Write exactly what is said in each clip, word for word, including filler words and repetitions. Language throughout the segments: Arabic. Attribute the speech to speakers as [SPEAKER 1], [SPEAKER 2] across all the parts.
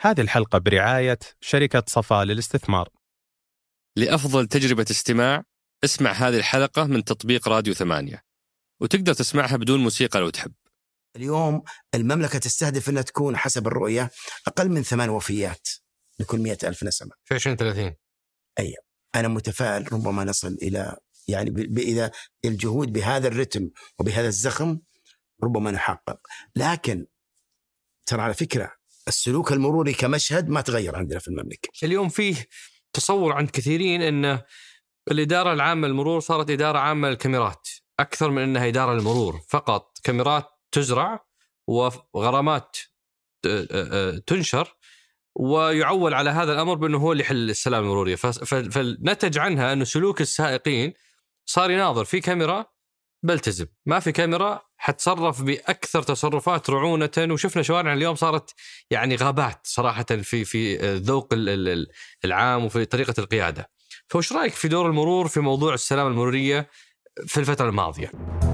[SPEAKER 1] هذه الحلقة برعاية شركة صفا للاستثمار.
[SPEAKER 2] لأفضل تجربة استماع اسمع هذه الحلقة من تطبيق راديو ثمانية، وتقدر تسمعها بدون موسيقى لو تحب.
[SPEAKER 3] اليوم المملكة تستهدف أنها تكون حسب الرؤية أقل من ثمان وفيات لكل مئة ألف نسمة
[SPEAKER 2] في عشرين ثلاثين.
[SPEAKER 3] أي أنا متفائل ربما نصل إلى يعني ب... إذا الجهود بهذا الرتم وبهذا الزخم ربما نحقق. لكن ترى على فكرة السلوك المروري كمشهد ما تغير عندنا في المملكة.
[SPEAKER 4] اليوم فيه تصور عند كثيرين أن الإدارة العامة للمرور صارت إدارة عامة للكاميرات أكثر من أنها إدارة المرور فقط. كاميرات تزرع وغرامات تنشر ويعول على هذا الأمر بأنه هو اللي يحل السلام المرورية. فالنتج عنها أن سلوك السائقين صار يناظر في كاميرا بلتزم، ما في كاميرا حتصرف بأكثر تصرفات رعونة. وشفنا شوارعنا اليوم صارت يعني غابات صراحة في في الذوق العام وفي طريقة القيادة. فوش رأيك في دور المرور في موضوع السلام المرورية في الفترة الماضية؟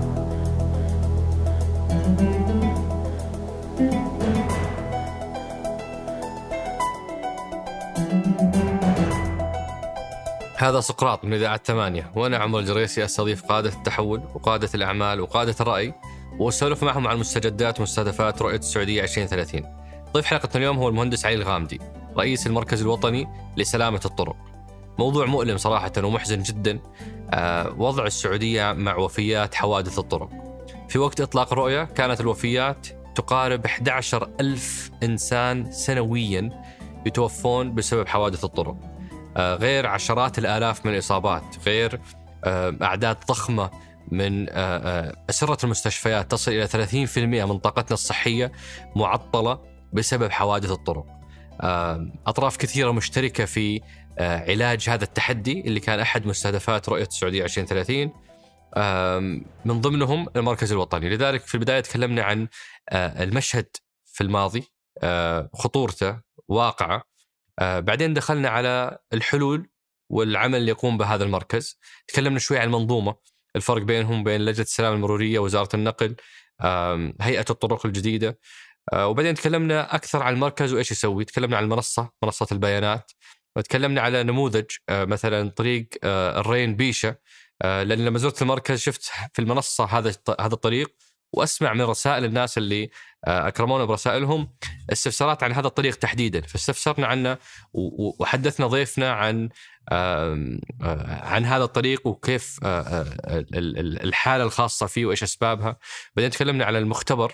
[SPEAKER 4] هذا سقراط من إذاعة ثمانية، وأنا عمر الجريسي أستضيف قادة التحول وقادة الأعمال وقادة الرأي وأسولف معهم عن مستجدات ومستهدفات رؤية السعودية عشرين ثلاثين. ضيف حلقة اليوم هو المهندس علي الغامدي، رئيس المركز الوطني لسلامة الطرق. موضوع مؤلم صراحة ومحزن جدا، آه وضع السعودية مع وفيات حوادث الطرق. في وقت إطلاق الرؤية كانت الوفيات تقارب أحد عشر ألف إنسان سنويا يتوفون بسبب حوادث الطرق، آه غير عشرات الآلاف من الإصابات، غير آه أعداد ضخمة من آه أسرة المستشفيات تصل إلى ثلاثين بالمئة من طاقتنا الصحية معطلة بسبب حوادث الطرق. آه أطراف كثيرة مشتركة في آه علاج هذا التحدي اللي كان أحد مستهدفات رؤية السعودية عشرين ثلاثين، آه من ضمنهم المركز الوطني. لذلك في البداية تكلمنا عن آه المشهد في الماضي، آه خطورته، واقعه. آه بعدين دخلنا على الحلول والعمل اللي يقوم بهذا المركز. تكلمنا شوي عن المنظومة، الفرق بينهم بين لجنة السلامة المرورية، وزارة النقل، آه هيئة الطرق الجديدة. آه وبعدين تكلمنا أكثر عن المركز وإيش يسوي. تكلمنا عن المنصة، منصة البيانات، وتكلمنا على نموذج آه مثلا طريق آه الرين بيشة، آه لأن لما زرت المركز شفت في المنصة هذا هذا الطريق، وأسمع من رسائل الناس اللي آه أكرمونا برسائلهم استفسارات عن هذا الطريق تحديدا. فاستفسرنا عنه وحدثنا ضيفنا عن آه آه عن هذا الطريق وكيف آه آه الحالة الخاصة فيه وإيش أسبابها. بعدين تكلمنا على المختبر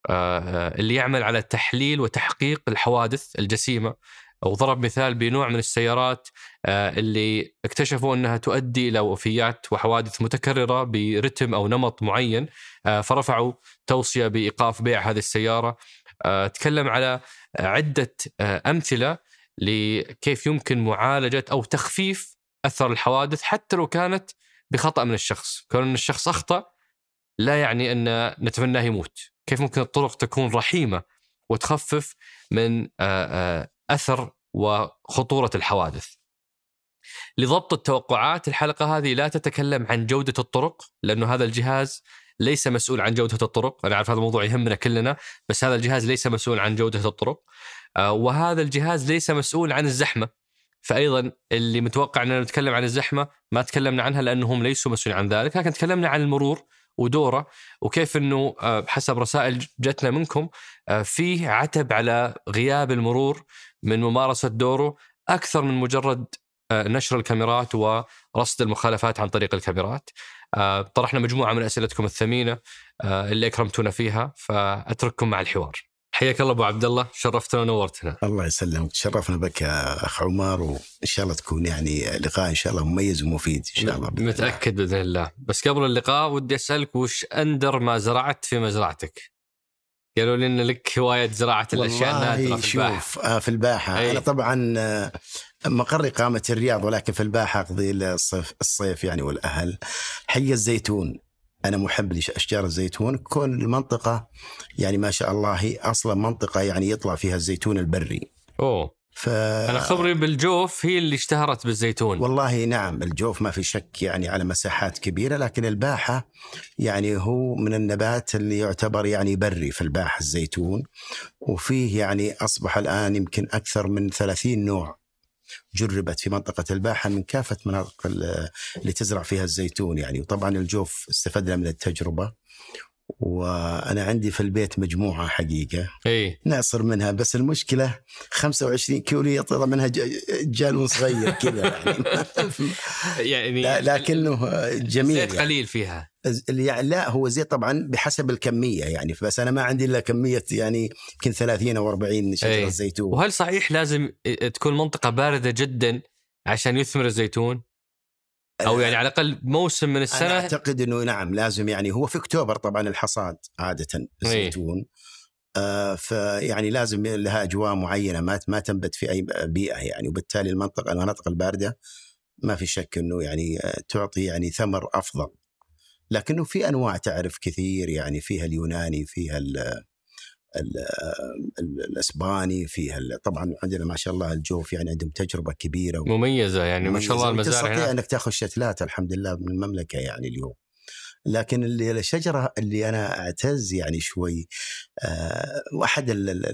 [SPEAKER 4] اللي يعمل على تحليل وتحقيق الحوادث الجسيمة، وضرب مثال بنوع من السيارات اللي اكتشفوا أنها تؤدي إلى وفيات وحوادث متكررة برتم أو نمط معين، فرفعوا توصية بإيقاف بيع هذه السيارة. تكلم على عدة أمثلة لكيف يمكن معالجة أو تخفيف أثر الحوادث حتى لو كانت بخطأ من الشخص. كون الشخص أخطأ لا يعني أن نتمناه يموت. كيف ممكن الطرق تكون رحيمة وتخفف من أثر وخطورة الحوادث. لضبط التوقعات الحلقة هذه لا تتكلم عن جودة الطرق، لأنه هذا الجهاز ليس مسؤول عن جودة الطرق. أنا عارف هذا الموضوع يهمنا كلنا، بس هذا الجهاز ليس مسؤول عن جودة الطرق، وهذا الجهاز ليس مسؤول عن الزحمة. فأيضا اللي متوقع أننا نتكلم عن الزحمة ما تكلمنا عنها لأنهم ليسوا مسؤولين عن ذلك، لكن تكلمنا عن المرور ودوره، وكيف أنه بحسب رسائل جتنا منكم فيه عتب على غياب المرور من ممارسة دوره أكثر من مجرد نشر الكاميرات ورصد المخالفات عن طريق الكاميرات. طرحنا مجموعة من أسئلتكم الثمينة اللي أكرمتونا فيها، فأترككم مع الحوار. حياك الله أبو عبد الله، شرفتنا ونورتنا.
[SPEAKER 3] الله يسلمك، تشرفنا بك يا أخ عمر، وإن شاء الله تكون يعني لقاء إن شاء الله مميز ومفيد إن شاء الله.
[SPEAKER 4] متأكد بإذن الله. بس قبل اللقاء ودي أسألك وش أندر ما زرعت في مزرعتك؟ قالوا لي إن لك هواية زراعة الأشياء النادرة في الباحة.
[SPEAKER 3] شوف آه في الباحة أي. أنا طبعا مقر إقامة الرياض، ولكن في الباحة أقضي الصيف, الصيف يعني والأهل. حي الزيتون، أنا محب لأشجار الزيتون. كون المنطقة يعني ما شاء الله هي أصلا منطقة يعني يطلع فيها الزيتون البري.
[SPEAKER 4] أوه.
[SPEAKER 3] ف...
[SPEAKER 4] أنا خبري بالجوف هي اللي اشتهرت بالزيتون.
[SPEAKER 3] والله نعم، الجوف ما في شك يعني على مساحات كبيرة، لكن الباحة يعني هو من النبات اللي يعتبر يعني بري في الباحة الزيتون، وفيه يعني أصبح الآن يمكن أكثر من ثلاثين نوع جربت في منطقة الباحة من كافة مناطق اللي تزرع فيها الزيتون يعني. وطبعا الجوف استفدنا من التجربة، وأنا عندي في البيت مجموعة حقيقة
[SPEAKER 4] إيه؟
[SPEAKER 3] نعصر منها، بس المشكلة خمسة وعشرين كيلو يطلع منها جالون صغير كذا يعني, يعني لكنه جميل
[SPEAKER 4] زيت
[SPEAKER 3] يعني.
[SPEAKER 4] قليل فيها
[SPEAKER 3] يعني لا هو زيت طبعا بحسب الكمية يعني، بس أنا ما عندي إلا كمية يعني يمكن ثلاثين أو أربعين شجرة
[SPEAKER 4] أيه.
[SPEAKER 3] زيتون.
[SPEAKER 4] وهل صحيح لازم تكون منطقة باردة جدا عشان يثمر الزيتون؟ أو يعني على الأقل موسم من السنة؟
[SPEAKER 3] أنا أعتقد أنه نعم لازم يعني، هو في أكتوبر طبعا الحصاد عادة الزيتون. آه فيعني لازم لها أجواء معينة ما ما تنبت في أي بيئة يعني، وبالتالي المنطقة المناطق الباردة ما في شك أنه يعني تعطي يعني ثمر أفضل. لكنه في أنواع تعرف كثير يعني، فيها اليوناني، فيها ال ال ال الأسباني، فيها طبعا عندنا ما شاء الله الجوف يعني عندهم تجربة كبيرة
[SPEAKER 4] مميزة يعني ما شاء الله المزارع
[SPEAKER 3] تستطيع أنك تأخذ شتلات الحمد لله من المملكة يعني اليوم. لكن اللي الشجرة اللي أنا أعتز يعني شوي أه واحد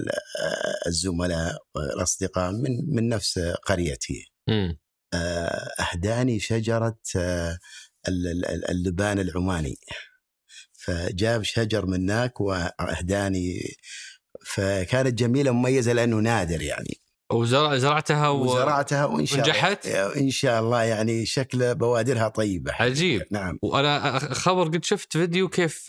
[SPEAKER 3] الزملاء الأصدقاء من من نفس قريتي أه أهداني شجرة أه اللبان العماني، فجاب شجر من هناك وأهداني، فكانت جميلة مميزة لأنه نادر يعني.
[SPEAKER 4] وزرعتها و...
[SPEAKER 3] وزرعتها وإن شاء
[SPEAKER 4] ونجحت
[SPEAKER 3] الله إن شاء الله يعني شكل بوادرها طيبة.
[SPEAKER 4] عجيب.
[SPEAKER 3] نعم.
[SPEAKER 4] وأنا خبر قد شفت فيديو كيف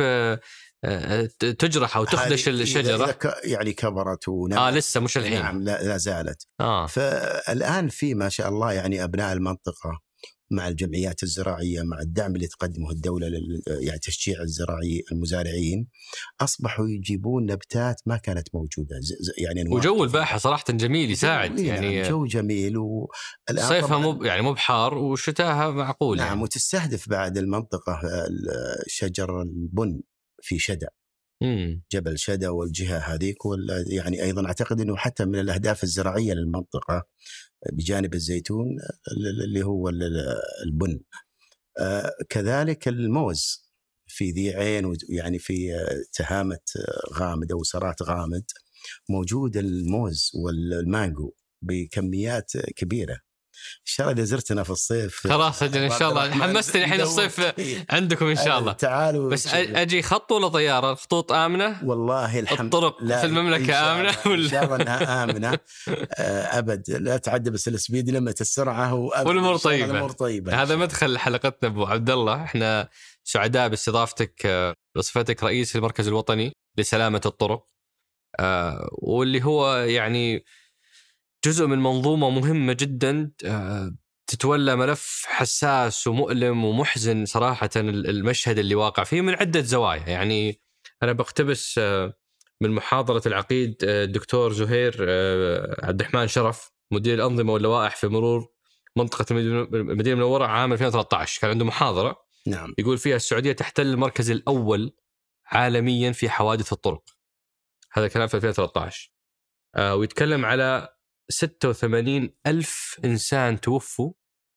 [SPEAKER 4] تجرح أو تخدش الشجرة
[SPEAKER 3] يعني كبرت ونمت.
[SPEAKER 4] آه لسه مش الحين.
[SPEAKER 3] نعم لا, لا زالت.
[SPEAKER 4] آه.
[SPEAKER 3] فالآن في ما شاء الله يعني أبناء المنطقة مع الجمعيات الزراعية مع الدعم اللي تقدمه الدولة لل يعني تشجيع الزراعي المزارعين، أصبحوا يجيبون نباتات ما كانت موجودة يعني.
[SPEAKER 4] وجو الباحة صراحة جميل يساعد يعني،
[SPEAKER 3] جو جميل،
[SPEAKER 4] صيفها مو يعني مو بحار وشتاها معقول.
[SPEAKER 3] نعم
[SPEAKER 4] يعني.
[SPEAKER 3] وتستهدف بعد المنطقة شجر البن في شدة،
[SPEAKER 4] مم.
[SPEAKER 3] جبل شدة والجهة هذيك، يعني أيضا أعتقد أنه حتى من الأهداف الزراعية للمنطقة بجانب الزيتون اللي هو البن. آه كذلك الموز في ذي عين يعني في تهامة غامد أو سرات غامد موجود الموز والمانجو بكميات كبيرة. إن شاء الله إذا زرتنا في الصيف
[SPEAKER 4] خلاص أجل إن شاء الله حمستني الحين الصيف عندكم إن شاء الله.
[SPEAKER 3] تعالوا
[SPEAKER 4] بس أجي خط ولا طيارة؟ الخطوط آمنة
[SPEAKER 3] والله الحمد.
[SPEAKER 4] الطرق في المملكة آمنة
[SPEAKER 3] ولا إن شاء الله أنها آمنة أبد، لا تعدي بس السبيد لمة السرعة
[SPEAKER 4] والأمور طيبة.
[SPEAKER 3] طيبة.
[SPEAKER 4] هذا مدخل حلقتنا أبو عبد الله. إحنا سعداء باستضافتك بصفتك رئيس المركز الوطني لسلامة الطرق، واللي هو يعني جزء من منظومة مهمة جدا تتولى ملف حساس ومؤلم ومحزن صراحة. المشهد اللي واقع فيه من عدة زوايا يعني. أنا بقتبس من محاضرة العقيد الدكتور زهير عبد الرحمن شرف مدير الأنظمة واللوائح في مرور منطقة المدينة المنورة عام ألفين وثلاثة عشر، كان عنده محاضرة
[SPEAKER 3] نعم.
[SPEAKER 4] يقول فيها السعودية تحتل المركز الأول عالميا في حوادث الطرق. هذا كلام في ألفين وثلاثة عشر. ويتكلم على ستة وثمانين ألف إنسان توفوا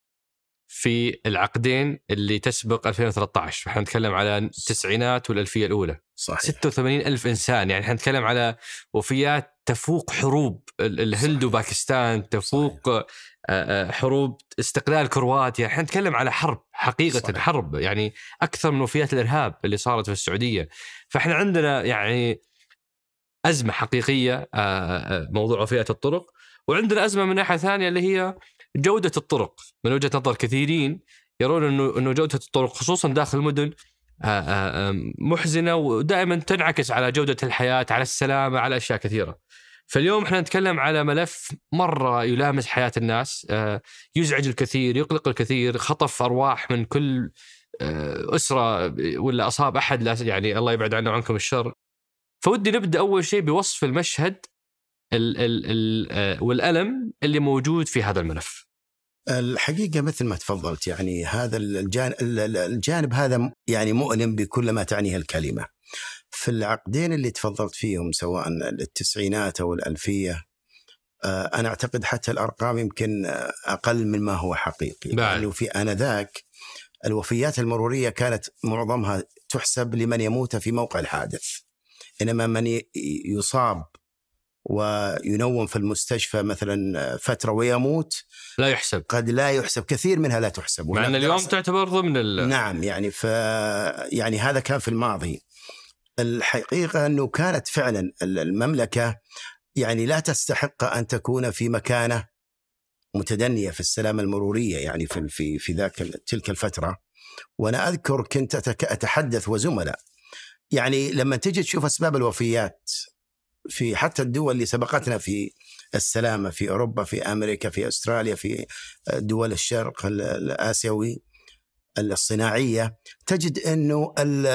[SPEAKER 4] في العقدين اللي تسبق ألفين وثلاثة عشر. فإحنا نتكلم على التسعينات والألفية الأولى.
[SPEAKER 3] صحيح.
[SPEAKER 4] ستة وثمانين ألف إنسان يعني. إحنا نتكلم على وفيات تفوق حروب الهند وباكستان، تفوق صحيح. حروب استقلال كرواتيا. إحنا نتكلم على حرب حقيقة صحيح. حرب يعني أكثر من وفيات الإرهاب اللي صارت في السعودية. فإحنا عندنا يعني أزمة حقيقية موضوع وفيات الطرق، وعندنا أزمة من ناحية ثانية اللي هي جودة الطرق. من وجهة نظر كثيرين يرون أنه أنه جودة الطرق خصوصا داخل المدن محزنة، ودائما تنعكس على جودة الحياة، على السلامة، على أشياء كثيرة. فاليوم احنا نتكلم على ملف مرة يلامس حياة الناس، يزعج الكثير، يقلق الكثير، خطف أرواح من كل أسرة ولا أصاب أحد لا يعني الله يبعد عنه عنكم الشر. فودي نبدأ أول شيء بوصف المشهد ال ال ال والألم اللي موجود في هذا الملف.
[SPEAKER 3] الحقيقة مثل ما تفضلت يعني هذا الجانب, الجانب هذا يعني مؤلم بكل ما تعنيه الكلمة. في العقدين اللي تفضلت فيهم سواء التسعينات أو الألفية أنا أعتقد حتى الأرقام يمكن أقل مما هو حقيقي، لأنه في آنذاك الوفيات المرورية كانت معظمها تحسب لمن يموت في موقع الحادث، إنما من يصاب وينوم في المستشفى مثلا فترة ويموت
[SPEAKER 4] لا يحسب،
[SPEAKER 3] قد لا يحسب، كثير منها لا تحسب،
[SPEAKER 4] مع أن اليوم تعتبر ضمن ال...
[SPEAKER 3] نعم يعني ف يعني هذا كان في الماضي. الحقيقة أنه كانت فعلا المملكة يعني لا تستحق أن تكون في مكانة متدنية في السلامة المرورية يعني في في في ذاك تلك الفترة. وأنا أذكر كنت أتحدث وزملاء يعني لما تجي تشوف أسباب الوفيات في حتى الدول اللي سبقتنا في السلامة، في أوروبا، في أمريكا، في أستراليا، في دول الشرق الآسيوي الصناعية، تجد أنه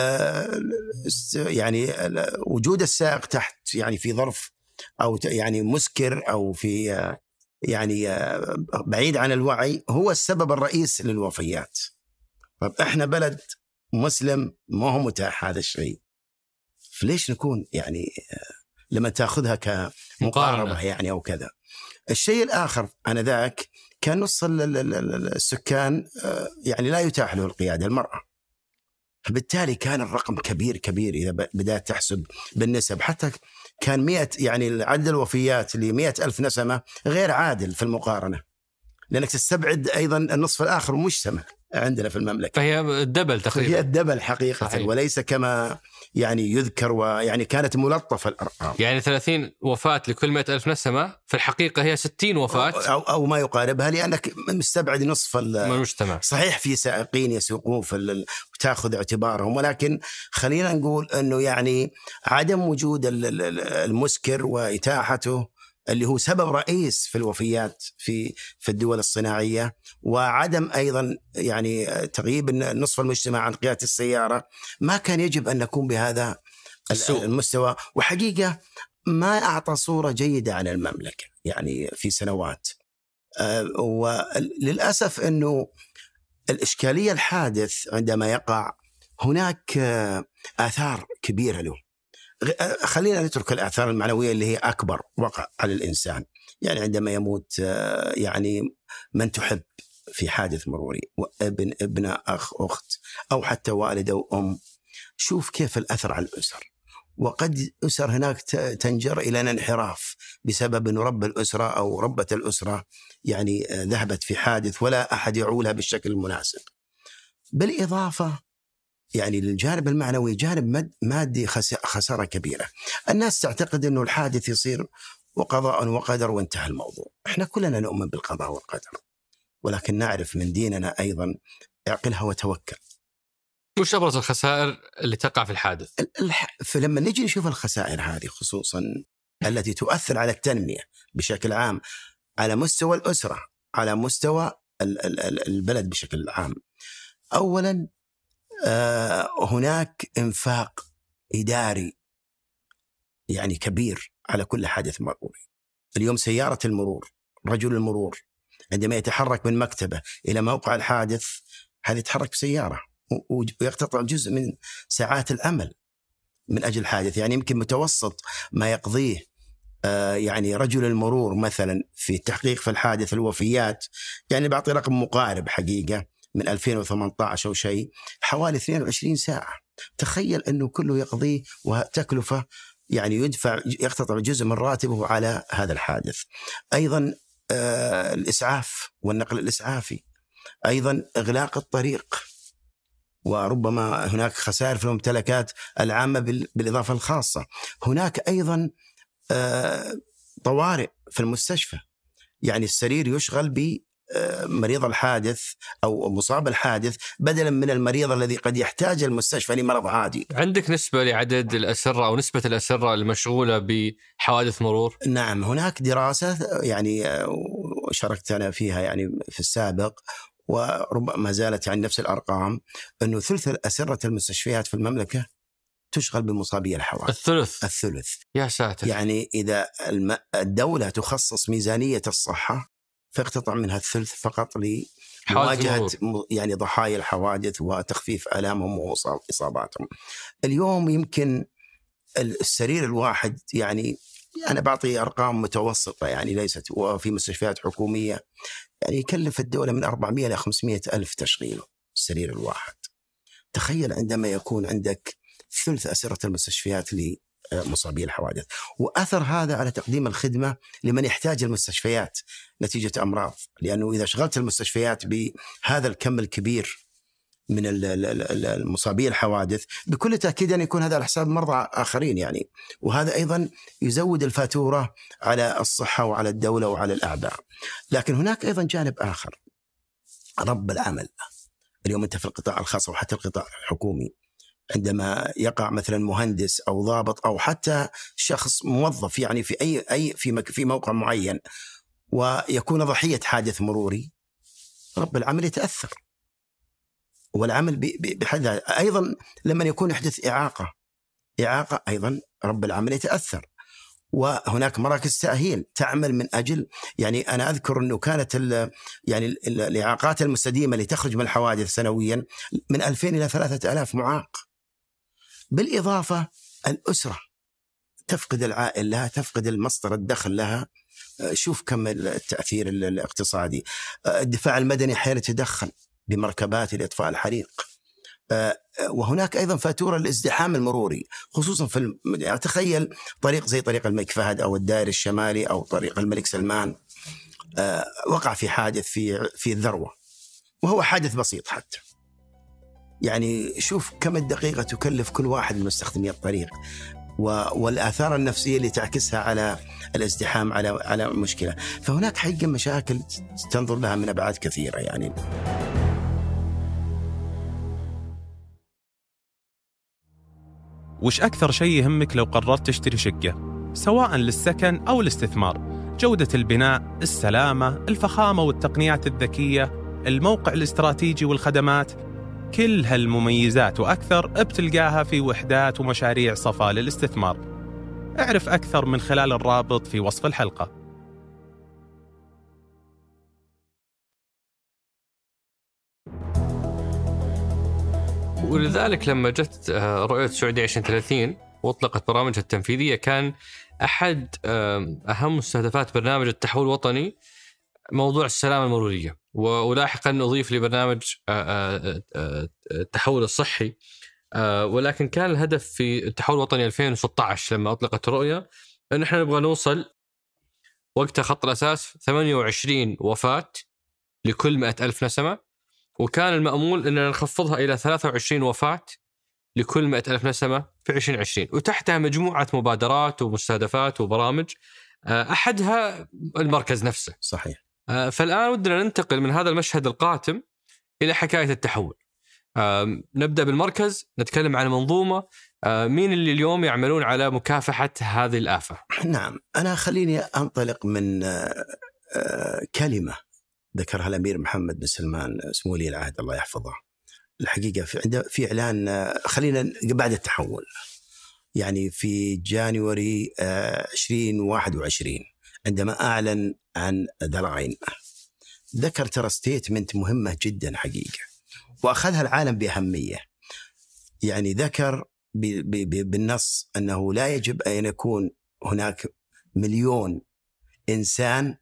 [SPEAKER 3] يعني وجود السائق تحت يعني في ظرف أو يعني مسكر أو في يعني بعيد عن الوعي هو السبب الرئيس للوفيات. طب إحنا بلد مسلم ما هو متاح هذا الشيء، فليش نكون يعني لما تأخذها كمقاربة يعني أو كذا. الشيء الآخر أنا ذاك كان نص السكان يعني لا يتاح له القيادة المرأة، فبالتالي كان الرقم كبير كبير إذا بدأت تحسب بالنسب. حتى كان مئة يعني عدد الوفيات لمئة ألف نسمة غير عادل في المقارنة، لأنك تستبعد أيضا النصف الآخر مجتمع عندنا في المملكة،
[SPEAKER 4] فهي الدبل تقريبا،
[SPEAKER 3] هي الدبل حقيقة صحيح. وليس كما يعني يذكر، ويعني كانت ملطفة الأرقام،
[SPEAKER 4] يعني ثلاثين وفاة لكل مئة ألف نسمة في الحقيقة هي ستين وفاة
[SPEAKER 3] أو, أو ما يقاربها، لأنك مستبعد نصف
[SPEAKER 4] المجتمع.
[SPEAKER 3] صحيح في سائقين يسوقون في وتأخذ اعتبارهم، ولكن خلينا نقول أنه يعني عدم وجود المسكر وإتاحته اللي هو سبب رئيس في الوفيات في في الدول الصناعية، وعدم أيضا يعني تغييب نصف المجتمع عن قيادة السيارة، ما كان يجب أن نكون بهذا السوء. المستوى. وحقيقة ما أعطى صورة جيدة عن المملكة يعني في سنوات. وللأسف أنه الإشكالية الحادث عندما يقع هناك آثار كبيرة له. خلينا نترك الآثار المعنوية اللي هي أكبر وقع على الإنسان، يعني عندما يموت يعني من تحب في حادث مروري، وابن ابن أخ أخت أو حتى والد أو أم، شوف كيف الأثر على الأسر. وقد أسر هناك تنجر إلى انحراف بسبب أن رب الأسرة أو ربة الأسرة يعني ذهبت في حادث ولا أحد يعولها بالشكل المناسب. بالإضافة يعني للجانب المعنوي جانب مادي خسارة كبيرة. الناس تعتقد أنه الحادث يصير وقضاء وقدر وانتهى الموضوع. احنا كلنا نؤمن بالقضاء والقدر، ولكن نعرف من ديننا أيضا اعقلها وتوكل.
[SPEAKER 4] وش أبرز الخسائر اللي تقع في الحادث؟
[SPEAKER 3] فلما نجي نشوف الخسائر هذه خصوصا التي تؤثر على التنمية بشكل عام، على مستوى الأسرة، على مستوى البلد بشكل عام، أولا هناك إنفاق إداري يعني كبير على كل حادث مروري. اليوم سيارة المرور، رجل المرور عندما يتحرك من مكتبه إلى موقع الحادث، هذا يتحرك بسيارة ويقتطع جزء من ساعات العمل من أجل الحادث. يعني يمكن متوسط ما يقضيه يعني رجل المرور مثلا في التحقيق في الحادث الوفيات، يعني بعطي رقم مقارب حقيقة من ألفين وثمانية عشر أو شيء، حوالي اثنين وعشرين ساعة. تخيل أنه كله يقضيه وتكلفة يعني يدفع يقتطع جزء من راتبه على هذا الحادث. أيضا آه الإسعاف والنقل الإسعافي، أيضا إغلاق الطريق، وربما هناك خسائر في الممتلكات العامة بالإضافة الخاصة. هناك أيضا آه طوارئ في المستشفى، يعني السرير يشغل ب مريض الحادث أو مصاب الحادث بدلا من المريض الذي قد يحتاج المستشفى لمرض عادي.
[SPEAKER 4] عندك نسبة لعدد الأسرة أو نسبة الأسرة المشغولة بحوادث مرور؟
[SPEAKER 3] نعم، هناك دراسة يعني شاركت أنا فيها يعني في السابق، وربما زالت عن نفس الأرقام، أنه ثلث الأسرة المستشفيات في المملكة تشغل بمصابي الحوادث.
[SPEAKER 4] الثلث
[SPEAKER 3] الثلث
[SPEAKER 4] يا ساتر.
[SPEAKER 3] يعني إذا الدولة تخصص ميزانية الصحة فاقتطع منها الثلث فقط لمواجهة يعني ضحايا الحوادث وتخفيف آلامهم وإصاباتهم. اليوم يمكن السرير الواحد يعني أنا بعطي أرقام متوسطة يعني ليست، وفي مستشفيات حكومية يعني يكلف الدولة من أربعمائة إلى خمسمائة ألف تشغيله السرير الواحد. تخيل عندما يكون عندك ثلث أسرة المستشفيات لمصابي الحوادث، وأثر هذا على تقديم الخدمة لمن يحتاج المستشفيات نتيجة أمراض، لأنه إذا شغلت المستشفيات بهذا الكم الكبير من المصابي الحوادث بكل تأكيد أن يكون هذا على حساب مرضى آخرين يعني، وهذا أيضا يزود الفاتورة على الصحة وعلى الدولة وعلى الأعباء. لكن هناك أيضا جانب آخر، رب العمل. اليوم أنت في القطاع الخاص وحتى القطاع الحكومي عندما يقع مثلا مهندس أو ضابط أو حتى شخص موظف يعني في أي أي في في موقع معين ويكون ضحية حادث مروري، رب العمل يتأثر، والعمل بحد أيضا لما يكون يحدث إعاقة إعاقة أيضا رب العمل يتأثر. وهناك مراكز تأهيل تعمل من أجل يعني أنا أذكر أنه كانت ال يعني ال الإعاقات المستديمة اللي تخرج من الحوادث سنويا من ألفين إلى ثلاثة آلاف معاق. بالإضافة الأسرة تفقد العائل لها، تفقد المصدر الدخل لها. شوف كم التأثير الاقتصادي. الدفاع المدني أحيانا يتدخل بمركبات لإطفاء الحريق. وهناك أيضا فاتورة الازدحام المروري خصوصا في الم... يعني تخيل طريق زي طريق الملك فهد أو الدائري الشمالي أو طريق الملك سلمان أه وقع في حادث في في الذروة، وهو حادث بسيط حتى. يعني شوف كم الدقيقة تكلف كل واحد من مستخدمي الطريق، و... والآثار النفسية اللي تعكسها على الازدحام على على المشكلة. فهناك حقيقة مشاكل تنظر لها من أبعاد كثيرة يعني.
[SPEAKER 1] وش أكثر شيء يهمك لو قررت تشتري شقة سواء للسكن أو الاستثمار؟ جودة البناء، السلامة، الفخامة والتقنيات الذكية، الموقع الاستراتيجي والخدمات، كل هالمميزات وأكثر بتلقاها في وحدات ومشاريع صفا للاستثمار. اعرف أكثر من خلال الرابط في وصف الحلقة.
[SPEAKER 4] ولذلك لما جت رؤية السعودية عشرين ثلاثين واطلقت برامجها التنفيذية كان أحد أهم مستهدفات برنامج التحول الوطني موضوع السلامة المرورية، ولاحقا أضيف لبرنامج التحول الصحي. ولكن كان الهدف في التحول الوطني ألفين وستة عشر لما أطلقت الرؤية أن احنا نبغى نوصل وقتها خط الأساس ثمانية وعشرين وفاة لكل مئة ألف نسمة، وكان المأمول أننا نخفضها إلى ثلاثة وعشرين وفاة لكل مئة ألف نسمة في عشرين عشرين، وتحتها مجموعة مبادرات ومستهدفات وبرامج أحدها المركز نفسه.
[SPEAKER 3] صحيح.
[SPEAKER 4] فالآن ودنا ننتقل من هذا المشهد القاتم إلى حكاية التحول. نبدأ بالمركز، نتكلم عن منظومة، مين اللي اليوم يعملون على مكافحة هذه الآفة؟
[SPEAKER 3] نعم، أنا خليني أنطلق من كلمة ذكرها الأمير محمد بن سلمان سمو ولي العهد الله يحفظه. الحقيقة في عنده في إعلان خلينا بعد التحول يعني في جانوري عشرين واحد وعشرين عندما أعلن عن ذا لاين ذكر ترى ستيتمنت مهمة جدا حقيقة وأخذها العالم بأهمية. يعني ذكر بالنص أنه لا يجب أن يكون هناك مليون إنسان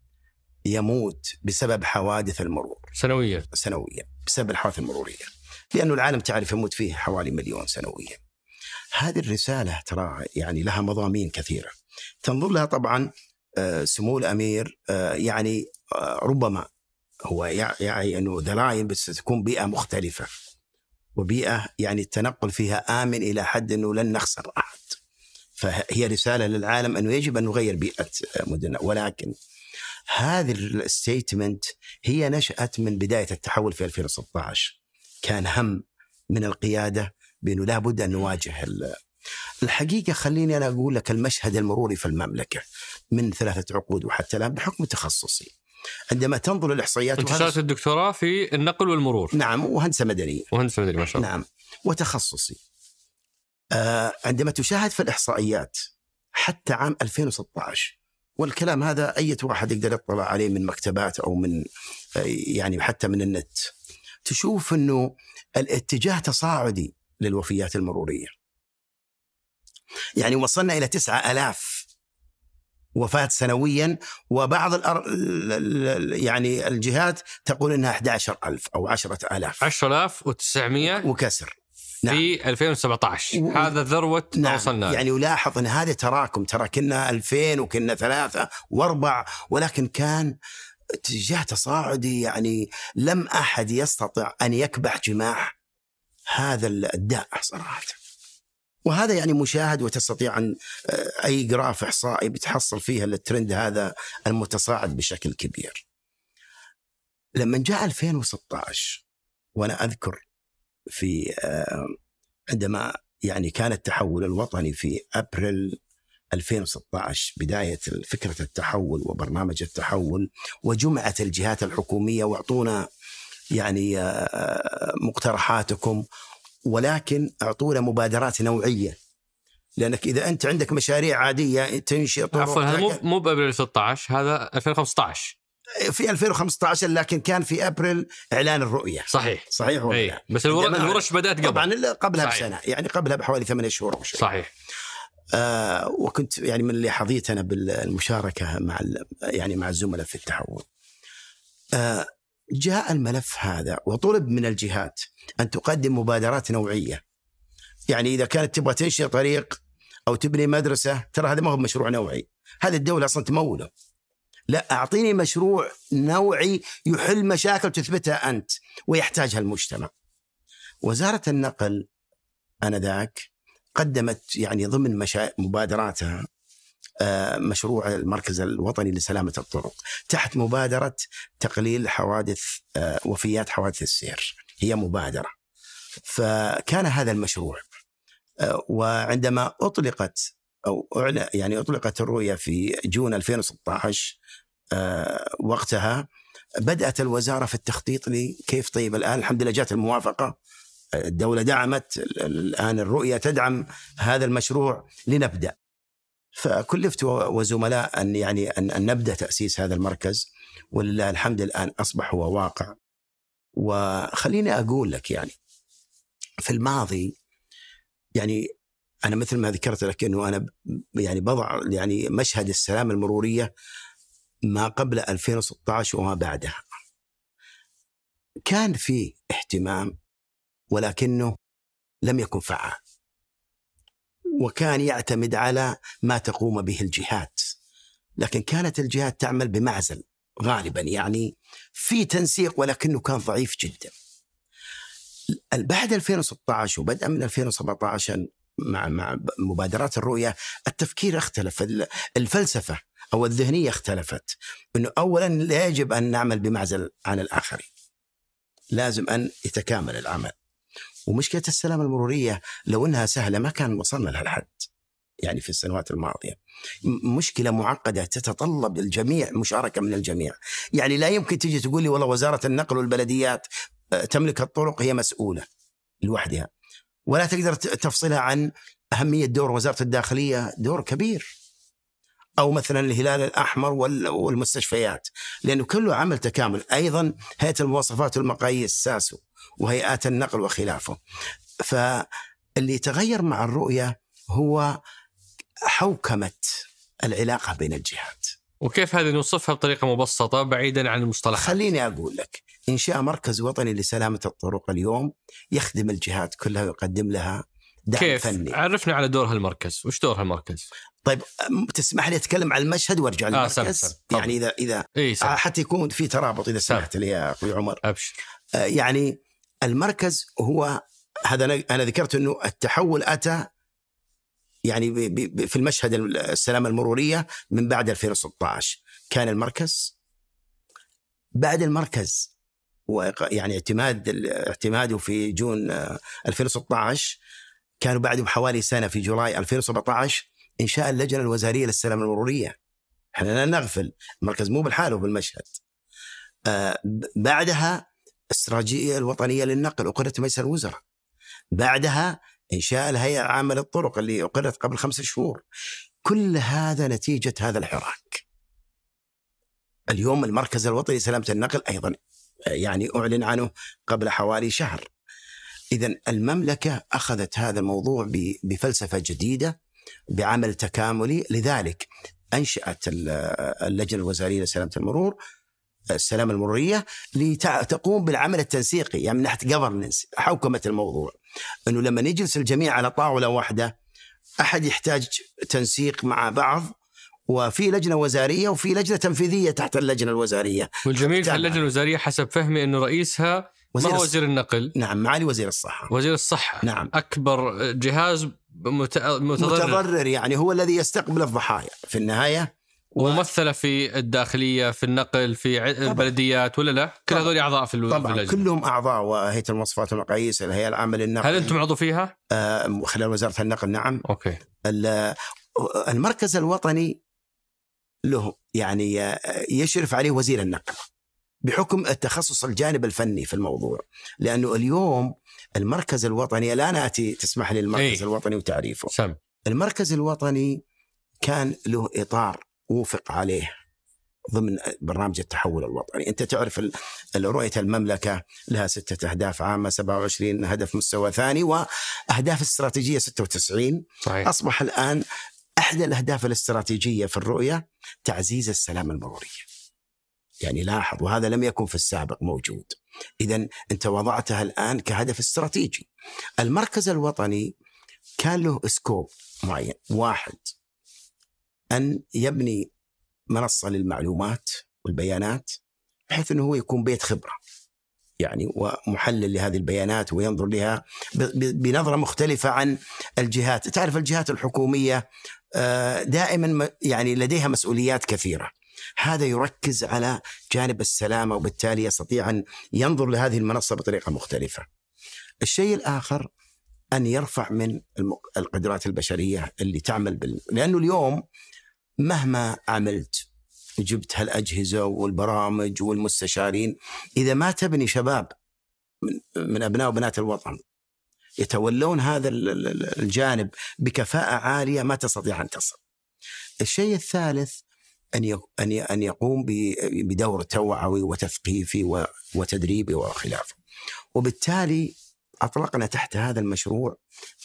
[SPEAKER 3] يموت بسبب حوادث المرور
[SPEAKER 4] سنويا
[SPEAKER 3] سنويا بسبب الحوادث المرورية، لأنه العالم تعرف يموت فيه حوالي مليون سنويا. هذه الرسالة ترى يعني لها مضامين كثيرة تنظر لها طبعا سمو الأمير يعني ربما هو يعني أنه ذا لاين بس تكون بيئة مختلفة وبيئة يعني التنقل فيها آمن إلى حد أنه لن نخسر أحد، فهي رسالة للعالم أنه يجب أن نغير بيئة مدننا. ولكن هذه الستيتمنت هي نشأت من بداية التحول في ألفين وستة عشر. كان هم من القيادة بأنه لا بد أن نواجه الحقيقة. خليني أنا أقول لك المشهد المروري في المملكة من ثلاثة عقود وحتى الآن بحكم تخصصي عندما تنظر الإحصائيات.
[SPEAKER 4] أنت شاركت الدكتوراه في النقل والمرور.
[SPEAKER 3] نعم، وهندسة مدنية.
[SPEAKER 4] وهندسة مدنية ما شاء الله.
[SPEAKER 3] نعم، وتخصصي. آه عندما تشاهد في الإحصائيات حتى عام ألفين وستة عشر، والكلام هذا أي واحد يقدر يطلع عليه من مكتبات أو من يعني حتى من النت، تشوف أنه الاتجاه تصاعدي للوفيات المرورية. يعني وصلنا إلى تسعة آلاف وفاة سنويا، وبعض الأر... يعني الجهات تقول إنها أحد عشر ألف أو عشرة آلاف
[SPEAKER 2] عشرة آلاف وتسعمائة
[SPEAKER 3] وكسر
[SPEAKER 2] في نعم. ألفين وسبعة عشر و... هذا ذروة
[SPEAKER 3] نعم.
[SPEAKER 2] وصلنا.
[SPEAKER 3] يعني ولاحظ أن هذا تراكم، ترى كنا ألفين وكنا ثلاثة وأربع، ولكن كان اتجاه تصاعدي، يعني لم أحد يستطع أن يكبح جماح هذا الداء صراحة. وهذا يعني مشاهد، وتستطيع أن أي جراف إحصائي بتحصل فيها الترند هذا المتصاعد بشكل كبير. لما جاء ألفين وستة عشر وأنا أذكر في عندما يعني كان التحول الوطني في أبريل ألفين وستة عشر، بداية فكرة التحول وبرنامج التحول، وجمعت الجهات الحكومية واعطونا يعني مقترحاتكم، ولكن أعطونا مبادرات نوعية. لأنك إذا أنت عندك مشاريع عادية تنشئ طرق،
[SPEAKER 2] عفوا هذا مو مو بأبريل ستة عشر، هذا ألفين وخمسة عشر
[SPEAKER 3] في ألفين وخمسة عشر، لكن كان في أبريل إعلان الرؤية.
[SPEAKER 2] صحيح
[SPEAKER 3] صحيح ولا
[SPEAKER 2] لا؟ بس الورش بدأت قبل
[SPEAKER 3] طبعا، قبلها
[SPEAKER 2] صحيح.
[SPEAKER 3] بسنة، يعني قبلها بحوالي ثمانية شهور أو شيء.
[SPEAKER 2] صحيح.
[SPEAKER 3] آه وكنت يعني من اللي حظيت أنا بالمشاركة مع يعني مع الزملاء في التحول. آه جاء الملف هذا وطلب من الجهات أن تقدم مبادرات نوعية. يعني إذا كانت تبغى تنشئ طريق أو تبني مدرسة، ترى هذا ما هو مشروع نوعي، هذا الدولة أصلا تموله. لا، أعطيني مشروع نوعي يحل مشاكل تثبتها أنت ويحتاجها المجتمع. وزارة النقل آنذاك قدمت يعني ضمن مشا... مبادراتها مشروع المركز الوطني لسلامة الطرق تحت مبادرة تقليل حوادث وفيات حوادث السير، هي مبادرة. فكان هذا المشروع، وعندما أطلقت أو يعني أطلقت الرؤية في جون ألفين وستة عشر وقتها بدأت الوزارة في التخطيط لكيف. طيب الآن الحمد لله جاءت الموافقة، الدولة دعمت، الآن الرؤية تدعم هذا المشروع، لنبدأ. فكلفت وزملاء أن يعني أن, أن نبدأ تأسيس هذا المركز، ولله الحمد الآن أصبح هو واقع. وخليني أقول لك يعني في الماضي، يعني أنا مثل ما ذكرت لك أنه أنا يعني بضع يعني مشهد السلامة المرورية ما قبل ألفين وستة عشر وما بعدها، كان فيه اهتمام ولكنه لم يكن فعال، وكان يعتمد على ما تقوم به الجهات، لكن كانت الجهات تعمل بمعزل غالبا، يعني في تنسيق ولكنه كان ضعيف جدا. بعد ألفين وستة عشر وبدءا من ألفين وسبعة عشر مع مع مبادرات الرؤية، التفكير اختلف، الفلسفة أو الذهنية اختلفت، إنه أولا لا يجب أن نعمل بمعزل عن الآخرين، لازم أن يتكامل العمل. ومشكلة السلامة المرورية لو أنها سهلة ما كان وصلنا لها الحد، يعني في السنوات الماضية مشكلة معقدة تتطلب الجميع، مشاركة من الجميع. يعني لا يمكن تيجي تقول لي والله وزارة النقل والبلديات تملك الطرق هي مسؤولة لوحدها، ولا تقدر تفصلها عن أهمية دور وزارة الداخلية، دور كبير، أو مثلا الهلال الأحمر والمستشفيات، لأنه كله عمل تكامل. أيضا هيئة المواصفات والمقاييس ساسو وهيئات النقل وخلافه. فاللي تغير مع الرؤية هو حوكمة العلاقة بين الجهات.
[SPEAKER 2] وكيف هذه نوصفها بطريقة مبسطة بعيدا عن المصطلحات؟
[SPEAKER 3] خليني أقول لك، إنشاء مركز وطني لسلامة الطرق اليوم يخدم الجهات كلها ويقدم لها دعم
[SPEAKER 2] كيف؟
[SPEAKER 3] فني.
[SPEAKER 2] عرفنا على دور هالمركز، وش دور هالمركز؟
[SPEAKER 3] طيب تسمح لي أتكلم عن المشهد وارجع للمركز؟
[SPEAKER 2] آه سم سم.
[SPEAKER 3] يعني إذا إذا
[SPEAKER 2] إيه
[SPEAKER 3] حتى يكون في ترابط، إذا سمحت لي يا أخوي عمر.
[SPEAKER 2] أبشر.
[SPEAKER 3] آه يعني المركز هو هذا، أنا ذكرت أنه التحول أتى يعني في المشهد السلامة المرورية من بعد ألفين وستة عشر. كان المركز، بعد المركز ويعني اعتماد اعتماده في جون ألفين وستة عشر، كانوا بعده بحوالي سنة في جولاي ألفين وسبعة عشر إنشاء اللجنة الوزارية للسلامة المرورية. احنا لا نغفل، المركز مو بالحاله في المشهد. آه بعدها الاستراتيجية الوطنية للنقل أقرت مجلس الوزراء. بعدها إنشاء الهيئة العامة للطرق اللي أقرت قبل خمسة شهور. كل هذا نتيجة هذا الحراك. اليوم المركز الوطني لسلامة النقل أيضا يعني أعلن عنه قبل حوالي شهر. إذن المملكة أخذت هذا الموضوع بفلسفة جديدة، بعمل تكاملي. لذلك أنشأت اللجنة الوزارية لسلامة المرور السلامة المرورية لتقوم بالعمل التنسيقي، يعني من ناحية governance حوكمة الموضوع، أنه لما نجلس الجميع على طاولة واحدة أحد يحتاج تنسيق مع بعض، وفي لجنة وزارية وفي لجنة تنفيذية تحت اللجنة الوزارية.
[SPEAKER 2] والجميل في اللجنة الوزارية حسب فهمي أنه رئيسها وزير ما هو وزير النقل.
[SPEAKER 3] نعم، معالي وزير الصحة.
[SPEAKER 2] وزير الصحة
[SPEAKER 3] نعم.
[SPEAKER 2] أكبر جهاز متضرر.
[SPEAKER 3] متضرر يعني هو الذي يستقبل الضحايا في النهاية،
[SPEAKER 2] وممثلة في الداخلية، في النقل، في البلديات، ولا لا؟ كل هذول أعضاء في اللجنة.
[SPEAKER 3] طبعا كلهم أعضاء، وهيئة المواصفات والمقاييس، الهيئة العامة للنقل.
[SPEAKER 2] هل أنتم عضو فيها؟
[SPEAKER 3] آه خلال وزارة النقل. نعم.
[SPEAKER 2] أوكي.
[SPEAKER 3] المركز الوطني له يعني يشرف عليه وزير النقل بحكم التخصص الجانب الفني في الموضوع، لأنه اليوم المركز الوطني، لا نأتي تسمح لي المركز
[SPEAKER 2] إيه؟
[SPEAKER 3] الوطني وتعريفه.
[SPEAKER 2] سم.
[SPEAKER 3] المركز الوطني كان له إطار وفق عليه ضمن برنامج التحول الوطني. أنت تعرف رؤية المملكة لها ستة أهداف عامة، سبعة وعشرين هدف مستوى ثاني، وأهداف استراتيجية ستة وتسعين.
[SPEAKER 2] صحيح.
[SPEAKER 3] أصبح الآن أحدى الأهداف الاستراتيجية في الرؤية تعزيز السلامة المرورية. يعني لاحظ، وهذا لم يكن في السابق موجود. إذن أنت وضعتها الآن كهدف استراتيجي. المركز الوطني كان له سكوب معين، واحد أن يبني منصة للمعلومات والبيانات بحيث أنه هو يكون بيت خبرة يعني ومحلل لهذه البيانات وينظر لها بنظرة مختلفة عن الجهات. تعرف الجهات الحكومية دائما يعني لديها مسؤوليات كثيرة، هذا يركز على جانب السلامة وبالتالي يستطيع أن ينظر لهذه المنصة بطريقة مختلفة. الشيء الآخر أن يرفع من القدرات البشرية اللي تعمل بال... لأنه اليوم مهما عملت جبت هالأجهزة والبرامج والمستشارين، إذا ما تبني شباب من, من أبناء وبنات الوطن يتولون هذا الجانب بكفاءة عالية ما تستطيع أن تصل. الشيء الثالث أن أن يقوم بدور توعوي وتثقيفي وتدريبي وخلافه. وبالتالي أطلقنا تحت هذا المشروع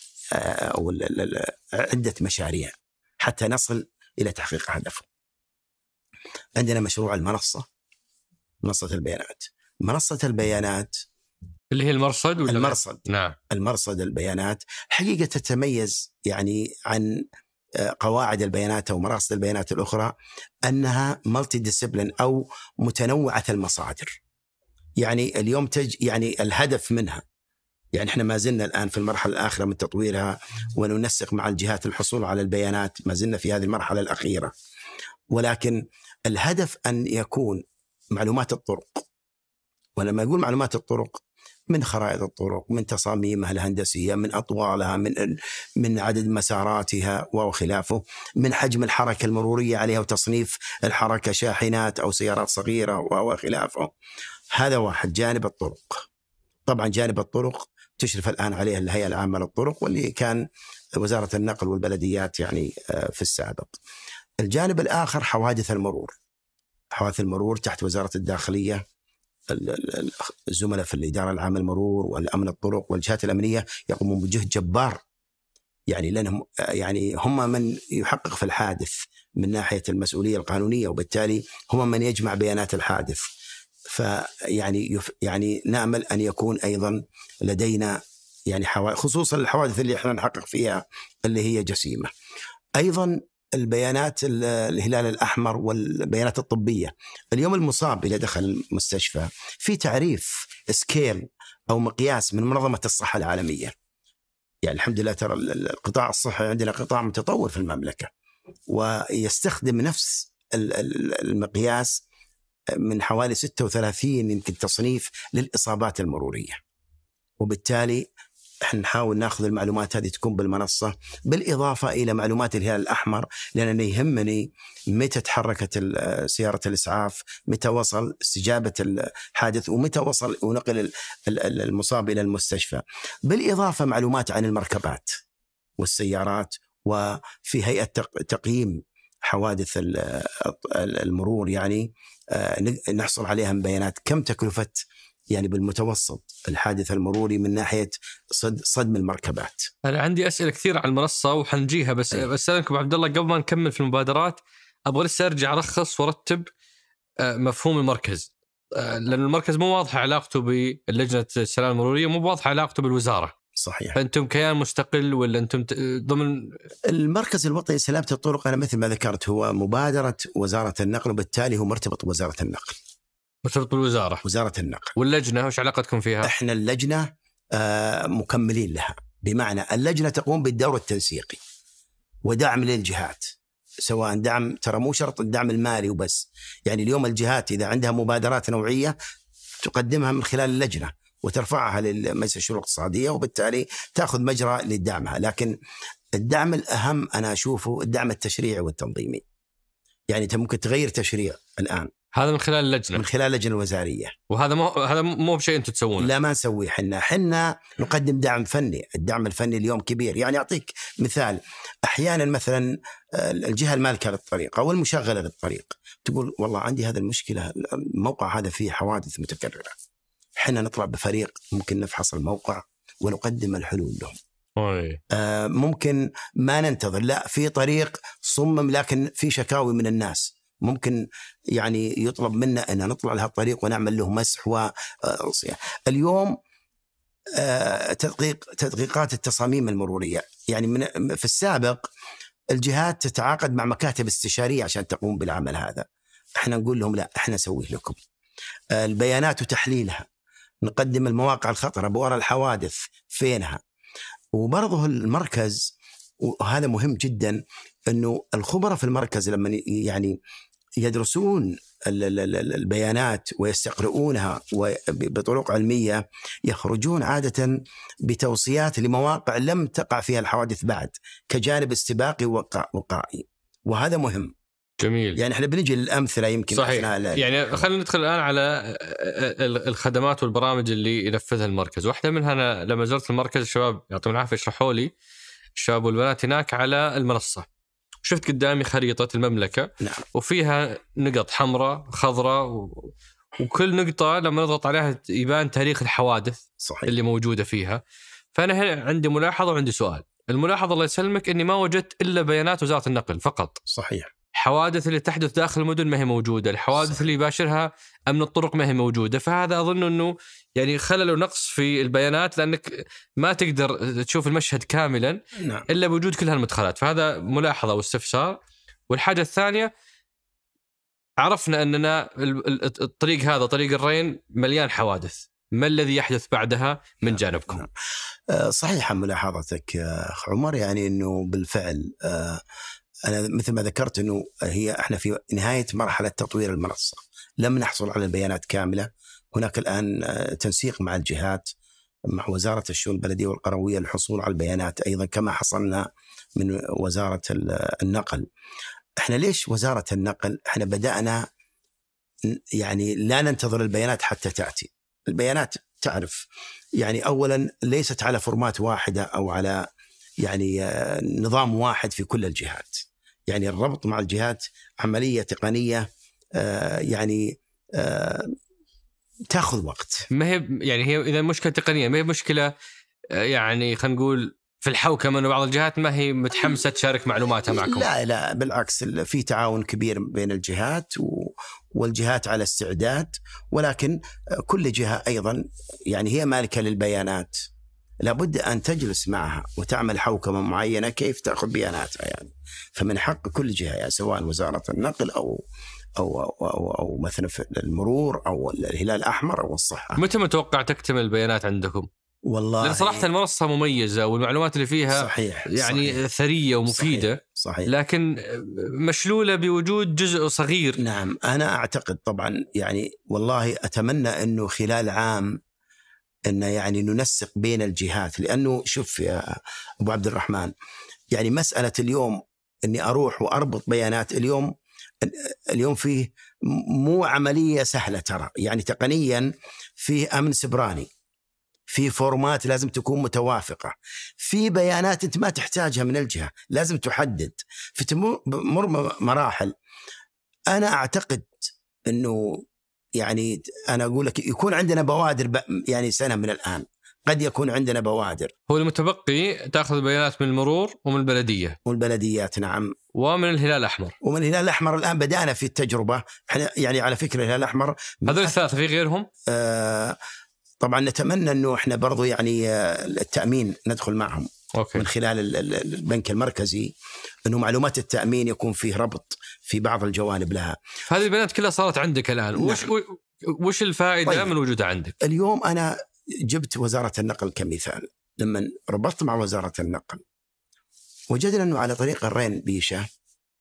[SPEAKER 3] عدة مشاريع حتى نصل إلى تحقيق هدفه. عندنا مشروع المنصة، منصة البيانات. منصة البيانات
[SPEAKER 2] اللي هي المرصد ولا
[SPEAKER 3] المرصد.
[SPEAKER 2] نعم.
[SPEAKER 3] المرصد البيانات حقيقة تتميز يعني عن قواعد البيانات أو مراصد البيانات الأخرى أنها مالتي ديسيبلين أو متنوعة المصادر. يعني اليوم تج يعني الهدف منها، يعني احنا ما زلنا الآن في المرحلة الأخيرة من تطويرها وننسق مع الجهات الحصول على البيانات، ما زلنا في هذه المرحلة الأخيرة، ولكن الهدف أن يكون معلومات الطرق. ولما يقول معلومات الطرق، من خرائط الطرق، من تصاميمها الهندسية، من أطوالها، من من عدد مساراتها وخلافه، من حجم الحركة المرورية عليها وتصنيف الحركة شاحنات أو سيارات صغيرة وخلافه. هذا واحد جانب الطرق. طبعا جانب الطرق تشرف الآن عليها الهيئة العامة للطرق، واللي كان وزارة النقل والبلديات يعني في السابق. الجانب الآخر حوادث المرور. حوادث المرور تحت وزارة الداخلية، الزملاء في الإدارة العامة للمرور والأمن الطرق والجهات الأمنية يقومون بجهد جبار، يعني لأنهم يعني هم من يحقق في الحادث من ناحية المسؤولية القانونية، وبالتالي هم من يجمع بيانات الحادث. فيعني يعني نأمل أن يكون أيضا لدينا يعني حوادث، خصوصا الحوادث اللي احنا نحقق فيها اللي هي جسيمة. أيضا البيانات الهلال الأحمر والبيانات الطبية. اليوم المصاب إذا دخل المستشفى في تعريف سكيل أو مقياس من منظمة الصحة العالمية. يعني الحمد لله ترى القطاع الصحي عندنا قطاع متطور في المملكة، ويستخدم نفس المقياس من حوالي ستة وثلاثين يمكن تصنيف للإصابات المرورية. وبالتالي احنا نحاول ناخذ المعلومات هذه تكون بالمنصة، بالإضافة إلى معلومات الهلال الأحمر، لأنني يهمني متى تحركت سيارة الإسعاف، متى وصل استجابة الحادث، ومتى وصل ونقل المصاب إلى المستشفى. بالإضافة معلومات عن المركبات والسيارات، وفي هيئة تقييم حوادث المرور يعني نحصل عليها من بيانات كم تكلفة يعني بالمتوسط الحادث المروري من ناحية صد صدم المركبات.
[SPEAKER 2] أنا عندي أسئلة كثيرة على المنصة وحنجيها، بس بس أستاذنكم عبد الله قبل ما نكمل في المبادرات
[SPEAKER 4] ابغى لسه ارجع ارخص وارتب مفهوم المركز، لأن المركز مو واضحه علاقته باللجنه السلامه المروريه، مو واضحه علاقته بالوزاره.
[SPEAKER 3] صحيح.
[SPEAKER 4] فانتم كيان مستقل ولا انتم ضمن
[SPEAKER 3] المركز الوطني لسلامه الطرق؟ انا مثل ما ذكرت هو مبادره وزاره النقل، وبالتالي هو مرتبط بوزاره النقل.
[SPEAKER 4] مرتبط بالوزاره،
[SPEAKER 3] وزاره النقل.
[SPEAKER 4] واللجنه وش علاقتكم فيها؟
[SPEAKER 3] احنا اللجنه آه مكملين لها، بمعنى اللجنه تقوم بالدور التنسيقي ودعم للجهات، سواء دعم، ترى مو شرط الدعم المالي وبس، يعني اليوم الجهات اذا عندها مبادرات نوعيه تقدمها من خلال اللجنه وترفعها للمجلس الشؤون الاقتصاديه، وبالتالي تاخذ مجرى لدعمها. لكن الدعم الاهم انا اشوفه الدعم التشريعي والتنظيمي. يعني انت ممكن تغير تشريع الان،
[SPEAKER 4] هذا من خلال اللجنه،
[SPEAKER 3] من خلال اللجنه الوزاريه،
[SPEAKER 4] وهذا مو هذا مو بشيء انتم تسوونه.
[SPEAKER 3] لا ما نسويه. حنا حنا نقدم دعم فني. الدعم الفني اليوم كبير. يعني اعطيك مثال، احيانا مثلا الجهه المالكه للطريق او المشغله للطريق تقول والله عندي هذا المشكله، الموقع هذا فيه حوادث متكرره، حنا نطلع بفريق ممكن نفحص الموقع ونقدم الحلول لهم. آه ممكن ما ننتظر، لا في طريق صمم لكن في شكاوي من الناس، ممكن يعني يطلب منا أن نطلع لها الطريق ونعمل له مسح و اليوم آه تدقيق تدقيقات التصاميم المرورية. يعني من في السابق الجهات تتعاقد مع مكاتب استشارية عشان تقوم بالعمل هذا، احنا نقول لهم لا احنا نسويه لكم. آه البيانات وتحليلها، نقدم المواقع الخطرة بورا الحوادث فينها. وبرضه المركز، وهذا مهم جدا، أنه الخبراء في المركز لما يعني يدرسون البيانات ويستقرؤونها بطرق علمية يخرجون عادة بتوصيات لمواقع لم تقع فيها الحوادث بعد كجانب استباقي وقائي، وهذا مهم.
[SPEAKER 4] جميل.
[SPEAKER 3] يعني احنا بنجي للأمثلة يمكن.
[SPEAKER 4] صحيح. يعني خلينا ندخل الآن على الخدمات والبرامج اللي ينفذها المركز. واحدة منها أنا لما زرت المركز الشباب يعطيهم العافية يشرحوا لي الشباب والبنات هناك على المنصة، شفت قدامي خريطة المملكة.
[SPEAKER 3] نعم.
[SPEAKER 4] وفيها نقط حمراء خضراء و... وكل نقطة لما نضغط عليها يبان تاريخ الحوادث.
[SPEAKER 3] صحيح.
[SPEAKER 4] اللي موجودة فيها. فأنا هنا عندي ملاحظة وعندي سؤال. الملاحظة الله يسلمك أني ما وجدت إلا بيانات وزارة النقل فقط.
[SPEAKER 3] صحيح.
[SPEAKER 4] حوادث اللي تحدث داخل المدن ما هي موجودة، الحوادث صحيح. اللي يباشرها أمن الطرق ما هي موجودة. فهذا أظن أنه يعني خلل ونقص في البيانات، لأنك ما تقدر تشوف المشهد كاملا.
[SPEAKER 3] نعم.
[SPEAKER 4] إلا بوجود كل هالمدخلات. فهذا ملاحظة واستفسار. والحاجة الثانية، عرفنا أننا الطريق هذا طريق الرين مليان حوادث، ما الذي يحدث بعدها من جانبكم؟
[SPEAKER 3] نعم. صحيحة ملاحظتك أخ عمر، يعني أنه بالفعل أنا مثل ما ذكرت أنه هي إحنا في نهاية مرحلة تطوير المنصة، لم نحصل على البيانات كاملة. هناك الآن تنسيق مع الجهات، مع وزارة الشؤون البلدية والقروية للحصول على البيانات أيضا كما حصلنا من وزارة النقل. إحنا ليش وزارة النقل؟ إحنا بدأنا يعني لا ننتظر البيانات حتى تأتي. البيانات تعرف يعني أولا ليست على فورمات واحدة أو على يعني نظام واحد في كل الجهات. يعني الربط مع الجهات عملية تقنية يعني تأخذ وقت.
[SPEAKER 4] ما هي يعني هي إذا مشكلة تقنية ما هي مشكلة يعني خلينا نقول في الحوكمة أن بعض الجهات ما هي متحمسة تشارك معلوماتها معكم.
[SPEAKER 3] لا لا بالعكس، في تعاون كبير بين الجهات والجهات على استعداد، ولكن كل جهة أيضا يعني هي مالكة للبيانات، لابد أن تجلس معها وتعمل حوكمة معينة كيف تأخذ بياناتها. يعني فمن حق كل جهة يعني سواء وزارة النقل أو أو أو, أو, أو مثلا المرور أو الهلال الأحمر أو الصحة.
[SPEAKER 4] متى متوقع تكتمل البيانات عندكم؟
[SPEAKER 3] والله
[SPEAKER 4] لأن صراحة المنصة مميزة والمعلومات اللي فيها
[SPEAKER 3] صحيح.
[SPEAKER 4] يعني
[SPEAKER 3] صحيح.
[SPEAKER 4] ثرية ومفيدة.
[SPEAKER 3] صحيح. صحيح.
[SPEAKER 4] لكن مشلولة بوجود جزء صغير.
[SPEAKER 3] نعم. أنا أعتقد طبعا يعني والله أتمنى أنه خلال عام أن يعني ننسق بين الجهات، لأنه شوف يا أبو عبد الرحمن، يعني مسألة اليوم أني أروح وأربط بيانات اليوم اليوم فيه مو عملية سهلة ترى، يعني تقنيا فيه أمن سبراني، في فورمات لازم تكون متوافقة، في بيانات أنت ما تحتاجها من الجهة لازم تحدد في تمر مراحل. أنا أعتقد أنه يعني أنا أقول لك يكون عندنا بوادر يعني سنة من الآن قد يكون عندنا بوادر.
[SPEAKER 2] هو المتبقي تأخذ بيانات من المرور ومن البلدية
[SPEAKER 3] والبلديات نعم،
[SPEAKER 2] ومن الهلال الأحمر.
[SPEAKER 3] ومن الهلال الأحمر الآن بدأنا في التجربة احنا، يعني على فكرة الهلال الأحمر
[SPEAKER 2] هذول الثلاثة في غيرهم.
[SPEAKER 3] آه طبعا نتمنى أنه احنا برضو يعني التأمين ندخل معهم أوكي. من خلال البنك المركزي، أنه معلومات التأمين يكون فيه ربط في بعض الجوانب لها.
[SPEAKER 2] هذه البيانات كلها صارت عندك الآن. نعم. وش وش الفائدة طيب. من وجودها عندك
[SPEAKER 3] اليوم؟ أنا جبت وزارة النقل كمثال، لما ربطت مع وزارة النقل وجدنا أنه على طريق الرين بيشة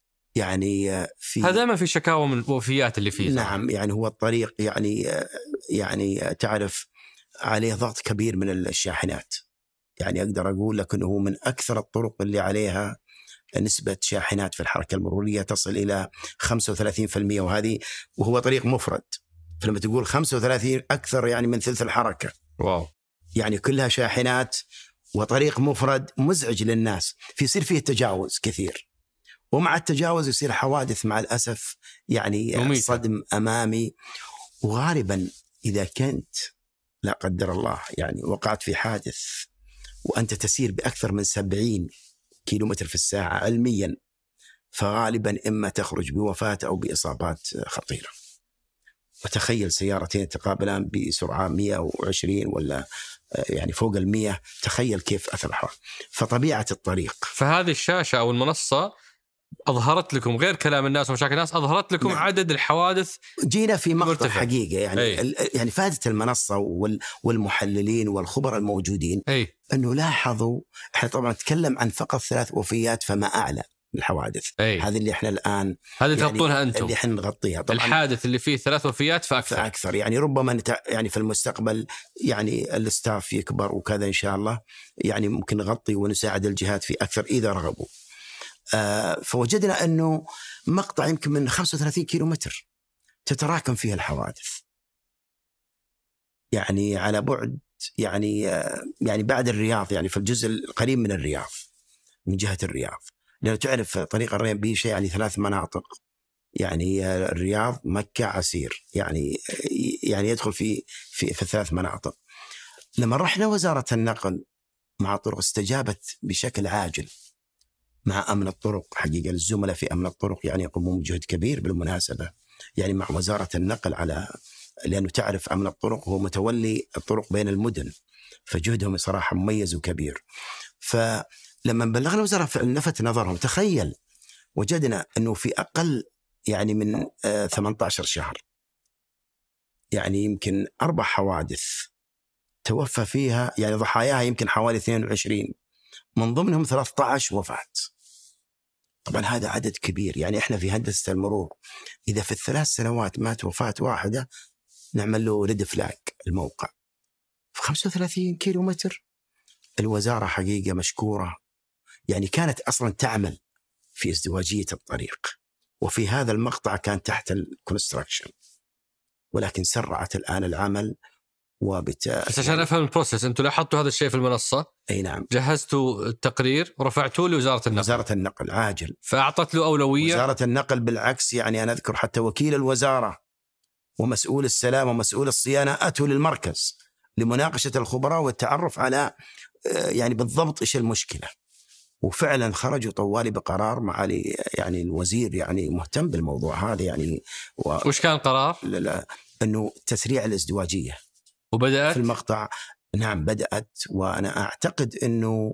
[SPEAKER 3] يعني في
[SPEAKER 2] هذا ما في شكاوى من الوفيات اللي فيه.
[SPEAKER 3] نعم يعني هو الطريق يعني يعني تعرف عليه ضغط كبير من الشاحنات، يعني أقدر أقول لك أنه هو من أكثر الطرق اللي عليها نسبة شاحنات في الحركة المرورية تصل إلى خمسة وثلاثين بالمئة، وهذه وهو طريق مفرد، فلما تقول خمسة وثلاثين أكثر يعني من ثلث الحركة.
[SPEAKER 2] واو.
[SPEAKER 3] يعني كلها شاحنات وطريق مفرد مزعج للناس، في يصير فيه تجاوز كثير، ومع التجاوز يصير حوادث مع الأسف، يعني مميتة. صدم أمامي. وغالبا إذا كنت لا قدر الله يعني وقعت في حادث وأنت تسير بأكثر من سبعين كيلومتر في الساعة علميا، فغالبا إما تخرج بوفاة أو بإصابات خطيرة. وتخيل سيارتين تقابلان بسرعة مئة وعشرين ولا يعني فوق المئة، تخيل كيف أثر الحوادث. فطبيعة الطريق.
[SPEAKER 2] فهذه الشاشة أو المنصة أظهرت لكم غير كلام الناس ومشاكل الناس، أظهرت لكم نعم. عدد الحوادث.
[SPEAKER 3] جينا في مقطع حقيقة يعني أي. يعني فائدة المنصة والمحللين والخبراء الموجودين أي. أنه لاحظوا، احنا طبعا نتكلم عن فقط ثلاث وفيات فما أعلى الحوادث. هذه اللي احنا الآن
[SPEAKER 2] هذه يعني تغطونها أنتم،
[SPEAKER 3] اللي احنا نغطيها. طبعا
[SPEAKER 2] الحادث اللي فيه ثلاث وفيات فأكثر
[SPEAKER 3] فأكثر يعني ربما نتع... يعني في المستقبل يعني الاستاف يكبر وكذا إن شاء الله، يعني ممكن نغطي ونساعد الجهات في أكثر إذا رغبوا. آه فوجدنا أنه مقطع يمكن من خمسة وثلاثين كيلومتر تتراكم فيه الحوادث، يعني على بعد يعني آه يعني بعد الرياض، يعني في الجزء القريب من الرياض من جهة الرياض، لأنه تعرف طريق الرين بيشة يعني ثلاث مناطق، يعني الرياض مكة عسير، يعني يعني يدخل في في في ثلاث مناطق. لما رحنا وزارة النقل مع الطرق استجابت بشكل عاجل مع أمن الطرق. حقيقة الزملاء في أمن الطرق يعني يقومون بجهد كبير بالمناسبة، يعني مع وزارة النقل، على لأنه تعرف أمن الطرق هو متولي الطرق بين المدن، فجهدهم صراحة مميز وكبير. فلما بلغنا وزارة لفت نظرهم، تخيل وجدنا أنه في أقل يعني من آه ثمانية عشر شهر يعني يمكن أربع حوادث توفى فيها، يعني ضحاياها يمكن حوالي اثنين وعشرين، من ضمنهم ثلاثة عشر وفاة. طبعا هذا عدد كبير، يعني احنا في هندسة المرور إذا في الثلاث سنوات مات وفاة واحدة نعمل له ريد فلاج الموقع. في خمسة وثلاثين كيلو متر الوزارة حقيقة مشكورة، يعني كانت أصلا تعمل في ازدواجية الطريق، وفي هذا المقطع كان تحت الكونستراكشن، ولكن سرعت الآن العمل. وبت...
[SPEAKER 2] بس عشان أفهم البروسيس، أنتوا لاحظتوا هذا الشيء في المنصة؟
[SPEAKER 3] أي نعم.
[SPEAKER 2] جهزتوا التقرير ورفعتوه لوزارة النقل.
[SPEAKER 3] وزارة النقل عاجل،
[SPEAKER 2] فأعطت له أولوية.
[SPEAKER 3] وزارة النقل بالعكس، يعني أنا أذكر حتى وكيل الوزارة ومسؤول السلامة ومسؤول الصيانة أتوا للمركز لمناقشة الخبراء والتعرف على يعني بالضبط إيش المشكلة، وفعلا خرجوا طوالي بقرار معالي يعني الوزير يعني مهتم بالموضوع هذا يعني
[SPEAKER 2] و... وش كان القرار؟
[SPEAKER 3] لا لا أنه تسريع الازدواجية.
[SPEAKER 2] وبدأت
[SPEAKER 3] في المقطع. نعم بدأت، وأنا أعتقد أنه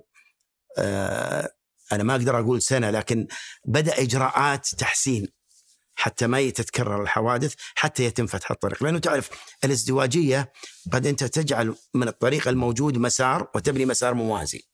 [SPEAKER 3] آه أنا ما أقدر أقول سنة، لكن بدأ إجراءات تحسين حتى ما يتكرر الحوادث، حتى يتم فتح الطريق. لأنه تعرف الازدواجية قد أنت تجعل من الطريق الموجود مسار وتبني مسار موازي،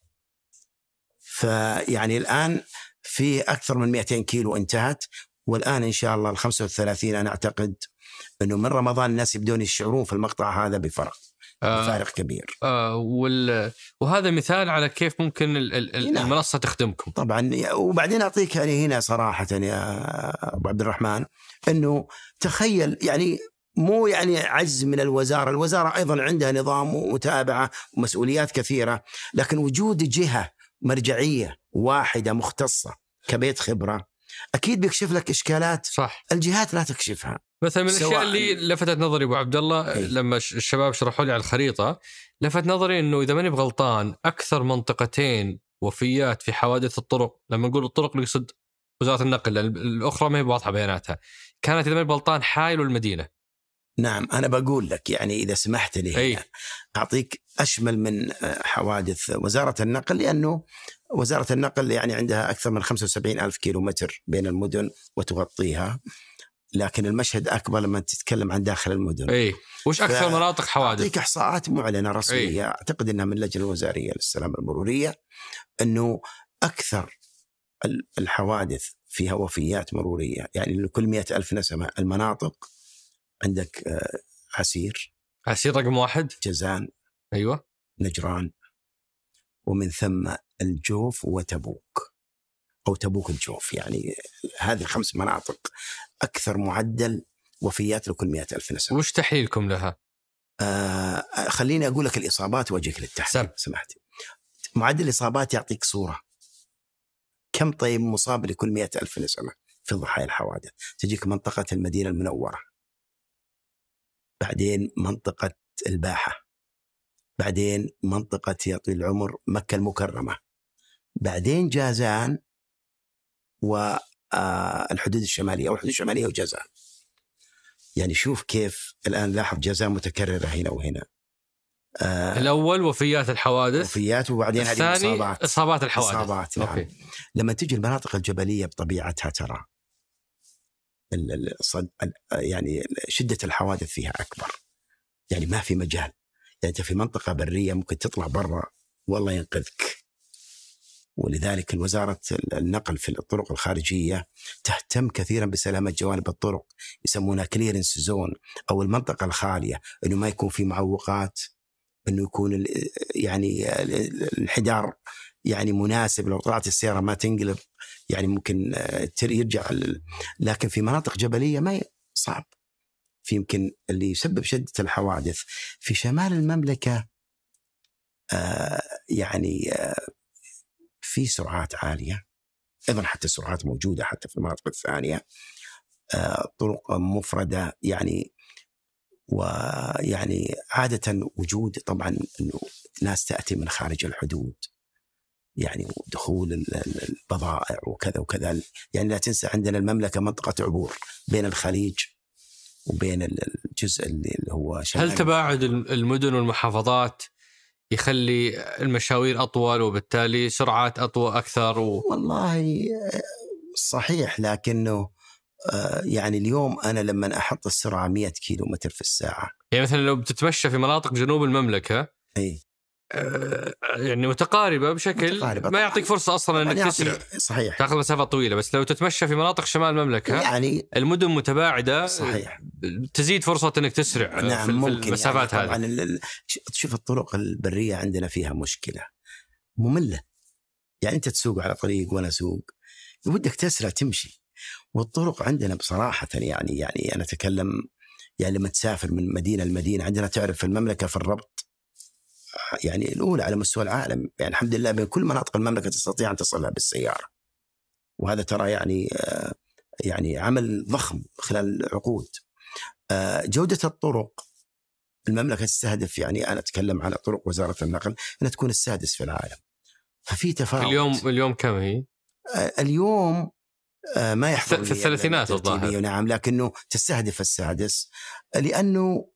[SPEAKER 3] فيعني الآن في أكثر من مئتين كيلو انتهت، والآن إن شاء الله الخمسة والثلاثين أنا أعتقد أنه من رمضان الناس يبدون يشعرون في المقطع هذا بفرق آه بفارق كبير.
[SPEAKER 2] آه وال... وهذا مثال على كيف ممكن ال... ال... المنصة تخدمكم.
[SPEAKER 3] طبعا. وبعدين أعطيك يعني هنا صراحة يا أبو عبد الرحمن، أنه تخيل يعني مو يعني عجز من الوزارة، الوزارة أيضا عندها نظام ومتابعة ومسؤوليات كثيرة، لكن وجود جهة مرجعية واحدة مختصة كبيت خبرة اكيد بيكشف لك اشكالات
[SPEAKER 4] صح.
[SPEAKER 3] الجهات لا تكشفها.
[SPEAKER 4] مثلا من الاشياء اللي لفتت نظري ابو عبد الله
[SPEAKER 3] إيه؟
[SPEAKER 4] لما الشباب شرحوا لي على الخريطه، لفت نظري انه اذا ماني بغلطان اكثر منطقتين وفيات في حوادث الطرق، لما نقول الطرق نقصد وزاره النقل لأن الاخرى ما هي واضحه بياناتها، كانت اذا ماني بغلطان حائل والمدينه.
[SPEAKER 3] نعم أنا بقول لك يعني إذا سمحت لي
[SPEAKER 4] أي.
[SPEAKER 3] أعطيك أشمل من حوادث وزارة النقل، لأنه وزارة النقل يعني عندها أكثر من خمسة وسبعين ألف كيلومتر بين المدن وتغطيها، لكن المشهد أكبر لما تتكلم عن داخل المدن.
[SPEAKER 4] أي. وش أكثر مناطق حوادث؟
[SPEAKER 3] أعطيك إحصاءات معلنة رسمية. أي. أعتقد أنها من اللجنة الوزارية للسلامة المرورية، أنه أكثر الحوادث فيها وفيات مرورية يعني لكل مئة ألف نسمة المناطق. عندك عسير
[SPEAKER 4] عسير رقم واحد،
[SPEAKER 3] جازان،
[SPEAKER 4] أيوة،
[SPEAKER 3] نجران، ومن ثم الجوف وتبوك أو تبوك الجوف. يعني هذه الخمس مناطق أكثر معدل وفيات لكل مئة ألف نسمة.
[SPEAKER 4] وش تحليلكم لها؟
[SPEAKER 3] آه خليني أقول لك الإصابات وأجيك للتحليل سمحتي. معدل الإصابات يعطيك صورة كم طيب مصاب لكل مئة ألف نسمة في ضحايا الحوادث. تجيك منطقة المدينة المنورة، بعدين منطقة الباحة، بعدين منطقة يا طويل العمر مكة المكرمة، بعدين جازان والحدود الشمالية أو الحدود الشمالية وجازان. يعني شوف كيف الآن لاحظ جازان متكررة هنا وهنا.
[SPEAKER 4] آه الأول وفيات الحوادث،
[SPEAKER 3] وفيات، وبعدين هذه إصابات
[SPEAKER 4] إصابات الحوادث.
[SPEAKER 3] إصابات نعم. أوكي. لما تجي المناطق الجبلية بطبيعتها ترى الصد... يعني شدة الحوادث فيها أكبر، يعني ما في مجال. يعني أنت في منطقة برية ممكن تطلع برا والله ينقذك. ولذلك الوزارة النقل في الطرق الخارجية تهتم كثيرا بسلامة جوانب الطرق، يسمونها كليرنس زون أو المنطقة الخالية، إنه ما يكون في معوقات، إنه يكون يعني الانحدار يعني مناسب، لو طلعت السيارة ما تنقلب يعني ممكن يرجع. لكن في مناطق جبلية ما صعب. في يمكن اللي يسبب شدة الحوادث في شمال المملكة آه يعني آه في سرعات عالية، أيضا حتى السرعات موجودة حتى في المناطق الثانية، آه طرق مفردة يعني. ويعني عادة وجود طبعا إنه ناس تأتي من خارج الحدود يعني ودخول البضائع وكذا وكذا. يعني لا تنسى عندنا المملكة منطقة عبور بين الخليج وبين الجزء اللي هو شمال.
[SPEAKER 4] هل تباعد المدن والمحافظات يخلي المشاوير أطول وبالتالي سرعات أطول أكثر؟ و...
[SPEAKER 3] والله صحيح، لكنه يعني اليوم أنا لما أحط السرعة مئة كيلو متر في الساعة،
[SPEAKER 4] يعني مثلا لو بتتمشى في مناطق جنوب المملكة
[SPEAKER 3] أي
[SPEAKER 4] يعني متقاربة بشكل متقاربة. ما يعطيك فرصة أصلا أنك تسرع،
[SPEAKER 3] صحيح،
[SPEAKER 4] تأخذ مسافة طويلة. بس لو تتمشى في مناطق شمال المملكة يعني المدن متباعدة، صحيح، تزيد فرصة أنك تسرع.
[SPEAKER 3] نعم
[SPEAKER 4] في
[SPEAKER 3] ممكن
[SPEAKER 4] المسافات
[SPEAKER 3] يعني
[SPEAKER 4] هذه.
[SPEAKER 3] تشوف الطرق البرية عندنا فيها مشكلة مملة. يعني أنت تسوق على طريق وأنا أسوق ودك تسرع تمشي. والطرق عندنا بصراحة يعني يعني أنا أتكلم يعني لما تسافر من مدينة لمدينة، عندنا تعرف في المملكة في الربط يعني الأولى على مستوى العالم. يعني الحمد لله بين كل مناطق المملكة تستطيع أن تصلها بالسيارة، وهذا ترى يعني يعني عمل ضخم خلال عقود. جودة الطرق المملكة تستهدف، يعني أنا أتكلم على طرق وزارة النقل أنها تكون السادس في العالم. ففي تفاوت.
[SPEAKER 4] اليوم اليوم كم هي؟
[SPEAKER 3] اليوم ما يحضر
[SPEAKER 4] في الثلاثينات الظاهر.
[SPEAKER 3] نعم، لكنه تستهدف السادس، لأنه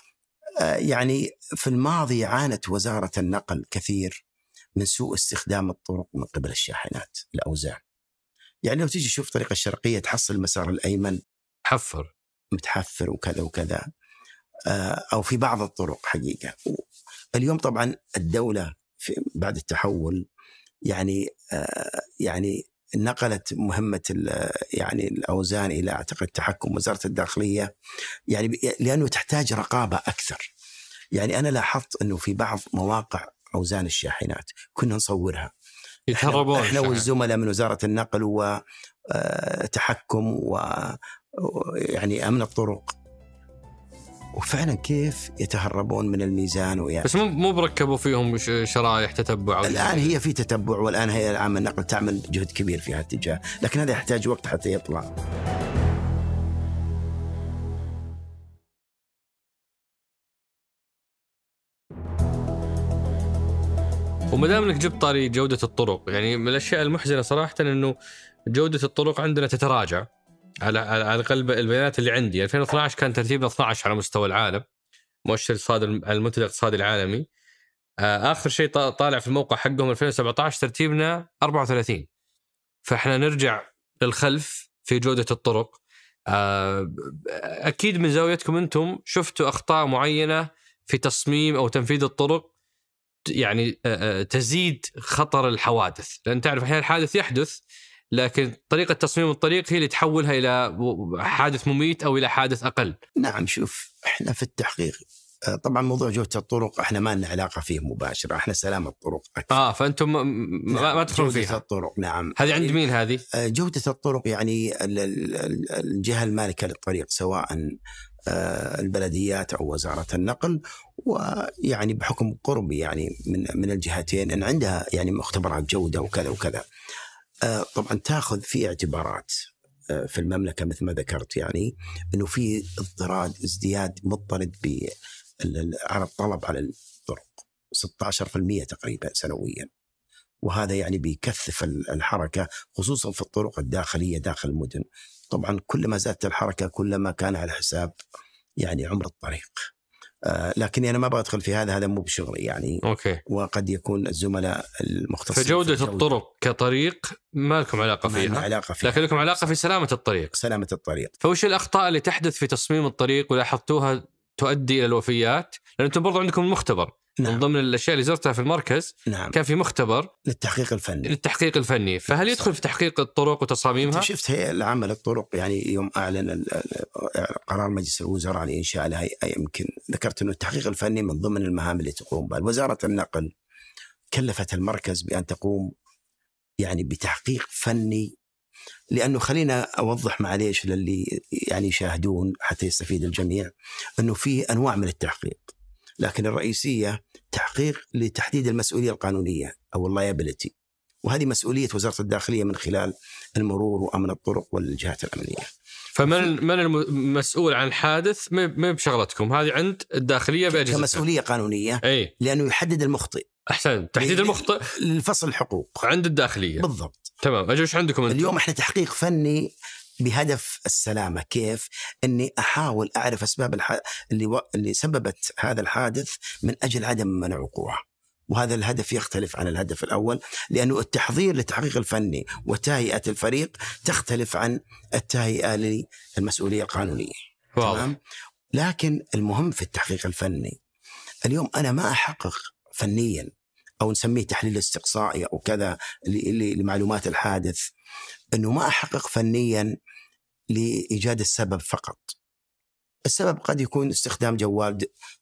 [SPEAKER 3] يعني في الماضي عانت وزارة النقل كثير من سوء استخدام الطرق من قبل الشاحنات الأوزان. يعني لو تيجي تشوف طريق الشرقية تحصل المسار الأيمن
[SPEAKER 4] حفر
[SPEAKER 3] متحفر وكذا وكذا، أو في بعض الطرق حقيقة. اليوم طبعا الدولة في بعد التحول يعني يعني نقلت مهمة يعني الأوزان إلى أعتقد تحكم وزارة الداخلية، يعني لأنه تحتاج رقابة أكثر. يعني أنا لاحظت أنه في بعض مواقع أوزان الشاحنات كنا نصورها
[SPEAKER 4] يتهربون
[SPEAKER 3] إحنا والزملاء من وزارة النقل وتحكم ويعني أمن الطرق، وفعلا كيف يتهربون من الميزان ويا
[SPEAKER 2] بس مو مو بركبوا فيهم شرايح تتبع.
[SPEAKER 3] الآن هي في تتبع، والآن هي العامة النقل تعمل جهد كبير في هذا الاتجاه، لكن هذا يحتاج وقت حتى يطلع.
[SPEAKER 2] وما دام انك جبت طاري جودة الطرق، يعني من الاشياء المحزنة صراحة انه جودة الطرق عندنا تتراجع. على على الاقل البيانات اللي عندي ألفين واثني عشر كان ترتيبنا اثني عشر على مستوى العالم، مؤشر الاقتصاد المنتدى الاقتصادي العالمي. اخر شيء طالع في الموقع حقهم ألفين وسبعة عشر ترتيبنا أربعة وثلاثين. فاحنا نرجع للخلف في جودة الطرق. اكيد من زاويتكم انتم شفتوا اخطاء معينة في تصميم او تنفيذ الطرق يعني تزيد خطر الحوادث، لأن تعرف أحيانا الحادث يحدث لكن طريقة تصميم الطريق هي اللي تحولها إلى حادث مميت أو إلى حادث أقل.
[SPEAKER 3] نعم، شوف إحنا في التحقيق طبعا موضوع جودة الطرق إحنا ما لنا علاقة فيه مباشرة، إحنا سلامة الطرق أكثر.
[SPEAKER 2] آه فأنتم ما, ما تدخلون فيها.
[SPEAKER 3] جودة الطرق نعم.
[SPEAKER 2] هذه عند مين هذه؟
[SPEAKER 3] جودة الطرق يعني الجهة المالكة للطريق، سواء البلديات أو وزارة النقل، ويعني بحكم قربي يعني من من الجهتين أن عندها يعني مختبرات جودة وكذا وكذا. طبعا تأخذ في اعتبارات في المملكة مثل ما ذكرت، يعني أنه في اضطراد ازدياد مضطرد على الطلب على الطرق ستة عشر بالمئة تقريبا سنويا، وهذا يعني بيكثف الحركة خصوصا في الطرق الداخلية داخل المدن. طبعا كل ما زادت الحركة كل ما كان على حساب يعني عمر الطريق. آه لكن أنا ما بدخل في هذا، هذا مو بشغلي يعني.
[SPEAKER 2] أوكي.
[SPEAKER 3] وقد يكون الزملاء المختصين
[SPEAKER 2] فجودة في الطرق كطريق ما لكم علاقة فيها.
[SPEAKER 3] ما علاقة فيها،
[SPEAKER 2] لكن لكم علاقة في سلامة الطريق.
[SPEAKER 3] سلامة الطريق.
[SPEAKER 2] فوش الأخطاء اللي تحدث في تصميم الطريق ولاحظتوها تؤدي إلى الوفيات؟ لأن أنتم برضو عندكم المختبر. نعم. من ضمن الأشياء اللي زرتها في المركز
[SPEAKER 3] نعم.
[SPEAKER 2] كان في مختبر
[SPEAKER 3] للتحقيق الفني.
[SPEAKER 2] للتحقيق الفني، فهل يدخل في تحقيق الطرق وتصاميمها؟
[SPEAKER 3] شفت هي العمل الطرق يعني يوم أعلن قرار مجلس الوزراء على إنشاء لها، يمكن ذكرت أنه التحقيق الفني من ضمن المهام اللي تقوم بها. وزارة النقل كلفت المركز بأن تقوم يعني بتحقيق فني، لأنه خلينا أوضح معليش للي يعني يشاهدون حتى يستفيد الجميع، أنه في أنواع من التحقيق، لكن الرئيسية تحقيق لتحديد المسؤولية القانونية أو اللايبيليتي، وهذه مسؤولية وزارة الداخلية من خلال المرور وأمن الطرق والجهات الأمنية.
[SPEAKER 2] فمن من المسؤول عن الحادث ما بشغلتكم، هذه عند الداخلية بأجهزتها
[SPEAKER 3] كمسؤولية قانونية.
[SPEAKER 2] أي.
[SPEAKER 3] لأنه يحدد المخطئ.
[SPEAKER 2] أحسن، تحديد المخطئ
[SPEAKER 3] للفصل الحقوق
[SPEAKER 2] عند الداخلية.
[SPEAKER 3] بالضبط.
[SPEAKER 2] تمام. أجوش عندكم أنتم؟
[SPEAKER 3] اليوم إحنا تحقيق فني بهدف السلامة. كيف؟ أني أحاول أعرف أسباب الح... اللي, و... اللي سببت هذا الحادث من أجل عدم منع وقوعه، وهذا الهدف يختلف عن الهدف الأول، لأنه التحضير للتحقيق الفني وتهيئة الفريق تختلف عن التهيئة للمسؤولية القانونية. تمام؟ لكن المهم في التحقيق الفني اليوم أنا ما أحقق فنيا أو نسميه تحليل استقصائي أو كذا لمعلومات الحادث، أنه ما أحقق فنيا لإيجاد السبب فقط. السبب قد يكون استخدام جوال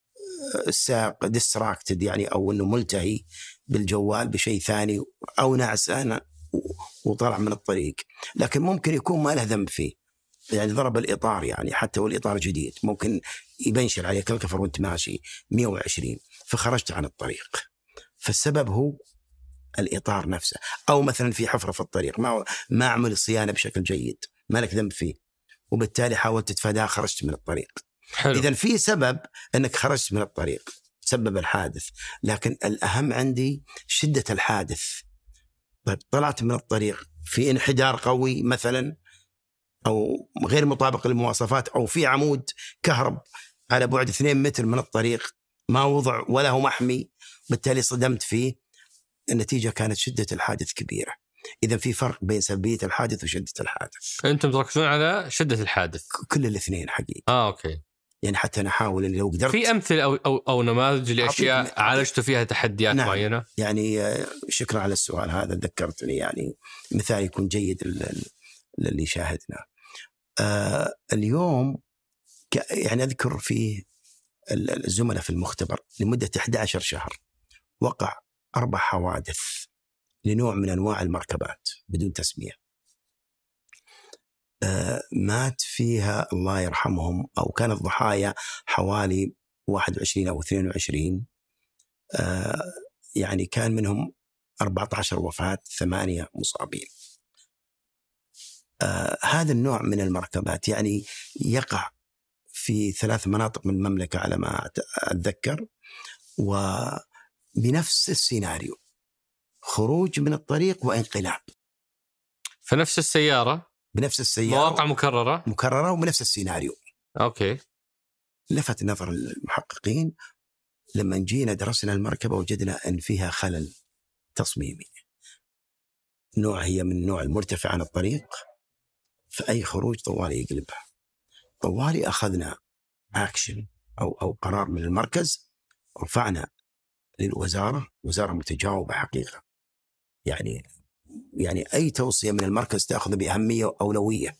[SPEAKER 3] السائق ديستراكتد يعني، أو أنه ملتهي بالجوال بشيء ثاني، أو نعسان وطلع من الطريق، لكن ممكن يكون ما له ذنب فيه، يعني ضرب الإطار يعني حتى والإطار جديد ممكن يبنشر عليك الكفر وانت ماشي مئة وعشرين فخرجت عن الطريق، فالسبب هو الإطار نفسه. أو مثلا في حفرة في الطريق ما ما أعمل الصيانة بشكل جيد، ما لك ذنب فيه، وبالتالي حاولت تتفاداه خرجت من الطريق. إذن في سبب أنك خرجت من الطريق سبب الحادث، لكن الأهم عندي شدة الحادث. طيب طلعت من الطريق في انحدار قوي مثلا، أو غير مطابق للمواصفات، أو في عمود كهرب على بعد اثنين متر من الطريق ما وضع ولا هو محمي، بالتالي صدمت فيه، النتيجة كانت شدة الحادث كبيرة. إذا في فرق بين سببية الحادث وشدة الحادث.
[SPEAKER 2] أنتم تركزون على شدة الحادث؟
[SPEAKER 3] كل الاثنين حقيقة.
[SPEAKER 2] آه أوكي.
[SPEAKER 3] يعني حتى نحاول اللي لو قدرت.
[SPEAKER 2] في أمثلة أو أو, أو نماذج لأشياء عالجتوا فيها تحديات
[SPEAKER 3] نعم.
[SPEAKER 2] معينة؟
[SPEAKER 3] يعني شكرا على السؤال هذا، ذكرتني يعني مثال يكون جيد للي شاهدنا. آه اليوم يعني أذكر فيه الزملاء في المختبر لمدة أحد عشر شهر وقع أربع حوادث لنوع من أنواع المركبات بدون تسمية. مات فيها الله يرحمهم أو كان الضحايا حوالي واحد وعشرين أو اثنين وعشرين، يعني كان منهم أربعة عشر وفاة، ثمانية مصابين. هذا النوع من المركبات يعني يقع في ثلاث مناطق من المملكة على ما أتذكر، وبنفس السيناريو، خروج من الطريق وانقلاب.
[SPEAKER 2] فنفس السيارة
[SPEAKER 3] بنفس السيارة،
[SPEAKER 2] مواقع مكررة
[SPEAKER 3] مكررة وبنفس السيناريو.
[SPEAKER 2] أوكي.
[SPEAKER 3] لفت نظر المحققين لما جينا درسنا المركبة وجدنا أن فيها خلل تصميمي. نوع هي من النوع المرتفع عن الطريق، فأي خروج طوالي يقلبها. طوالي أخذنا أكشن أو أو قرار من المركز، رفعنا للوزارة، وزارة متجاوبة حقيقة، يعني يعني أي توصية من المركز تأخذ بأهمية وأولوية.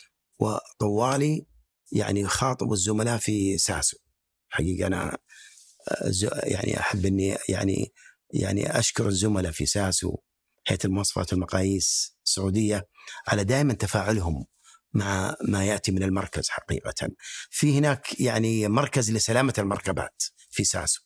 [SPEAKER 3] وطوالي يعني خاطب الزملاء في ساسو. حقيقة أنا يعني أحب أني يعني يعني أشكر الزملاء في ساسو، هيئة المواصفات والمقاييس السعودية، على دائما تفاعلهم مع ما يأتي من المركز. حقيقة في هناك يعني مركز لسلامة المركبات في ساسو،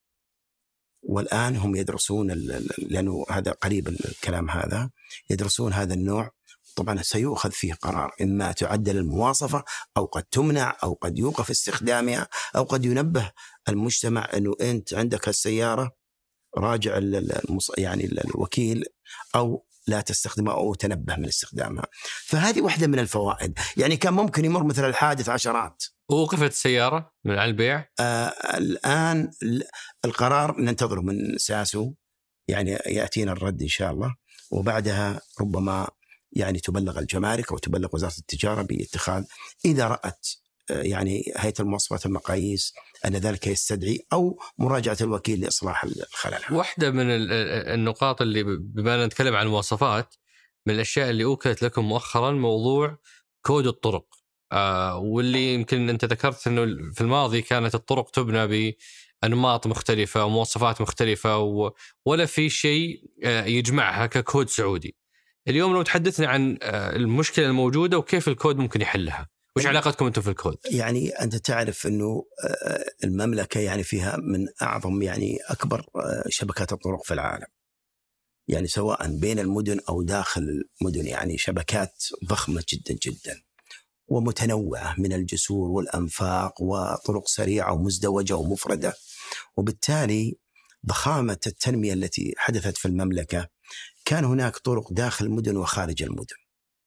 [SPEAKER 3] والآن هم يدرسون، لأنه هذا قريب الكلام هذا، يدرسون هذا النوع. طبعا سيؤخذ فيه قرار، إما تعدل المواصفة أو قد تمنع أو قد يوقف استخدامها أو قد ينبه المجتمع أنه أنت عندك السيارة، راجع المص... يعني الوكيل، أو لا تستخدمها أو تنبه من استخدامها. فهذه واحدة من الفوائد. يعني كان ممكن يمر مثل الحادث عشرات.
[SPEAKER 2] وقفت السيارة من على البيع.
[SPEAKER 3] آه الآن القرار ننتظره من ساسو، يعني يأتينا الرد إن شاء الله، وبعدها ربما يعني تبلغ الجمارك أو تبلغ وزارة التجارة باتخاذ، إذا رأت يعني هيئة المواصفات والمقاييس أن ذلك يستدعي، أو مراجعة الوكيل لإصلاح الخلل.
[SPEAKER 2] واحدة من النقاط اللي بما نتكلم عن المواصفات، من الأشياء اللي أوكلت لكم مؤخرا موضوع كود الطرق، آه واللي يمكن أنت ذكرت أنه في الماضي كانت الطرق تبنى بأنماط مختلفة ومواصفات مختلفة و... ولا في شيء آه يجمعها ككود سعودي. اليوم لو تحدثنا عن آه المشكلة الموجودة وكيف الكود ممكن يحلها، وش علاقتكم أنتم في الكود؟
[SPEAKER 3] يعني أنت تعرف أنه المملكة يعني فيها من أعظم يعني أكبر شبكات الطرق في العالم، يعني سواء بين المدن أو داخل المدن، يعني شبكات ضخمة جدا جدا ومتنوعة من الجسور والأنفاق، وطرق سريعة ومزدوجة ومفردة. وبالتالي ضخامة التنمية التي حدثت في المملكة، كان هناك طرق داخل المدن وخارج المدن.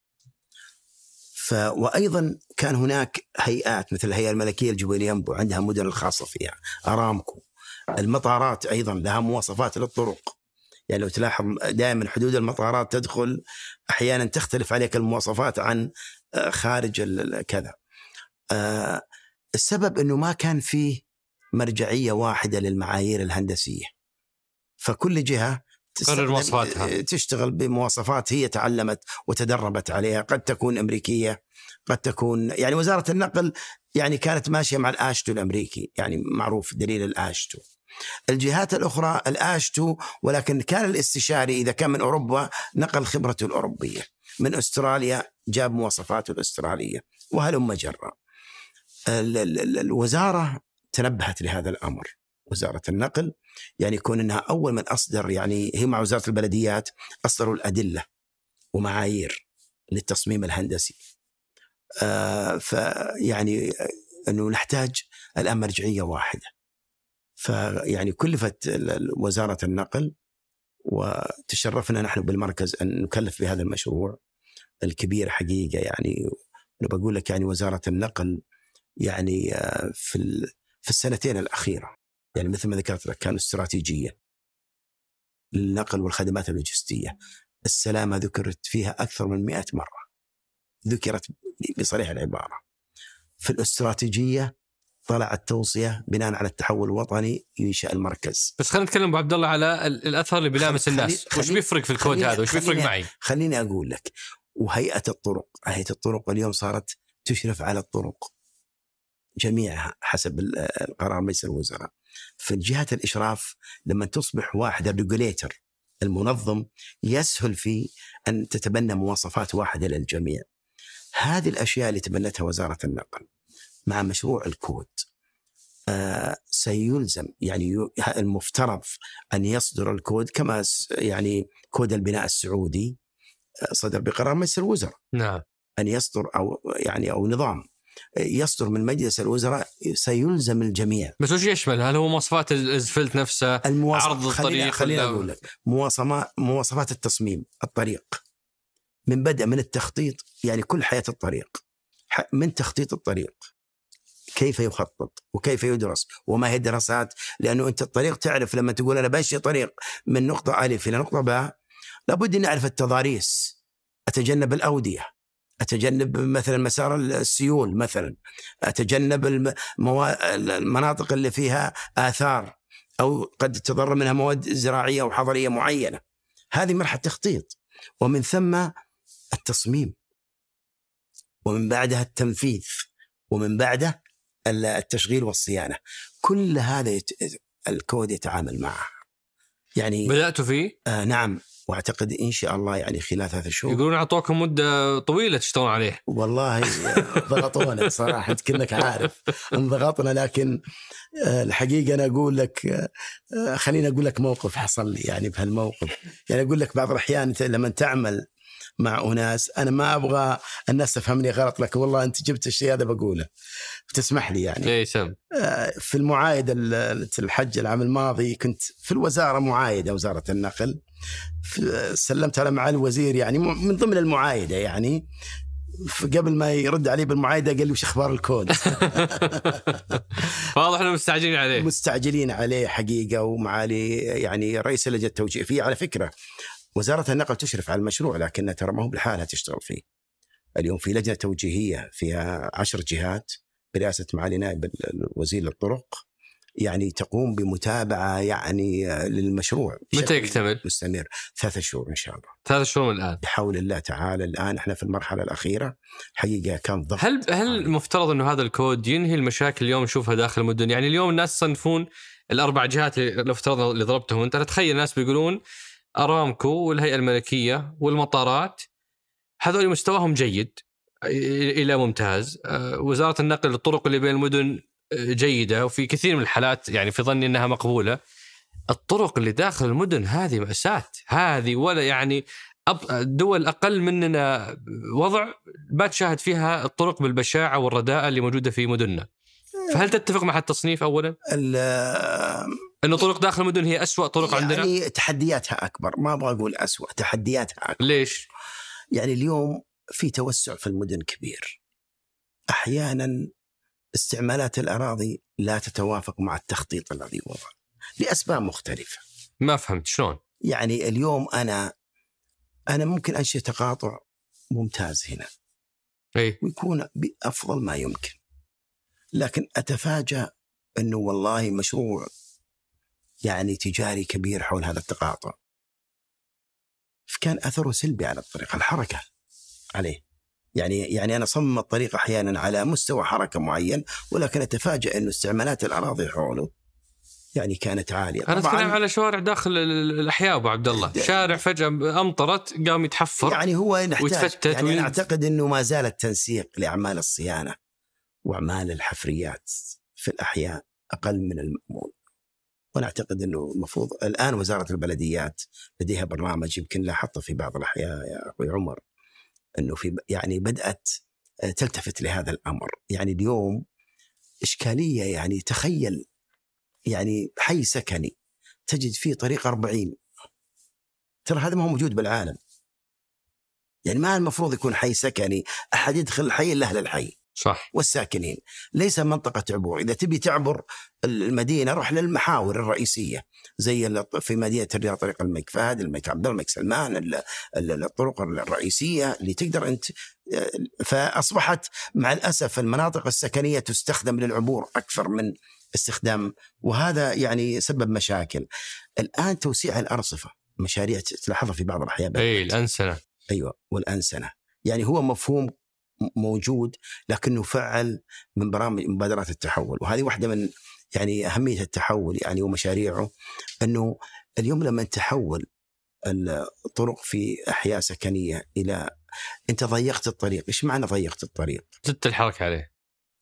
[SPEAKER 3] ف... وأيضا كان هناك هيئات مثل الهيئة الملكية الجبيلينبو، عندها مدن الخاصة فيها، أرامكو. المطارات أيضا لها مواصفات للطرق، يعني لو تلاحظ دائما حدود المطارات تدخل أحيانا تختلف عليك المواصفات عن خارج كذا. أه السبب أنه ما كان فيه مرجعية واحدة للمعايير الهندسية، فكل جهة تشتغل بمواصفات هي تعلمت وتدربت عليها، قد تكون أمريكية، قد تكون يعني وزارة النقل يعني كانت ماشية مع الآشتو الأمريكي، يعني معروف دليل الآشتو. الجهات الأخرى الآشتو، ولكن كان الاستشاري إذا كان من أوروبا نقل خبرته الأوروبية، من أستراليا جاب مواصفاته الأسترالية، وهلم جرى. الوزارة تنبهت لهذا الأمر، وزارة النقل، يعني يكون أنها أول من أصدر، يعني هي مع وزارة البلديات أصدروا الأدلة ومعايير للتصميم الهندسي. آه فيعني أنه نحتاج الآن مرجعية واحدة. فيعني كلفت وزارة النقل، وتشرفنا نحن بالمركز أن نكلف بهذا المشروع الكبير حقيقة. يعني أنا بقول لك يعني وزارة النقل يعني في في السنتين الأخيرة، يعني مثل ما ذكرت لك، كانوا استراتيجية للنقل والخدمات اللوجستية. السلامة ذكرت فيها أكثر من مئة مرة، ذكرت بصريح العبارة. في الاستراتيجية طلعت توصية بناء على التحول الوطني ينشأ المركز.
[SPEAKER 2] بس خلينا نتكلم عبد الله على الأثر اللي بيلامس الناس. خلي وش بيفرق في الكود هذا؟ وش بيفرق معي؟
[SPEAKER 3] خليني أقول لك. وهيئة الطرق، هيئة الطرق اليوم صارت تشرف على الطرق جميعها حسب القرار مجلس الوزراء. في جهة الإشراف لما تصبح واحد الريجوليتر المنظم، يسهل في أن تتبنى مواصفات واحدة للجميع. هذه الأشياء اللي تبنتها وزارة النقل مع مشروع الكود آه سيلزم، يعني المفترض أن يصدر الكود كما يعني كود البناء السعودي صدر بقرار مجلس الوزراء.
[SPEAKER 2] نعم.
[SPEAKER 3] أن يصدر أو يعني أو نظام يصدر من مجلس الوزراء سيلزم الجميع.
[SPEAKER 2] بس وش يشمل؟ هل هو مواصفات الاسفلت نفسه؟
[SPEAKER 3] المواصف...
[SPEAKER 2] عرض الطريق؟
[SPEAKER 3] خليني, خليني أقول لك مواصفات مواصفات التصميم الطريق من بدء من التخطيط، يعني كل حياة الطريق من تخطيط الطريق كيف يخطط وكيف يدرس وما هي الدراسات، لأنه أنت الطريق تعرف لما تقول أنا بمشي طريق من نقطة ألف إلى نقطة باء لابد أن أعرف التضاريس، أتجنب الأودية، أتجنب مثلا مسار السيول، مثلا أتجنب الموا... المناطق اللي فيها آثار أو قد تضرر منها مواد زراعية أو حضرية معينة. هذه مرحلة تخطيط، ومن ثم التصميم، ومن بعدها التنفيذ، ومن بعده التشغيل والصيانة. كل هذا يت... الكود يتعامل معه. يعني
[SPEAKER 2] بدأتوا فيه؟
[SPEAKER 3] آه نعم، واعتقد ان شاء الله يعني خلال ثلاث شهور.
[SPEAKER 2] يقولون اعطوكم مده طويله تشتغلون عليه.
[SPEAKER 3] والله ضغطونا صراحه كأنك عارف انضغطنا، لكن الحقيقه انا اقول لك خليني اقول لك موقف حصل لي يعني بهالموقف. يعني اقول لك بعض الاحيان لما تعمل مع أناس، أنا ما أبغى الناس تفهمني غلط، لك والله أنت جبت الشيء هذا بقوله بتسمح لي يعني.
[SPEAKER 2] إيه سم.
[SPEAKER 3] في المعايدة الحج العام الماضي كنت في الوزارة معايدة، وزارة النقل، سلمت على معالي الوزير يعني من ضمن المعايدة، يعني قبل ما يرد علي بالمعايدة قال لي وش أخبار الكود.
[SPEAKER 2] واضح إنه مستعجلين عليه.
[SPEAKER 3] مستعجلين عليه حقيقة. ومعالي يعني رئيس اللجنة التوجيهية، على فكرة وزارة النقل تشرف على المشروع لكنها ترى ما هو بالحالة تشتغل فيه. اليوم في لجنة توجيهية فيها عشر جهات برئاسة معالي نائب الوزير للطرق، يعني تقوم بمتابعة يعني للمشروع.
[SPEAKER 2] متى يكتمل؟
[SPEAKER 3] مستمر ثلاثة شهور إن شاء الله.
[SPEAKER 2] ثلاثة شهور من الآن
[SPEAKER 3] بحول الله تعالى. الآن إحنا في المرحلة الأخيرة حقيقة كان ضغط.
[SPEAKER 2] هل هل المفترض إنه هذا الكود ينهي المشاكل اليوم نشوفها داخل المدن؟ يعني اليوم الناس يصنفون الأربع جهات اللي المفترض اللي ضربتهم أنت، تخيل الناس بيقولون أرامكو والهيئة الملكية والمطارات هذول مستواهم جيد إلى ممتاز، وزارة النقل الطرق اللي بين المدن جيدة وفي كثير من الحالات يعني في ظني أنها مقبولة. الطرق اللي داخل المدن هذه مأساة، هذه ولا يعني دول أقل مننا وضع ما تشاهد فيها الطرق بالبشاعة والرداءة اللي موجودة في مدننا. فهل تتفق مع التصنيف أولا أنه طرق داخل المدن هي أسوأ طرق
[SPEAKER 3] يعني
[SPEAKER 2] عندنا؟
[SPEAKER 3] يعني تحدياتها أكبر، ما أبغى أقول أسوأ، تحدياتها أكبر.
[SPEAKER 2] ليش؟
[SPEAKER 3] يعني اليوم في توسع في المدن كبير، أحيانا استعمالات الأراضي لا تتوافق مع التخطيط الذي وضع لأسباب مختلفة.
[SPEAKER 2] ما فهمت شلون؟
[SPEAKER 3] يعني اليوم أنا أنا ممكن أنشئ تقاطع ممتاز هنا
[SPEAKER 2] أي.
[SPEAKER 3] ويكون بأفضل ما يمكن، لكن أتفاجأ أنه والله مشروع يعني تجاري كبير حول هذا التقاطع كان أثره سلبي على الطريق، الحركة عليه. يعني يعني أنا صمم الطريق أحيانا على مستوى حركة معين، ولكن أتفاجأ أنه استعمالات الأراضي حوله يعني كانت عالية.
[SPEAKER 2] أنا أتكلم على شوارع داخل الأحياء أبو عبد الله، شارع فجأة أمطرت قام يتحفر
[SPEAKER 3] يعني هو نحتاج يعني
[SPEAKER 2] ويت...
[SPEAKER 3] أنا أعتقد أنه ما زال التنسيق لأعمال الصيانة وأعمال الحفريات في الأحياء أقل من المأمول. وأنا أعتقد أنه المفروض الآن وزارة البلديات لديها برنامج، يمكن لاحظته في بعض الأحياء يا أخوي عمر، أنه في يعني بدأت تلتفت لهذا الأمر. يعني اليوم إشكالية، يعني تخيل يعني حي سكني تجد فيه طريق أربعين، ترى هذا ما هو موجود بالعالم. يعني ما المفروض يكون حي سكني أحد يدخل الحي إلا أهل الحي
[SPEAKER 2] صح
[SPEAKER 3] والساكنين، ليس منطقة عبور. إذا تبي تعبر المدينة روح للمحاور الرئيسية زي في مدينة الرياض طريق الملك فهد، الملك عبد الله، الملك سلمان، الطرق الرئيسية اللي تقدر أنت. فأصبحت مع الأسف المناطق السكنية تستخدم للعبور أكثر من استخدام، وهذا يعني سبب مشاكل. الآن توسيع الأرصفة مشاريع تلاحظها في بعض الأحيان.
[SPEAKER 2] أي الأنسنة.
[SPEAKER 3] أيوة والأنسنة، يعني هو مفهوم موجود لكنه فعل من برامج مبادرات التحول، وهذه واحدة من يعني أهمية التحول يعني ومشاريعه. أنه اليوم لما تحول الطرق في أحياء سكنية إلى أنت ضيقت الطريق. إيش معنى ضيقت الطريق؟
[SPEAKER 2] زدت الحركة عليه.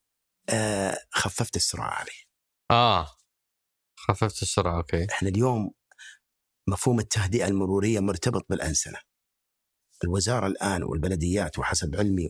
[SPEAKER 3] آه خففت السرعة عليه.
[SPEAKER 2] آه خففت السرعة. أوكي.
[SPEAKER 3] إحنا اليوم مفهوم التهدئة المرورية مرتبط بالأنسنة. الوزارة الآن والبلديات وحسب علمي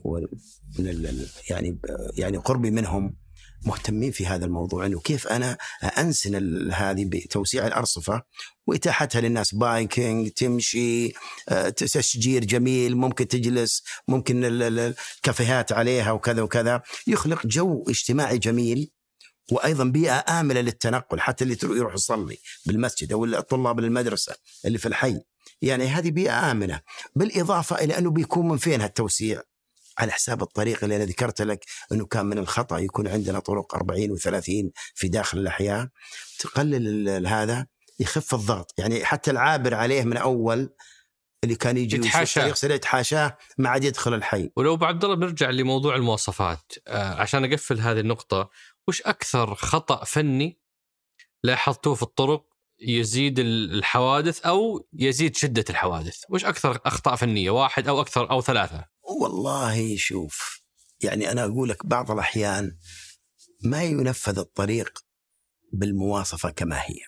[SPEAKER 3] يعني يعني قربي منهم مهتمين في هذا الموضوع، انه كيف انا انسن هذه بتوسيع الارصفه واتاحتها للناس، بايكينج، تمشي، تشجير جميل، ممكن تجلس، ممكن الكافيهات عليها وكذا وكذا، يخلق جو اجتماعي جميل وايضا بيئه امنه للتنقل، حتى اللي يروح يصلي بالمسجد او الطلاب المدرسه اللي في الحي، يعني هذه بيئه امنه. بالاضافه الى انه بيكون من فين هالتوسيع؟ على حساب الطريق اللي أنا ذكرت لك أنه كان من الخطأ يكون عندنا طرق أربعين وثلاثين في داخل الأحياء، تقلل هذا يخف الضغط، يعني حتى العابر عليه من أول اللي كان يجي
[SPEAKER 2] يتحاشى
[SPEAKER 3] يتحاشاه ما عاد يدخل الحي.
[SPEAKER 2] ولو أبو عبد الله بنرجع لموضوع المواصفات آه عشان أقفل هذه النقطة، وش أكثر خطأ فني لاحظتوه في الطرق يزيد الحوادث أو يزيد شدة الحوادث؟ وش أكثر أخطاء فنية، واحد أو أكثر أو ثلاثة؟
[SPEAKER 3] والله شوف، يعني أنا أقول لك بعض الأحيان ما ينفذ الطريق بالمواصفة كما هي،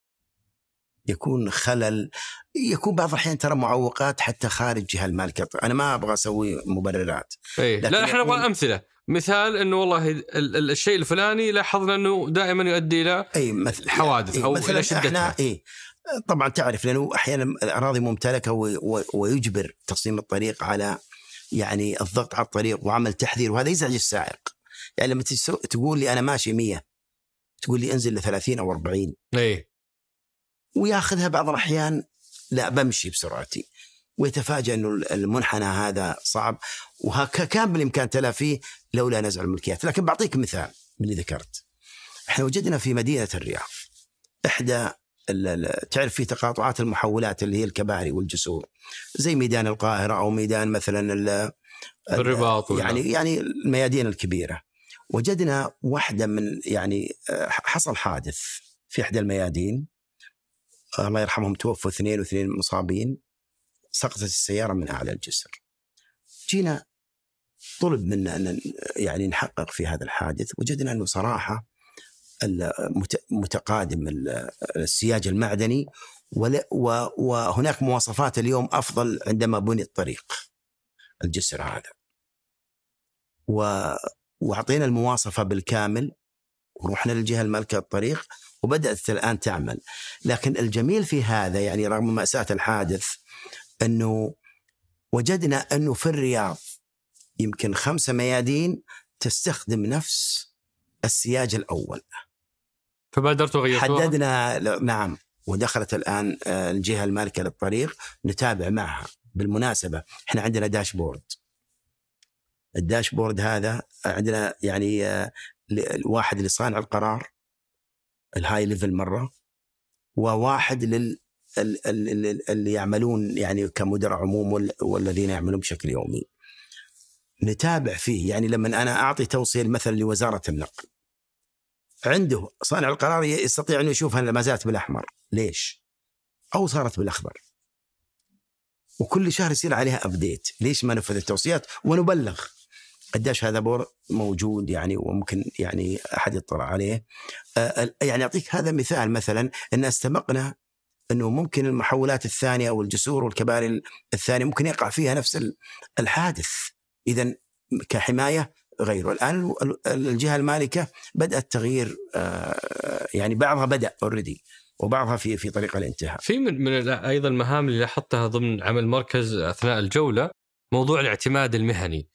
[SPEAKER 3] يكون خلل، يكون بعض الأحيان ترى معوقات حتى خارج جهة المالكة. أنا ما أبغى أسوي مبررات.
[SPEAKER 2] إيه. لا إحنا نبغى أمثلة، مثال إنه والله الشيء الفلاني لاحظنا إنه دائما يؤدي إلى
[SPEAKER 3] أي مثل
[SPEAKER 2] حوادث أو إلى شدتها.
[SPEAKER 3] إيه طبعا تعرف، لأنه أحيانا الأراضي ممتلكة ويجبر تصميم الطريق على يعني الضغط على الطريق وعمل تحذير، وهذا يزعج السائق. يعني لما تقول لي أنا ماشي مية، تقول لي انزل لثلاثين أو أربعين،
[SPEAKER 2] إيه،
[SPEAKER 3] وياخذها بعض الأحيان لا بمشي بسرعتي، ويتفاجأ أنه المنحنى هذا صعب، وكان بالإمكان تلافيه لولا نزع الملكيات. لكن بعطيك مثال من اللي ذكرت. احنا وجدنا في مدينة الرياض إحدى تعرف في تقاطعات المحولات اللي هي الكباري والجسور، زي ميدان القاهرة أو ميدان مثلا
[SPEAKER 2] الرباط،
[SPEAKER 3] يعني يعني الميادين الكبيرة. وجدنا واحدة من يعني حصل حادث في إحدى الميادين، الله يرحمهم توفوا اثنين واثنين مصابين، سقطت السيارة من أعلى الجسر. جينا طلب منا أن يعني نحقق في هذا الحادث، وجدنا أنه صراحة متقادم السياج المعدني، وهناك مواصفات اليوم أفضل عندما بني الطريق الجسر هذا، وأعطينا المواصفة بالكامل ورحنا للجهة المالكة الطريق وبدأت الآن تعمل. لكن الجميل في هذا يعني رغم مأساة الحادث أنه وجدنا أنه في الرياض يمكن خمسة ميادين تستخدم نفس السياج الأول،
[SPEAKER 2] فبادرتوا غيرتوها؟
[SPEAKER 3] حددنا نعم، ودخلت الآن الجهة المالكة للطريق نتابع معها. بالمناسبة احنا عندنا داشبورد، الداشبورد هذا عندنا يعني واحد لصانع القرار الهاي ليفل مرة، وواحد لل اللي يعملون يعني كمدراء عموم والذين يعملون بشكل يومي، نتابع فيه. يعني لما أنا أعطي توصيل مثلا لوزارة النقل، عنده صانع القرار يستطيع أن يشوفها ما زالت بالأحمر ليش أو صارت بالأخضر، وكل شهر يصير عليها أبديت ليش ما نفذ التوصيات، ونبلغ قداش هذا بور موجود يعني وممكن يعني أحد يطلع عليه. يعني أعطيك هذا مثال، مثلا أن استمقنا أنه ممكن المحولات الثانية أو الجسور والكباري الثانية ممكن يقع فيها نفس الحادث، إذن كحماية غيره. الآن الجهة المالكة بدأت تغيير، يعني بعضها بدأ أوريدي وبعضها في في طريق الانتهاء.
[SPEAKER 2] في من, من أيضا المهام اللي لاحظتها ضمن عمل المركز أثناء الجولة موضوع الاعتماد المهني،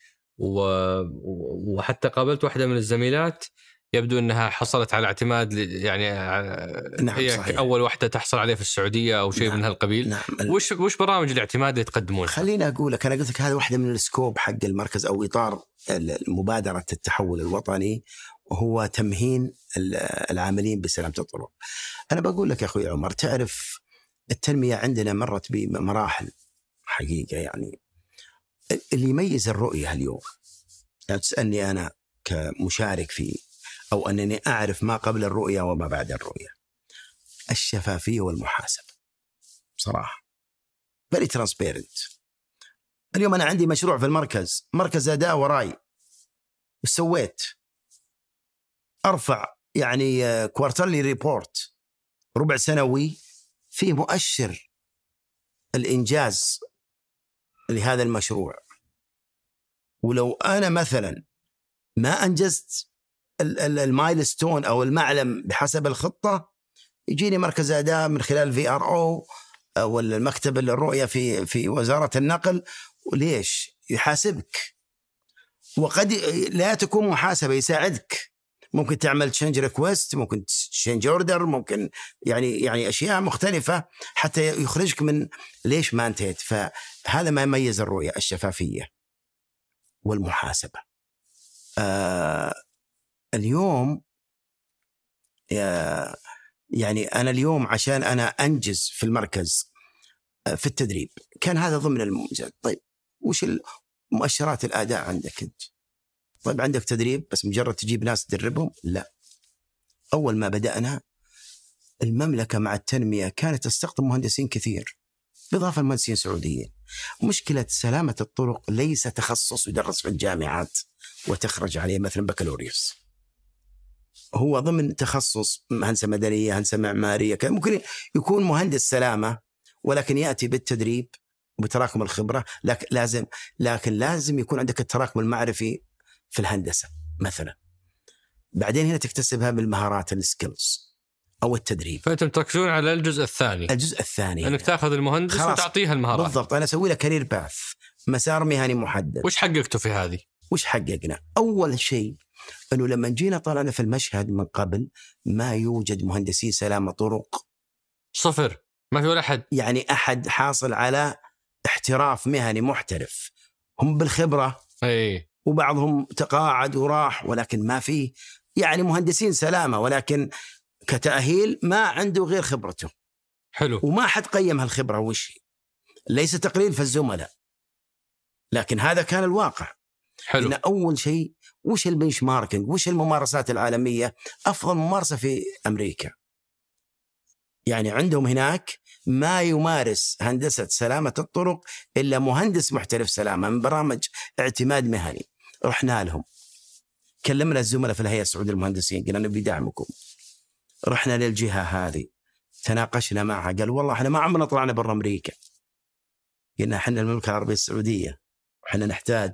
[SPEAKER 2] وحتى قابلت واحدة من الزميلات يبدو أنها حصلت على اعتماد يعني
[SPEAKER 3] نعم
[SPEAKER 2] هي
[SPEAKER 3] صحيح.
[SPEAKER 2] أول واحدة تحصل عليه في السعودية أو شيء
[SPEAKER 3] نعم
[SPEAKER 2] من هالقبيل.
[SPEAKER 3] نعم.
[SPEAKER 2] وش وش برامج الاعتماد اللي تقدمونها؟
[SPEAKER 3] خليني أقول لك، أنا قلت لك هذا واحدة من السكوب حق المركز أو إطار مبادرة التحول الوطني، وهو تمهين العاملين بسلامة الطرق. أنا بقول لك يا أخوي عمر، تعرف التنمية عندنا مرت بمراحل حقيقة، يعني اللي يميز الرؤية اليوم لو تسألني أنا كمشارك فيه أو أنني أعرف ما قبل الرؤية وما بعد الرؤية، الشفافية والمحاسبة. بصراحة very transparent. اليوم أنا عندي مشروع في المركز، مركز أداء وراي، وش سويت؟ أرفع يعني كوارترلي ريبورت ربع سنوي فيه مؤشر الإنجاز لهذا المشروع. ولو أنا مثلا ما أنجزت المايلستون أو المعلم بحسب الخطة، يجيني مركز أداء من خلال في آر أو ولا المكتب الرؤية في في وزارة النقل، وليش يحاسبك؟ وقد لا تكون محاسبة، يساعدك، ممكن تعمل تشينج ريكويست، ممكن تشينج اوردر، ممكن يعني يعني أشياء مختلفة حتى يخرجك من ليش ما انتهيت. فهذا ما يميز الرؤية، الشفافية والمحاسبة. آه اليوم يعني أنا اليوم عشان أنا أنجز في المركز في التدريب كان هذا ضمن المميزات. طيب وش مؤشرات الأداء عندك أنت؟ طيب عندك تدريب بس مجرد تجيب ناس تدربهم؟ لا. أول ما بدأنا المملكة مع التنمية كانت تستخدم مهندسين كثير بالإضافة لمهندسين سعوديين. مشكلة سلامة الطرق ليس تخصص يدرس في الجامعات وتخرج عليه مثلا بكالوريوس، هو ضمن تخصص هندسة مدنية، هندسة معمارية، ممكن يكون مهندس سلامة ولكن يأتي بالتدريب وبتراكم الخبرة. لكن لازم لكن لازم يكون عندك التراكم المعرفي في الهندسة مثلا، بعدين هنا تكتسبها بالمهارات السكيلز أو التدريب.
[SPEAKER 2] فأنتم تركزون على الجزء الثاني
[SPEAKER 3] الجزء الثاني
[SPEAKER 2] أنك تأخذ المهندس وتعطيها المهارات.
[SPEAKER 3] بالضبط، أنا أسوي له كارير باث، مسار مهني محدد.
[SPEAKER 2] وش حققتوا في هذه؟
[SPEAKER 3] وش حققنا؟ أول شيء أنه لما جينا طلعنا في المشهد من قبل ما يوجد مهندسي سلامة طرق،
[SPEAKER 2] صفر، ما في ولا أحد،
[SPEAKER 3] يعني أحد حاصل على احتراف مهني محترف، هم بالخبرة
[SPEAKER 2] أي.
[SPEAKER 3] وبعضهم تقاعد وراح، ولكن ما في يعني مهندسين سلامة ولكن كتأهيل ما عنده غير خبرته.
[SPEAKER 2] حلو.
[SPEAKER 3] وما حد قيم هالخبرة وش، ليس تقليل في الزملاء لكن هذا كان الواقع.
[SPEAKER 2] حلو.
[SPEAKER 3] إن أول شيء وش البنش ماركينج، وش الممارسات العالمية؟ أفضل ممارسة في أمريكا، يعني عندهم هناك ما يمارس هندسة سلامة الطرق إلا مهندس محترف سلامة من برامج اعتماد مهني. رحنا لهم، كلمنا الزملاء في الهيئة السعودية للمهندسين، قلنا نبي دعمكم. رحنا للجهة هذه تناقشنا معها، قال والله احنا ما عمرنا طلعنا برا أمريكا. قلنا احنا المملكة العربية السعودية وحنا نحتاج،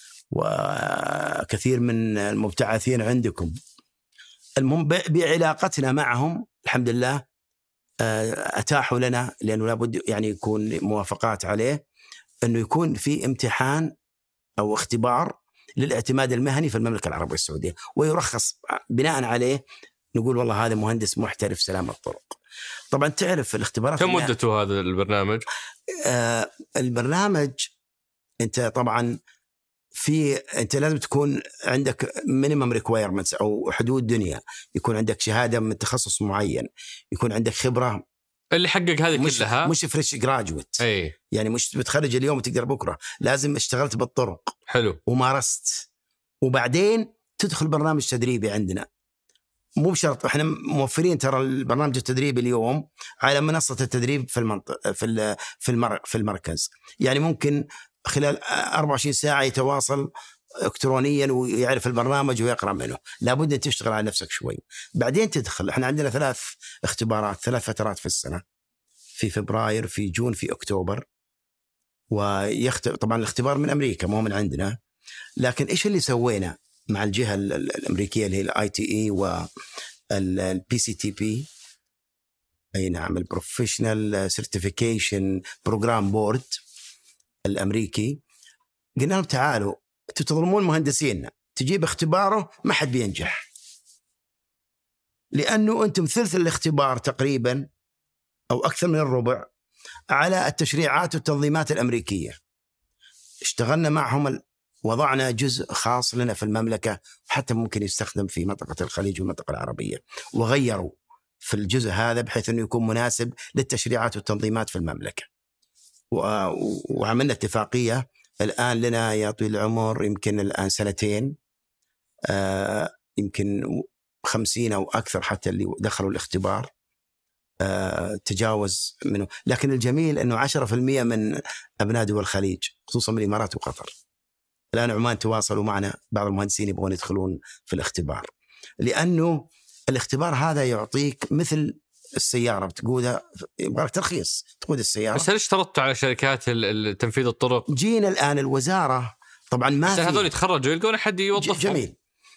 [SPEAKER 3] وكثير من المبتعثين عندكم. المهم بعلاقتنا معهم الحمد لله أتاحوا لنا، لأنه لابد يعني يكون موافقات عليه، أنه يكون في امتحان أو اختبار للاعتماد المهني في المملكة العربية السعودية، ويرخص بناء عليه نقول والله هذا مهندس محترف سلامة الطرق. طبعا تعرف الاختبارات
[SPEAKER 2] كم مدته هذا البرنامج؟
[SPEAKER 3] آه البرنامج أنت طبعا في أنت لازم تكون عندك minimum requirements أو حدود دنيا، يكون عندك شهادة من تخصص معين، يكون عندك خبرة.
[SPEAKER 2] اللي حقق هذه
[SPEAKER 3] مش
[SPEAKER 2] كلها
[SPEAKER 3] مش فريش جراجويت،
[SPEAKER 2] أي.
[SPEAKER 3] يعني مش بتخرج اليوم وتقدر بكرة، لازم اشتغلت بالطرق.
[SPEAKER 2] حلو.
[SPEAKER 3] ومارست، وبعدين تدخل برنامج تدريبي عندنا. مو بشرط، احنا موفرين ترى البرنامج التدريبي اليوم على منصة التدريب في المنطقة في في المر في المركز، يعني ممكن خلال أربعة وعشرين ساعة يتواصل إلكترونيا ويعرف البرنامج ويقرأ منه. لابد أن تشتغل على نفسك شوي بعدين تدخل. احنا عندنا ثلاث اختبارات، ثلاث فترات في السنة، في فبراير، في جون، في أكتوبر. ويختبر طبعا الاختبار من أمريكا مو من عندنا، لكن إيش اللي سوينا مع الجهة الأمريكية اللي هي الاي تي اي والبي سي تي بي، أي نعم، البروفيشنال سيرتيفيكيشن بروجرام بورد الأمريكي. قلنا لهم تعالوا انتوا تظلمون مهندسيننا، تجيب اختباره ما حد بينجح، لأنه أنتم ثلث الاختبار تقريبا أو أكثر من الربع على التشريعات والتنظيمات الأمريكية. اشتغلنا معهم، وضعنا جزء خاص لنا في المملكة، حتى ممكن يستخدم في منطقة الخليج والمنطقة العربية، وغيروا في الجزء هذا بحيث أنه يكون مناسب للتشريعات والتنظيمات في المملكة. وعملنا اتفاقية الآن لنا يا طويل العمر يمكن الآن سنتين، آه يمكن خمسين أو أكثر حتى اللي دخلوا الاختبار. تجاوز منه. لكن الجميل أنه عشرة في المئة من أبناء دول الخليج خصوصا من الإمارات وقطر الآن عمان تواصلوا معنا، بعض المهندسين يبغون يدخلون في الاختبار، لأنه الاختبار هذا يعطيك مثل السيارة بتقودها، يبغاك ترخيص تقود السيارة.
[SPEAKER 2] بس هل اشترطتوا على شركات تنفيذ الطرق؟
[SPEAKER 3] جينا الآن الوزارة طبعا ما
[SPEAKER 2] في هذول يتخرجوا يلقون حد يوظفهم.
[SPEAKER 3] جميل.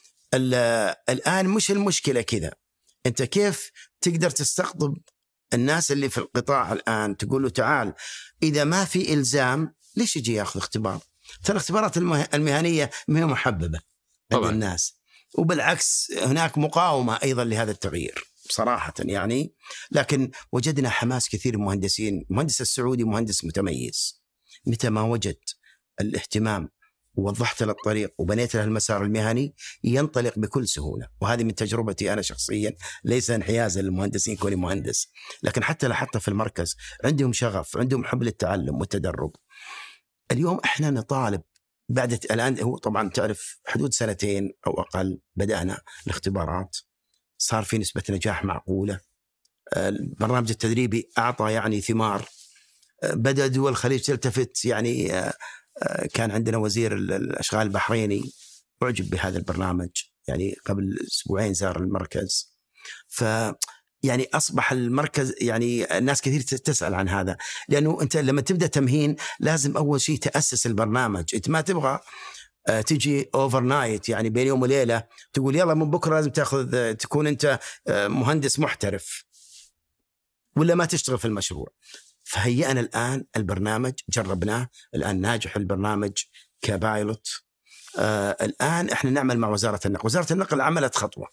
[SPEAKER 3] الآن مش المشكلة كذا، أنت كيف تقدر تستقطب الناس اللي في القطاع الآن، تقول له تعال إذا ما في إلزام ليش يجي يأخذ اختبار؟ ترى الاختبارات المهنية ما هي محببة عند الناس، وبالعكس هناك مقاومة أيضا لهذا التغيير صراحة يعني. لكن وجدنا حماس كثير من المهندسين. المهندس السعودي مهندس متميز، متى ما وجد الاهتمام ووضحت له الطريق وبنيت له المسار المهني ينطلق بكل سهولة. وهذه من تجربتي أنا شخصيا، ليس انحيازا للمهندسين كوني مهندس، لكن حتى لاحظت في المركز عندهم شغف، عندهم حب للتعلم والتدرب. اليوم احنا نطالب بعد الآن، هو طبعا تعرف حدود سنتين أو أقل بدأنا الاختبارات، صار في نسبة نجاح معقولة، البرنامج التدريبي أعطى يعني ثمار، بدأ دول الخليج تلتفت. يعني كان عندنا وزير الأشغال البحريني أعجب بهذا البرنامج، يعني قبل أسبوعين زار المركز. ف يعني أصبح المركز يعني الناس كثير تسأل عن هذا، لأنه أنت لما تبدأ تمهين لازم أول شيء تأسس البرنامج. أنت ما تبغى تجي أوفر نايت يعني بين يوم وليلة تقول يلا من بكرة لازم تأخذ تكون أنت مهندس محترف ولا ما تشتغل في المشروع. فهيئنا الآن البرنامج، جربناه الآن ناجح البرنامج كبايلوت. آه الآن إحنا نعمل مع وزارة النقل. وزارة النقل عملت خطوة،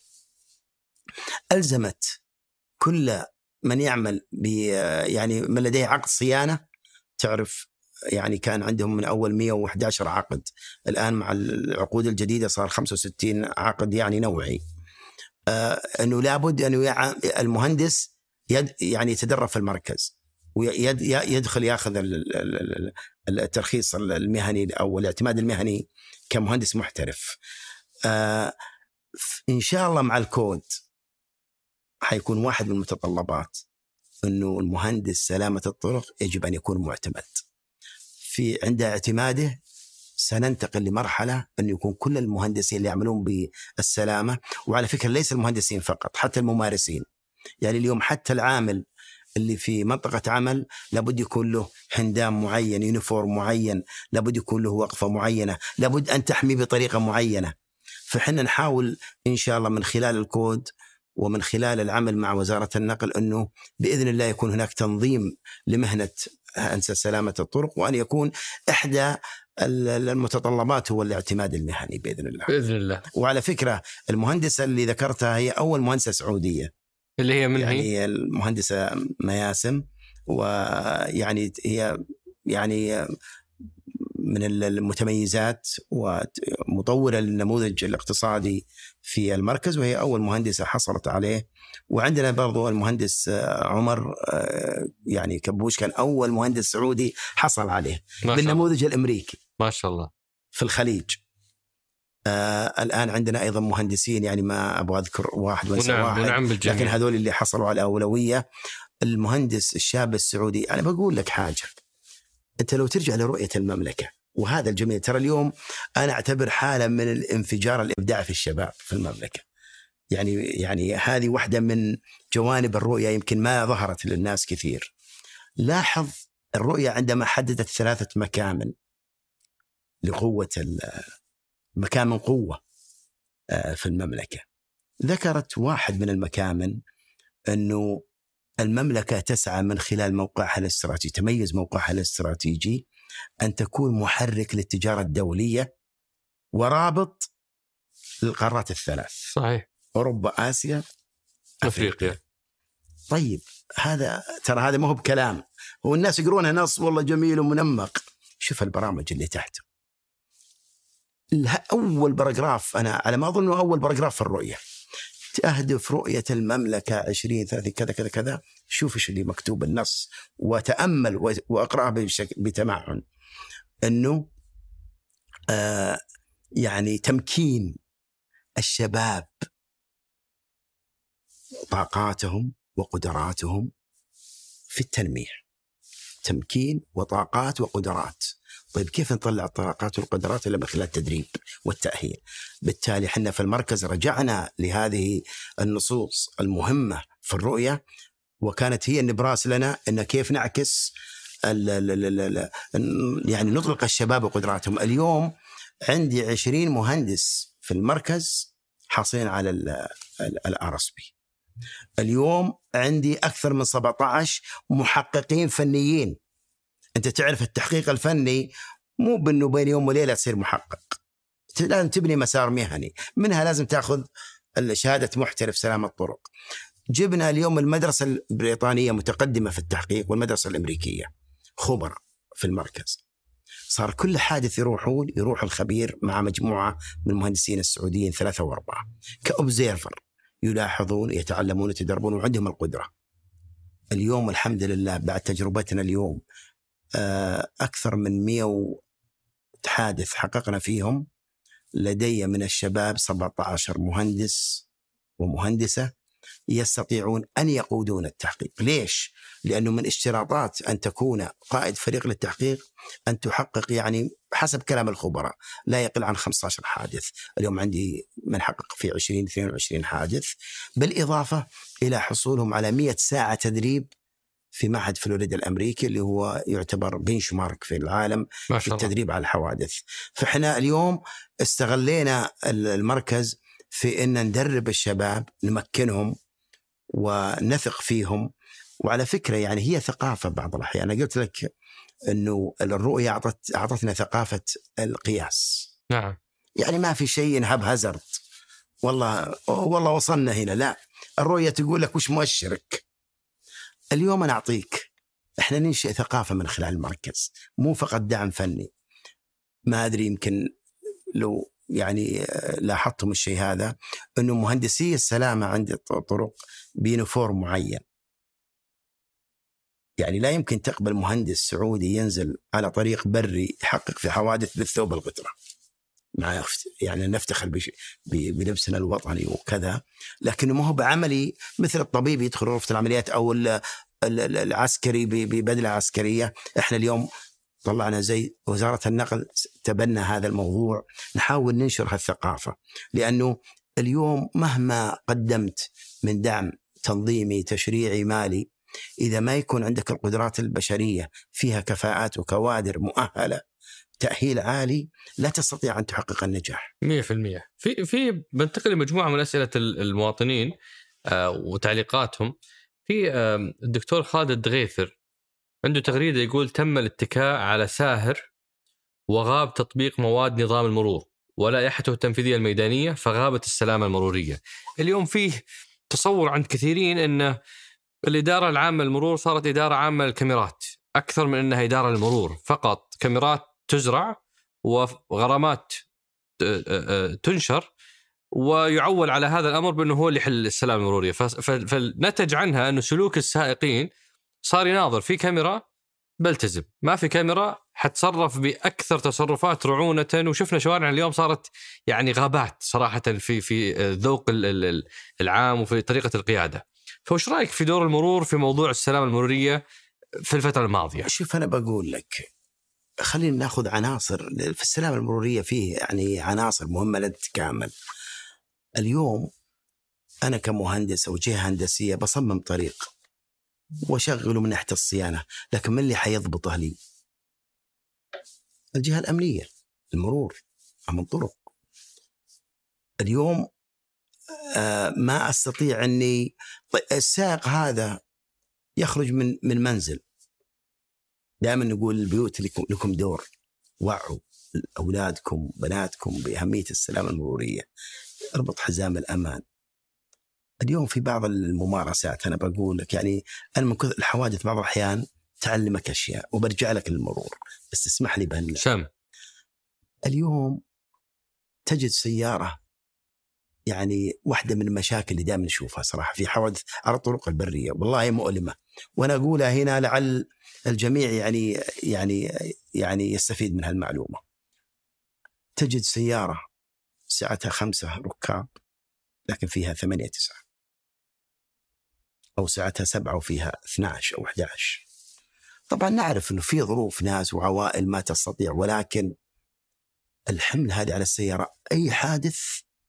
[SPEAKER 3] ألزمت كل من يعمل ب يعني من لديه عقد صيانة، تعرف يعني كان عندهم من أول مئة وأحد عشر عقد، الآن مع العقود الجديدة صار خمسة وستين عقد يعني نوعي. آه أنه لابد أنه المهندس يد يعني يتدرب في المركز ويدخل ياخذ الترخيص المهني أو الاعتماد المهني كمهندس محترف. آه إن شاء الله مع الكود حيكون واحد من المتطلبات أنه المهندس سلامة الطرق يجب أن يكون معتمد. في عند اعتماده سننتقل لمرحلة أن يكون كل المهندسين اللي يعملون بالسلامة، وعلى فكرة ليس المهندسين فقط، حتى الممارسين. يعني اليوم حتى العامل اللي في منطقة عمل لابد يكون له حندام معين، يونيفورم معين، لابد يكون له وقفة معينة، لابد أن تحمي بطريقة معينة. فحنا نحاول إن شاء الله من خلال الكود ومن خلال العمل مع وزارة النقل أنه بإذن الله يكون هناك تنظيم لمهنة هندسة سلامة الطرق، وأن يكون إحدى المتطلبات هو الاعتماد المهني بإذن الله.
[SPEAKER 2] بإذن الله.
[SPEAKER 3] وعلى فكرة المهندسة اللي ذكرتها هي أول مهندسة سعودية،
[SPEAKER 2] اللي هي من
[SPEAKER 3] يعني
[SPEAKER 2] هي؟
[SPEAKER 3] المهندسة مياسم، ويعني هي يعني من المتميزات ومطورة للنموذج الاقتصادي في المركز، وهي أول مهندسة حصلت عليه. وعندنا برضو المهندس عمر يعني كبوش كان أول مهندس سعودي حصل عليه بالنموذج الأمريكي
[SPEAKER 2] ما شاء الله
[SPEAKER 3] في الخليج. آه الآن عندنا أيضا مهندسين، يعني ما أبغى أذكر واحد وانسى واحد،
[SPEAKER 2] ونعم
[SPEAKER 3] لكن هذول اللي حصلوا على أولوية. المهندس الشاب السعودي، أنا بقول لك حاجة، أنت لو ترجع لرؤية المملكة وهذا الجميل، ترى اليوم أنا أعتبر حالة من الانفجار الإبداع في الشباب في المملكة. يعني يعني هذه واحدة من جوانب الرؤية يمكن ما ظهرت للناس كثير. لاحظ الرؤية عندما حددت ثلاثة مكامن لقوة مكامن قوة في المملكة، ذكرت واحد من المكامن أنه المملكة تسعى من خلال موقعها الاستراتيجي، تميز موقعها الاستراتيجي أن تكون محرك للتجارة الدولية ورابط للقارات الثلاث،
[SPEAKER 2] صحيح،
[SPEAKER 3] أوروبا، آسيا،
[SPEAKER 2] أفريقيا.
[SPEAKER 3] طيب هذا ترى هذا ما هو بكلام، هو الناس يقرونها نص والله جميل ومنمق. شوف البرامج اللي تحته. أول باراجراف، أنا على ما أظن أول باراجراف في الرؤية، تهدف رؤية المملكة عشرين ثلاثين كذا كذا كذا. شوف إيش اللي مكتوب النص وتأمل وأقرأه بشكل بتمعن. إنه آه يعني تمكين الشباب طاقاتهم وقدراتهم في التنمية، تمكين وطاقات وقدرات. طيب كيف نطلع الطاقات والقدرات إلا من خلال التدريب والتأهيل؟ بالتالي احنا في المركز رجعنا لهذه النصوص المهمة في الرؤية، وكانت هي النبراس لنا إن كيف نعكس ال ال ال يعني نطلق الشباب وقدراتهم. اليوم عندي عشرين مهندس في المركز حاصلين على الار اس بي. اليوم عندي أكثر من سبعة عشر محققين فنيين. أنت تعرف التحقيق الفني مو بأنه بين يوم وليلة تصير محقق، لازم تبني مسار مهني، منها لازم تأخذ شهادة محترف سلامة الطرق. جبنا اليوم المدرسة البريطانية متقدمة في التحقيق والمدرسة الأمريكية خبراء في المركز. صار كل حادث يروحون يروح الخبير مع مجموعة من المهندسين السعوديين ثلاثة وأربعة كأوبزيرفر، يلاحظون يتعلمون يتدربون وعندهم القدرة. اليوم الحمد لله بعد تجربتنا اليوم أكثر من مئة حادث حققنا فيهم، لدي من الشباب سبعة عشر مهندس ومهندسة يستطيعون أن يقودون التحقيق. ليش؟ لأنه من اشتراطات أن تكون قائد فريق للتحقيق أن تحقق يعني حسب كلام الخبراء لا يقل عن خمسة عشر حادث. اليوم عندي من حقق في عشرين اثنين وعشرين حادث، بالإضافة إلى حصولهم على مئة ساعة تدريب في معهد فلوريدا الأمريكي اللي هو يعتبر بنش مارك في العالم في التدريب على الحوادث. فإحنا اليوم استغلينا المركز في أن ندرب الشباب، نمكنهم ونثق فيهم. وعلى فكرة يعني هي ثقافة بعض الأحيان. أنا قلت لك أنه الرؤية أعطت أعطتنا ثقافة القياس.
[SPEAKER 2] نعم.
[SPEAKER 3] يعني ما في شيء نهب هزرد والله والله وصلنا هنا، لا، الرؤية تقول لك وش مؤشرك. اليوم أنا أعطيك، إحنا ننشئ ثقافة من خلال المركز، مو فقط دعم فني. ما أدري يمكن لو يعني لاحظتم الشيء هذا، أنه مهندسي السلامة عند الطرق بيونيفورم معين. يعني لا يمكن تقبل مهندس سعودي ينزل على طريق بري يحقق في حوادث بالثوب الغترة، مع يعني نفتخر بلبسنا الوطني وكذا، لكنه ما هو بعملي مثل الطبيب يدخل غرفة العمليات أو العسكري ببدلة عسكرية. إحنا اليوم طلعنا زي وزارة النقل تبنى هذا الموضوع، نحاول ننشر هالثقافة. لأنه اليوم مهما قدمت من دعم تنظيمي تشريعي مالي، إذا ما يكون عندك القدرات البشرية فيها كفاءات وكوادر مؤهلة تأهيل عالي، لا تستطيع أن تحقق النجاح.
[SPEAKER 2] مئة في المئة. في في بنتقل لمجموعة من أسئلة المواطنين آه وتعليقاتهم. في آه الدكتور خالد الدغيثر عنده تغريدة يقول: تم الاتكاء على ساهر وغاب تطبيق مواد نظام المرور ولائحته التنفيذية الميدانية، فغابت السلامة المرورية. اليوم فيه تصور عند كثيرين أن الإدارة العامة للمرور صارت إدارة عامة للكاميرات أكثر من أنها إدارة للمرور، فقط كاميرات تزرع وغرامات تنشر، ويعول على هذا الأمر بأنه هو اللي يحل السلامة المرورية. فالنتج عنها أنه سلوك السائقين صار يناظر في كاميرا بلتزم، ما في كاميرا حتصرف بأكثر تصرفات رعونة. وشفنا شوارع اليوم صارت يعني غابات صراحة في في الذوق العام وفي طريقة القيادة. فوش رأيك في دور المرور في موضوع السلامة المرورية في الفترة الماضية؟
[SPEAKER 3] شوف أنا بقول لك، خلينا نأخذ عناصر في السلامة المرورية، فيه يعني عناصر مهمة لا تتكامل. اليوم أنا كمهندس أو جهة هندسية بصمم طريق وشغله من ناحية الصيانة، لكن من اللي حيضبطه لي؟ الجهة الأمنية، المرور، أمن طرق. اليوم آه ما أستطيع أني السائق هذا يخرج من من منزل. دائما نقول البيوت لكم, لكم دور، وعوا أولادكم بناتكم بأهمية السلامة المرورية، اربط حزام الأمان. اليوم في بعض الممارسات أنا بقول لك يعني أنا من كثر الحوادث بعض الأحيان تعلمك أشياء وبرجع لك للمرور، بس اسمح لي بهن.
[SPEAKER 2] سام.
[SPEAKER 3] اليوم تجد سيارة، يعني واحدة من المشاكل اللي دائما نشوفها صراحة في حوادث على الطرق البرية، والله مؤلمة، وأنا أقولها هنا لعل الجميع يعني يعني يعني يستفيد من هالمعلومة. تجد سيارة سعتها خمسة ركاب لكن فيها ثمانية تسعة، أو ساعتها سبعة وفيها اثنا عشر أو أحد عشر. طبعا نعرف أنه في ظروف ناس وعوائل ما تستطيع، ولكن الحمل هذه على السيارة أي حادث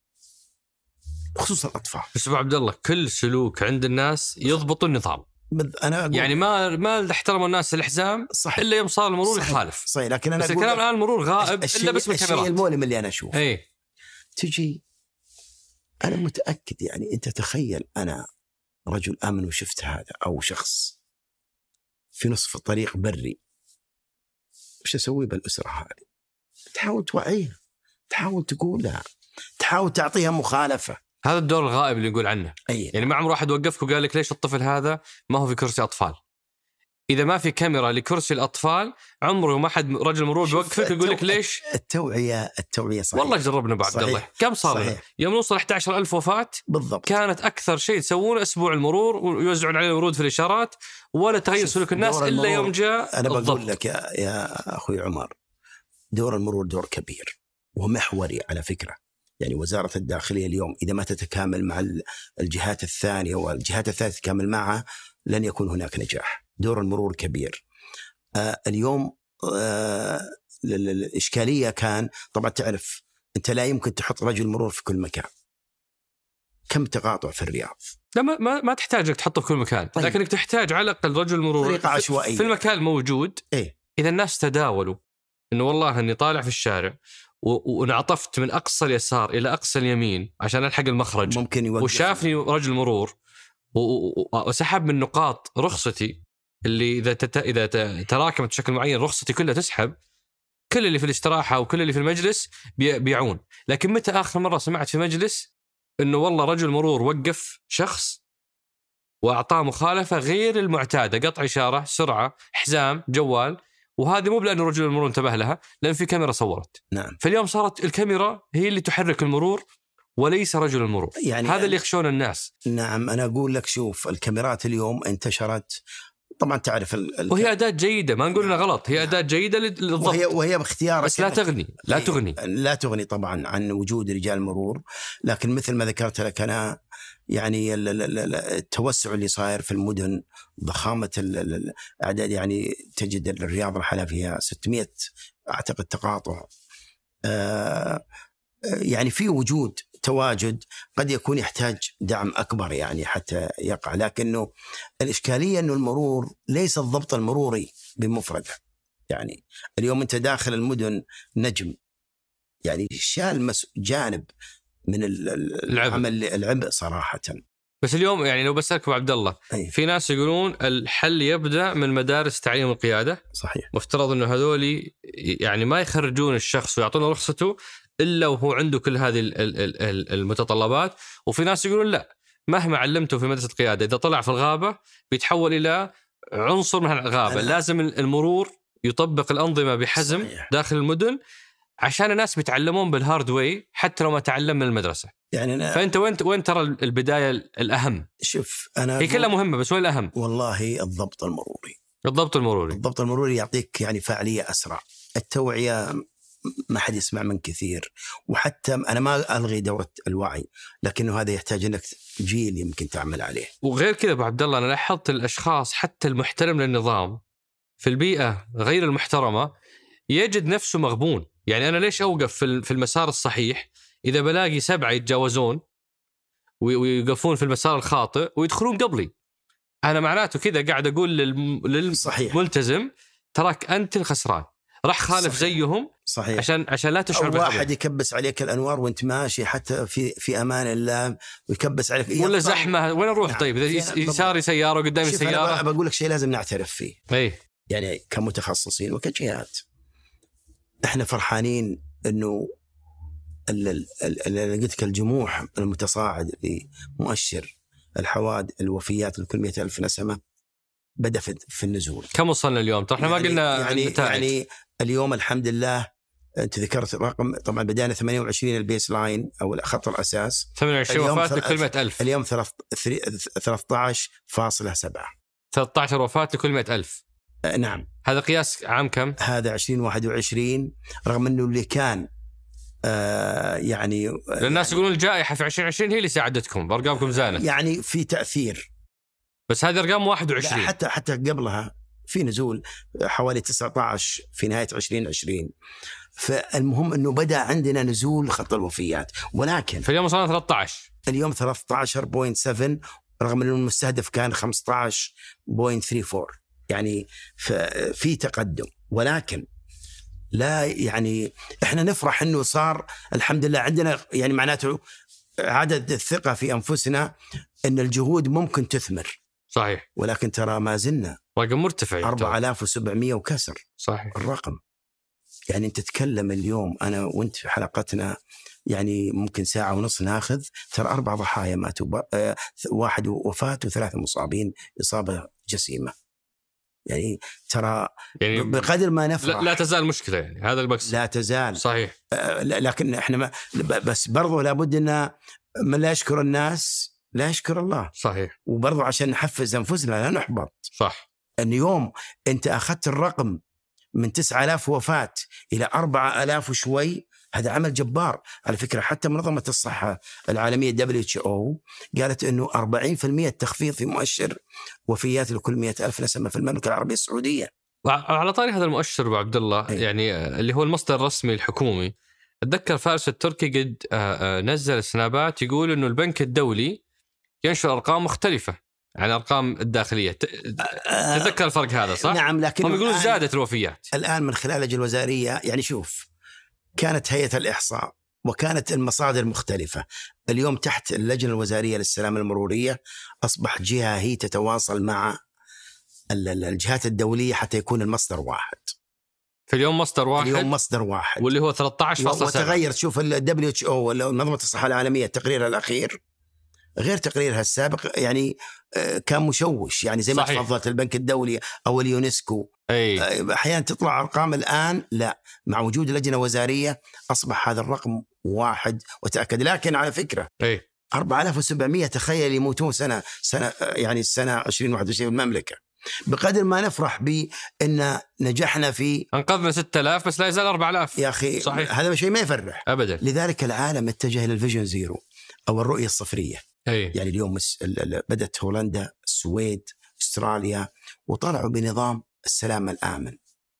[SPEAKER 3] خصوصا الأطفال.
[SPEAKER 2] بس أبو عبد الله كل سلوك عند الناس يضبط النظام.
[SPEAKER 3] أنا أقول
[SPEAKER 2] يعني ما ما احترموا الناس الحزام
[SPEAKER 3] صحيح.
[SPEAKER 2] إلا يوم صار المرور يخالف.
[SPEAKER 3] صحيح. لكن أنا
[SPEAKER 2] بس الكلام الآن المرور غائب إلا باسم الكاميرات.
[SPEAKER 3] الشيء المؤلم اللي أنا أشوفه
[SPEAKER 2] أي
[SPEAKER 3] تجي، أنا متأكد يعني أنت تخيل أنا رجل آمن وشفت هذا أو شخص في نصف الطريق بري، وش أسوي بالأسرة هذه؟ تحاول توعيها، تحاول تقول لها، تحاول تعطيها مخالفة.
[SPEAKER 2] هذا الدور الغائب اللي نقول عنه.
[SPEAKER 3] أيه.
[SPEAKER 2] يعني ما عمر واحد وقفك وقال لك ليش الطفل هذا ما هو في كرسي أطفال. إذا ما في كاميرا لكرسي الأطفال عمره ما حد رجل مرور بيوقفك يقول لك ليش.
[SPEAKER 3] التوعية التوعية صحيح.
[SPEAKER 2] والله جربنا بعد الله كم صار يوم نوصل أحد عشر ألف وفاة
[SPEAKER 3] بالضبط.
[SPEAKER 2] كانت أكثر شيء تسوونه أسبوع المرور ويوزعون عليه ورود في الإشارات ولا تغير سلوك الناس إلا يوم جاء.
[SPEAKER 3] أنا بقول
[SPEAKER 2] الضبط.
[SPEAKER 3] لك يا, يا أخوي عمر، دور المرور دور كبير ومحوري على فكرة. يعني وزارة الداخلية اليوم إذا ما تتكامل مع الجهات الثانية والجهات الثالثة تتكامل معها لن يكون هناك نجاح. دور المرور كبير. آه اليوم آه الإشكالية كان طبعا تعرف أنت لا يمكن تحط رجل مرور في كل مكان. كم تقاطع في الرياض.
[SPEAKER 2] لا ما ما, ما تحتاج تحطه في كل مكان. طيب. لكنك تحتاج على الأقل رجل مرور
[SPEAKER 3] طريقة عشوائية
[SPEAKER 2] في المكان الموجود.
[SPEAKER 3] إيه؟
[SPEAKER 2] إذا الناس تداولوا إنه والله إني طالع في الشارع وانعطفت من أقصى اليسار إلى أقصى اليمين عشان ألحق المخرج
[SPEAKER 3] ممكن
[SPEAKER 2] وشافني رجل مرور وسحب من نقاط رخصتي اللي إذا تت... إذا تراكمت بشكل معين رخصتي كلها تسحب، كل اللي في الاستراحة وكل اللي في المجلس بي... بيعون. لكن متى آخر مرة سمعت في مجلس إنه والله رجل مرور وقف شخص وأعطاه مخالفة غير المعتادة، قطع إشارة، سرعة، حزام، جوال، وهذه مو بلأنه رجل المرور انتبه لها، لأن في كاميرا صورت.
[SPEAKER 3] نعم.
[SPEAKER 2] فاليوم صارت الكاميرا هي اللي تحرك المرور وليس رجل المرور.
[SPEAKER 3] يعني
[SPEAKER 2] هذا اللي يخشون الناس.
[SPEAKER 3] نعم. أنا أقول لك شوف الكاميرات اليوم انتشرت طبعا تعرف ال...
[SPEAKER 2] وهي أداة جيدة ما نقول إنها غلط، هي أداة جيدة للضبط
[SPEAKER 3] وهي, وهي باختيارك،
[SPEAKER 2] بس لا تغني لا تغني
[SPEAKER 3] لا تغني طبعا عن وجود رجال مرور. لكن مثل ما ذكرت لك أنا يعني التوسع اللي صاير في المدن، ضخامة الأعداد، يعني تجد الرياض الحالة فيها ستمائة أعتقد تقاطع. آه يعني في وجود تواجد قد يكون يحتاج دعم أكبر يعني حتى يقع. لكنه الإشكالية أنه المرور ليس الضبط المروري بمفرده. يعني اليوم أنت داخل المدن نجم، يعني شال جانب من العمل العبء صراحة.
[SPEAKER 2] بس اليوم يعني لو بسألك أبو عبد الله،
[SPEAKER 3] أيه.
[SPEAKER 2] في ناس يقولون الحل يبدأ من مدارس تعليم القيادة.
[SPEAKER 3] صحيح.
[SPEAKER 2] مفترض أنه هذولي يعني ما يخرجون الشخص ويعطونه رخصته إلا وهو عنده كل هذه المتطلبات. وفي ناس يقولون لا، مهما علمته في مدرسة القيادة إذا طلع في الغابة بيتحول إلى عنصر من الغابة. لازم المرور يطبق الأنظمة بحزم. صحيح. داخل المدن عشان الناس بيتعلمون بالهارد واي حتى لو ما تعلم من المدرسة.
[SPEAKER 3] يعني أنا
[SPEAKER 2] فأنت وين وين ترى البداية الأهم؟
[SPEAKER 3] شوف أنا
[SPEAKER 2] هي كلها مهمة بس وين الأهم؟
[SPEAKER 3] والله الضبط المروري.
[SPEAKER 2] الضبط المروري
[SPEAKER 3] الضبط المروري يعطيك يعني فاعلية أسرع. التوعية ما حد يسمع من كثير، وحتى أنا ما ألغي دورة الوعي، لكنه هذا يحتاج أنك جيل يمكن تعمل عليه.
[SPEAKER 2] وغير كذا أبو عبد الله أنا لاحظت الأشخاص حتى المحترم للنظام في البيئة غير المحترمة يجد نفسه مغبون. يعني أنا ليش أوقف في المسار الصحيح إذا بلاقي سبعة يتجاوزون ويوقفون في المسار الخاطئ ويدخلون قبلي؟ أنا معناته كذا قاعد أقول للملتزم تراك أنت الخسران، راح خالف. صحيح. زيهم.
[SPEAKER 3] صحيح.
[SPEAKER 2] عشان عشان لا تشعر
[SPEAKER 3] بالخبر. واحد يكبس عليك الأنوار وانت ماشي حتى في في أمان الله ويكبس عليك
[SPEAKER 2] ولا زحمة وين أروح؟ نعم. طيب إذا يساري سيارة وقدامي سيارة.
[SPEAKER 3] أنا بقول لك شيء لازم نعترف فيه.
[SPEAKER 2] أي.
[SPEAKER 3] يعني كمتخصصين وكجهات احنا فرحانين انه اللي قلت لك الجموح المتصاعد لمؤشر الحوادث الوفيات لكل مئة ألف نسمة بدأ في النزول.
[SPEAKER 2] كم وصلنا اليوم؟ طبعا يعني ما قلنا
[SPEAKER 3] يعني, يعني اليوم الحمد لله انت ذكرت رقم، طبعا بدأنا ثمانية وعشرين البيس لاين او خط الاساس،
[SPEAKER 2] ثمانية وعشرين وفاة لكل مئة ألف.
[SPEAKER 3] اليوم ثلاثة عشر فاصلة سبعة
[SPEAKER 2] ثلاثة عشر وفاة لكل مئة ألف.
[SPEAKER 3] نعم.
[SPEAKER 2] هذا قياس عام كم؟
[SPEAKER 3] هذا عشرين واحد وعشرين، رغم أنه اللي كان آه يعني
[SPEAKER 2] الناس يقولون الجائحة في عشرين عشرين هي اللي ساعدتكم بأرقامكم زانت.
[SPEAKER 3] يعني في تأثير
[SPEAKER 2] بس هذه ارقام واحد وعشرين.
[SPEAKER 3] حتى حتى قبلها في نزول حوالي تسعة عشر في نهايه عشرين عشرين. فالمهم انه بدا عندنا نزول خط الوفيات، ولكن
[SPEAKER 2] في اليوم وصلنا ثلاثة عشر،
[SPEAKER 3] اليوم ثلاثة عشر فاصلة سبعة رغم انه المستهدف كان خمسة عشر فاصلة ثلاثة وأربعين، يعني في تقدم. ولكن لا يعني احنا نفرح انه صار الحمد لله عندنا، يعني معناته عدد الثقة في انفسنا ان الجهود ممكن تثمر.
[SPEAKER 2] صحيح.
[SPEAKER 3] ولكن ترى ما زلنا
[SPEAKER 2] رقم مرتفع،
[SPEAKER 3] أربعة آلاف وسبعمائة وكسر.
[SPEAKER 2] صحيح
[SPEAKER 3] الرقم. يعني انت تتكلم اليوم انا وانت في حلقتنا يعني ممكن ساعة ونص ناخذ، ترى أربع ضحايا ماتوا، آه واحد وفاة وثلاثة مصابين إصابة جسيمة. يعني ترى يعني بقدر ما نفرح
[SPEAKER 2] لا, لا تزال مشكلة، يعني هذا البكس
[SPEAKER 3] لا تزال.
[SPEAKER 2] صحيح.
[SPEAKER 3] آه لكن احنا ما بس برضو لابد أن من لا يشكر الناس لا يشكر الله.
[SPEAKER 2] صحيح.
[SPEAKER 3] وبرضو عشان نحفز أنفسنا لا نحبط.
[SPEAKER 2] صح.
[SPEAKER 3] أن يوم أنت أخذت الرقم من تسعة آلاف وفاة إلى أربعة آلاف وشوي، هذا عمل جبار. على فكرة حتى منظمة الصحة العالمية دبليو إتش أو قالت أنه أربعين بالمئة التخفيض في مؤشر وفيات لكل مئة ألف نسمة في المملكة العربية السعودية.
[SPEAKER 2] وعلى طاري هذا المؤشر أبو عبد الله،
[SPEAKER 3] أي.
[SPEAKER 2] يعني اللي هو المصدر الرسمي الحكومي، أتذكر فارس التركي قد نزل سنابات يقول أنه البنك الدولي ينشر أرقام مختلفة عن الأرقام الداخلية. تتذكر الفرق هذا صح؟
[SPEAKER 3] نعم. لكن
[SPEAKER 2] هم يقولون زادت الوفيات
[SPEAKER 3] الآن من خلال اللجنة الوزارية. يعني شوف، كانت هيئة الإحصاء وكانت المصادر مختلفة. اليوم تحت اللجنة الوزارية للسلامة المرورية أصبح جهة هي تتواصل مع الجهات الدولية حتى يكون المصدر واحد.
[SPEAKER 2] في اليوم مصدر واحد.
[SPEAKER 3] اليوم مصدر واحد
[SPEAKER 2] واللي هو ثلاثة عشر فاصلة سبعة.
[SPEAKER 3] وتغير. شوف ال دبليو إتش أو منظمة الصحة العالمية تقريرها الأخير غير تقريرها السابق، يعني كان مشوش. يعني زي ما تفضلت البنك الدولي أو اليونسكو
[SPEAKER 2] أي.
[SPEAKER 3] أحيانا تطلع أرقام، الآن لا، مع وجود لجنة وزارية أصبح هذا الرقم واحد وتأكد. لكن على فكرة
[SPEAKER 2] أي.
[SPEAKER 3] أربعة آلاف وسبعمائة تخيل يموتون سنة سنة يعني السنة عشرين واحد وعشرين في المملكة. بقدر ما نفرح بأن نجحنا في
[SPEAKER 2] أنقذنا ستة آلاف بس لا يزال أربعة آلاف
[SPEAKER 3] يا أخي.
[SPEAKER 2] صحيح.
[SPEAKER 3] هذا شيء ما يفرح
[SPEAKER 2] أبدا.
[SPEAKER 3] لذلك العالم اتجه إلى الفيجن زيرو أو الرؤية الصفرية.
[SPEAKER 2] أي.
[SPEAKER 3] يعني اليوم بدأت هولندا، السويد، أستراليا، وطلعوا بنظام السلام الآمن.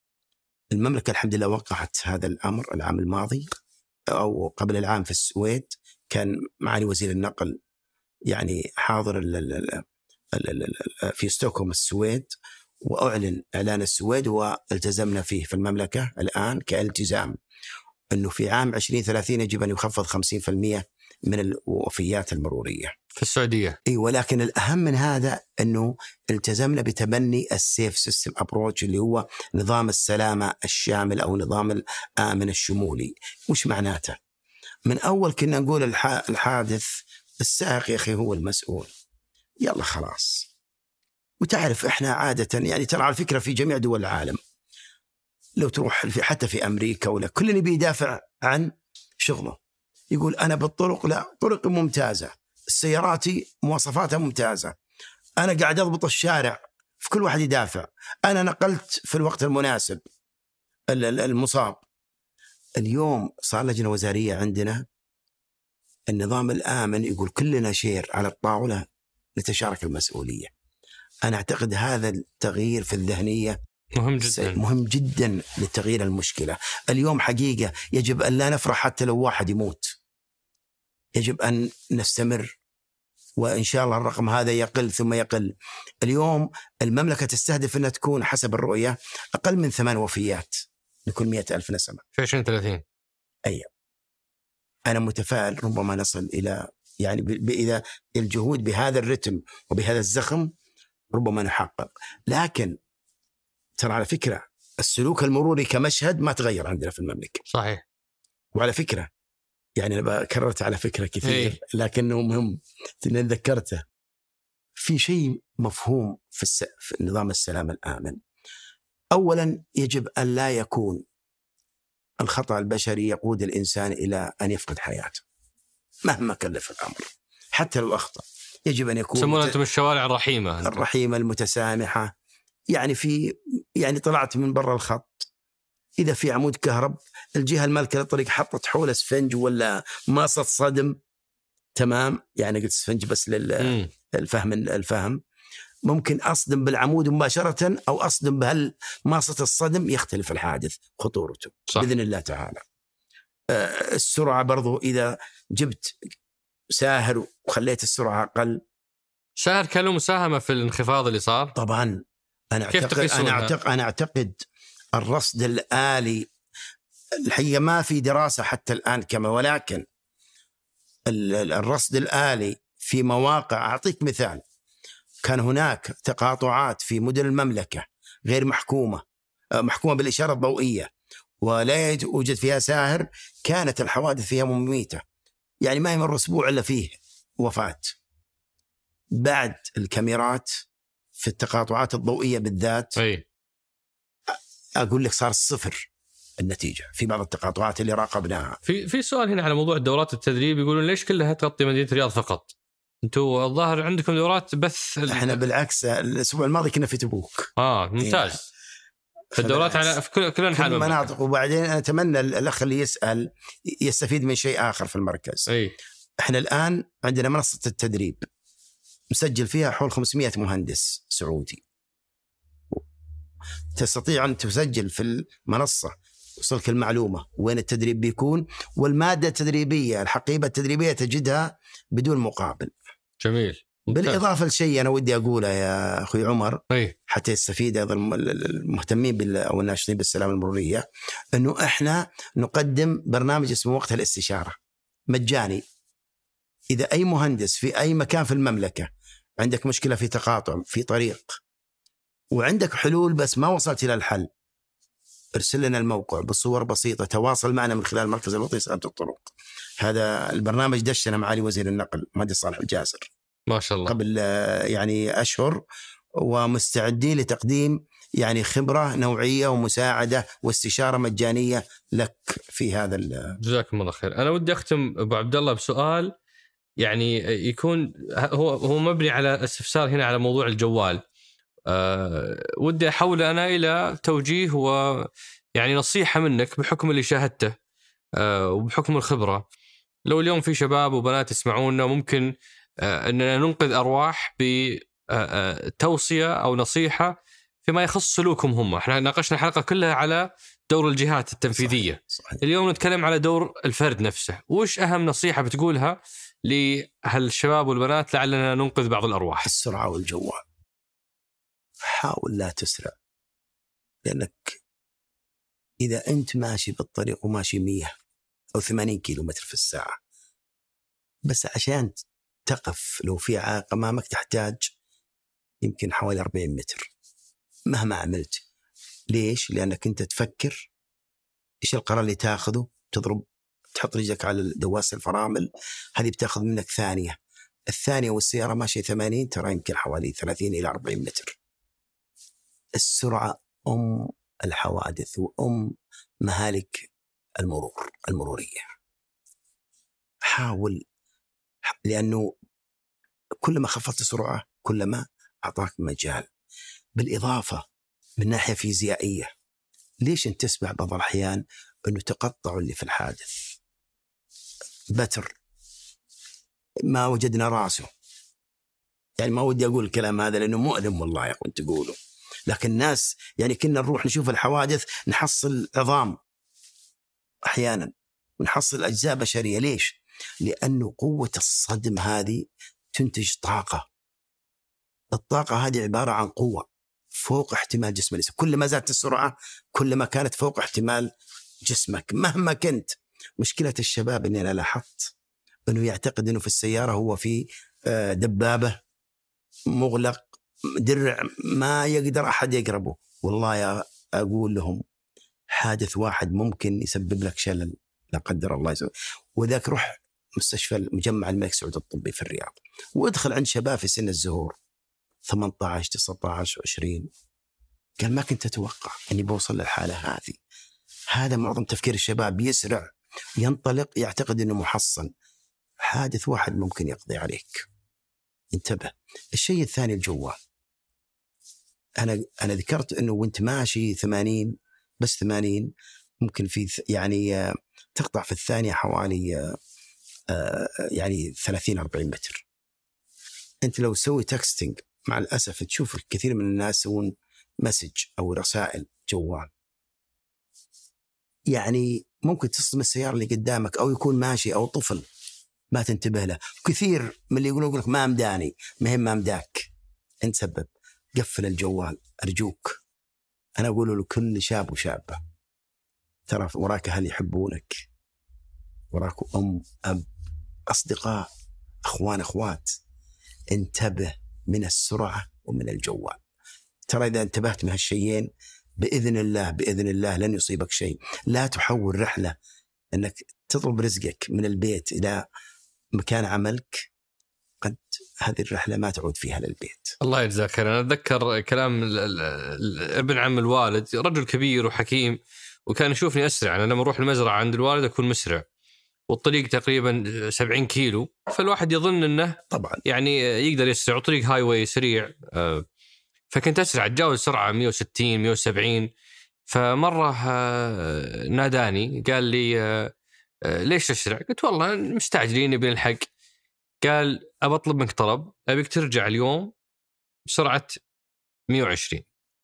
[SPEAKER 3] المملكة الحمد لله وقعت هذا الأمر العام الماضي أو قبل العام في السويد. كان معالي وزير النقل يعني حاضر ال ال ال في ستوكهولم السويد، وأعلن إعلان السويد والتزمنا فيه في المملكة الآن كالتزام أنه في عام عشرين ثلاثين يجب أن يخفض خمسين بالمئة من الوفيات المرورية
[SPEAKER 2] في السعودية.
[SPEAKER 3] اي ولكن الأهم من هذا أنه التزمنا بتبني السيف سيستم أبروتش اللي هو نظام السلامة الشامل أو نظام الآمن الشمولي. وش معناته؟ من أول كنا نقول الحادث السائق يا أخي هو المسؤول، يلا خلاص. وتعرف إحنا عادة يعني ترى على فكرة في جميع دول العالم لو تروح في حتى في أمريكا ولا كل اللي بيدافع عن شغله يقول أنا بالطرق لا طرق ممتازة، السياراتي مواصفاتها ممتازة، أنا قاعد أضبط الشارع، في كل واحد يدافع، أنا نقلت في الوقت المناسب المصاب. اليوم صار لجنة وزارية عندنا النظام الآمن يقول كلنا شير على الطاولة نتشارك المسؤولية. أنا أعتقد هذا التغيير في الذهنية
[SPEAKER 2] مهم جدا
[SPEAKER 3] مهم جدا لتغيير المشكلة. اليوم حقيقة يجب أن لا نفرح حتى لو واحد يموت، يجب أن نستمر وإن شاء الله الرقم هذا يقل ثم يقل. اليوم المملكة تستهدف أنها تكون حسب الرؤية أقل من ثمان وفيات لكل مئة ألف نسمة
[SPEAKER 2] في عشرين ثلاثين.
[SPEAKER 3] أي أنا متفائل ربما نصل إلى يعني إذا الجهود بهذا الرتم وبهذا الزخم ربما نحقق. لكن ترى على فكرة السلوك المروري كمشهد ما تغير عندنا في المملكة.
[SPEAKER 2] صحيح.
[SPEAKER 3] وعلى فكرة يعني أنا كررت على فكرة كثير
[SPEAKER 2] إيه؟
[SPEAKER 3] لكنه مهم إن ذكرته. في شيء مفهوم في, الس... في نظام السلام الآمن. أولا يجب أن لا يكون الخطأ البشري يقود الإنسان إلى أن يفقد حياته مهما كلف الأمر. حتى لو أخطأ يجب أن يكون
[SPEAKER 2] سمونا أنتم الشوارع الرحيمة أنت.
[SPEAKER 3] الرحيمة المتسامحة. يعني في يعني طلعت من برا الخط، إذا في عمود كهرب الجهة المالكة للطريق حطت حول اسفنج ولا ماسة صدم، تمام، يعني قلت اسفنج بس للفهم الفهم ممكن أصدم بالعمود مباشرة أو أصدم بهالماسة الصدم، يختلف الحادث خطورته صح. بإذن الله تعالى. السرعة برضو إذا جبت ساهر وخليت السرعة أقل.
[SPEAKER 2] ساهر كان له مساهمة في الانخفاض اللي صار؟
[SPEAKER 3] طبعا. أنا أعتقد أنا أعتقد أنا أعتقد الرصد الآلي الحقيقة ما في دراسة حتى الآن كما، ولكن الرصد الآلي في مواقع. أعطيك مثال، كان هناك تقاطعات في مدن المملكة غير محكومة، محكومة بالإشارة الضوئية ولا يوجد فيها ساهر، كانت الحوادث فيها مميتة، يعني ما يمر أسبوع إلا فيه وفاة. بعد الكاميرات في التقاطعات الضوئية بالذات
[SPEAKER 2] أي.
[SPEAKER 3] أقول لك صار صفر النتيجة في بعض التقاطعات اللي راقبناها.
[SPEAKER 2] في في سؤال هنا على موضوع الدورات التدريب، يقولون ليش كلها تغطي مدينة الرياض فقط؟ أنتوا الظاهر عندكم دورات بث.
[SPEAKER 3] إحنا بالعكس الأسبوع الماضي كنا في تبوك.
[SPEAKER 2] آه ممتاز. إيه. الدورات على في كل كل انحاء
[SPEAKER 3] المناطق. وبعدين اتمنى الاخ اللي يسال يستفيد من شيء اخر في المركز.
[SPEAKER 2] أي.
[SPEAKER 3] احنا الان عندنا منصه التدريب مسجل فيها حول خمسمائة مهندس سعودي، تستطيع ان تسجل في المنصه، وصلك المعلومه وين التدريب بيكون، والماده التدريبيه الحقيبه التدريبيه تجدها بدون مقابل.
[SPEAKER 2] جميل.
[SPEAKER 3] بالإضافة لشيء أنا ودي أقوله يا أخوي عمر،
[SPEAKER 2] أي.
[SPEAKER 3] حتى يستفيد أيضا المهتمين بال أو الناشطين بالسلامة المرورية، أنه إحنا نقدم برنامج اسمه وقت الاستشارة مجاني. إذا أي مهندس في أي مكان في المملكة عندك مشكلة في تقاطع في طريق وعندك حلول بس ما وصلت إلى الحل، ارسل لنا الموقع بصور بسيطة، تواصل معنا من خلال مركز الوطني لسلامة الطرق. هذا البرنامج دشنا معالي وزير النقل مهندس صالح الجاسر
[SPEAKER 2] ما شاء الله
[SPEAKER 3] قبل يعني أشهر، ومستعدين لتقديم يعني خبرة نوعية ومساعدة واستشارة مجانية لك في هذا.
[SPEAKER 2] جزاكم الله خير. أنا ودي أختم أبو عبد الله بسؤال يعني يكون هو هو مبني على استفسار هنا على موضوع الجوال. أه ودي أحول أنا إلى توجيه ويعني نصيحة منك بحكم اللي شاهدته أه وبحكم الخبرة. لو اليوم في شباب وبنات يسمعونا ممكن أننا ننقذ أرواح بتوصية أو نصيحة فيما يخص سلوكهم هم. احنا ناقشنا الحلقة كلها على دور الجهات التنفيذية. صحيح. صحيح. اليوم نتكلم على دور الفرد نفسه. وش أهم نصيحة بتقولها لهالشباب والبنات لعلنا ننقذ بعض الأرواح؟
[SPEAKER 3] السرعة والجوال. حاول لا تسرع، لأنك إذا أنت ماشي بالطريق وماشي مية أو ثمانين كيلو متر في الساعة بس عشان تقف لو في عائق أمامك تحتاج يمكن حوالي أربعين متر مهما عملت. ليش؟ لأنك أنت تفكر إيش القرار اللي تأخذه، تضرب تحط رجلك على دواسة الفرامل، هذه بتأخذ منك ثانية، الثانية والسيارة ماشية ثمانين ترى يمكن حوالي ثلاثين إلى أربعين متر. السرعة أم الحوادث وأم مهالك المرور المرورية. حاول، لأنه كلما خفضت السرعة كلما أعطاك مجال. بالإضافة من ناحية فيزيائية، ليش أنت تسمع بعض الأحيان أنه تقطعوا اللي في الحادث بتر ما وجدنا رأسه؟ يعني ما ودي أقول الكلام هذا لأنه مؤلم والله يا أخوان تقوله، لكن الناس يعني كنا نروح نشوف الحوادث نحصل عظام أحيانا ونحصل أجزاء بشرية. ليش؟ لأنه قوة الصدم هذه تنتج طاقة. الطاقة هذه عبارة عن قوة فوق احتمال جسم الإنسان. كل ما زادت السرعة كل ما كانت فوق احتمال جسمك مهما كنت. مشكلة الشباب أني أنا لاحظت أنه يعتقد أنه في السيارة هو في دبابة مغلق درع ما يقدر أحد يقربه. والله يا أقول لهم حادث واحد ممكن يسبب لك شلل لا قدر الله يسوي. وذاك روح مستشفى المجمع الملك سعود الطبي في الرياض وادخل عند شباب في سن الزهور ثمانية عشر تسعة عشر عشرين، قال ما كنت أتوقع أني بوصل للحالة هذه. هذا معظم تفكير الشباب، يسرع ينطلق يعتقد أنه محصن. حادث واحد ممكن يقضي عليك، انتبه. الشيء الثاني الجوال. أنا أنا ذكرت أنه وانت ماشي ثمانين بس ثمانين ممكن في يعني تقطع في الثانية حوالي يعني ثلاثين أربعين متر. أنت لو سوي تكستينج مع الأسف تشوف الكثير من الناس يسوون مسج أو رسائل جوال، يعني ممكن تصدم السيارة اللي قدامك أو يكون ماشي أو طفل ما تنتبه له. كثير من اللي يقولون لك ما مداني، مهم ما مداك، انت سبب. قفل الجوال أرجوك. أنا أقول لكل شاب وشابة، ترى وراك أهل يحبونك، وراك أم أب أصدقاء أخوان أخوات. انتبه من السرعة ومن الجوال. ترى إذا انتبهت من هالشيئين بإذن الله بإذن الله لن يصيبك شيء. لا تحول رحلة أنك تطلب رزقك من البيت إلى مكان عملك، قد هذه الرحلة ما تعود فيها للبيت.
[SPEAKER 2] الله يجزاك خير. أنا أتذكر كلام ابن عم الوالد، رجل كبير وحكيم، وكان يشوفني أسرع. أنا لما أروح المزرعة عند الوالد أكون مسرع، والطريق تقريبا سبعين كيلو، فالواحد يظن أنه
[SPEAKER 3] طبعا
[SPEAKER 2] يعني يقدر يسرع، وطريق هاي واي سريع، فكنت أسرع، أتجاوز سرعة مية وستين مية وسبعين. فمرة ناداني قال لي ليش تسرع؟ قلت والله مستعجلين نبي نلحق. قال أبى أطلب منك طلب، أبيك ترجع اليوم بسرعة مية وعشرين.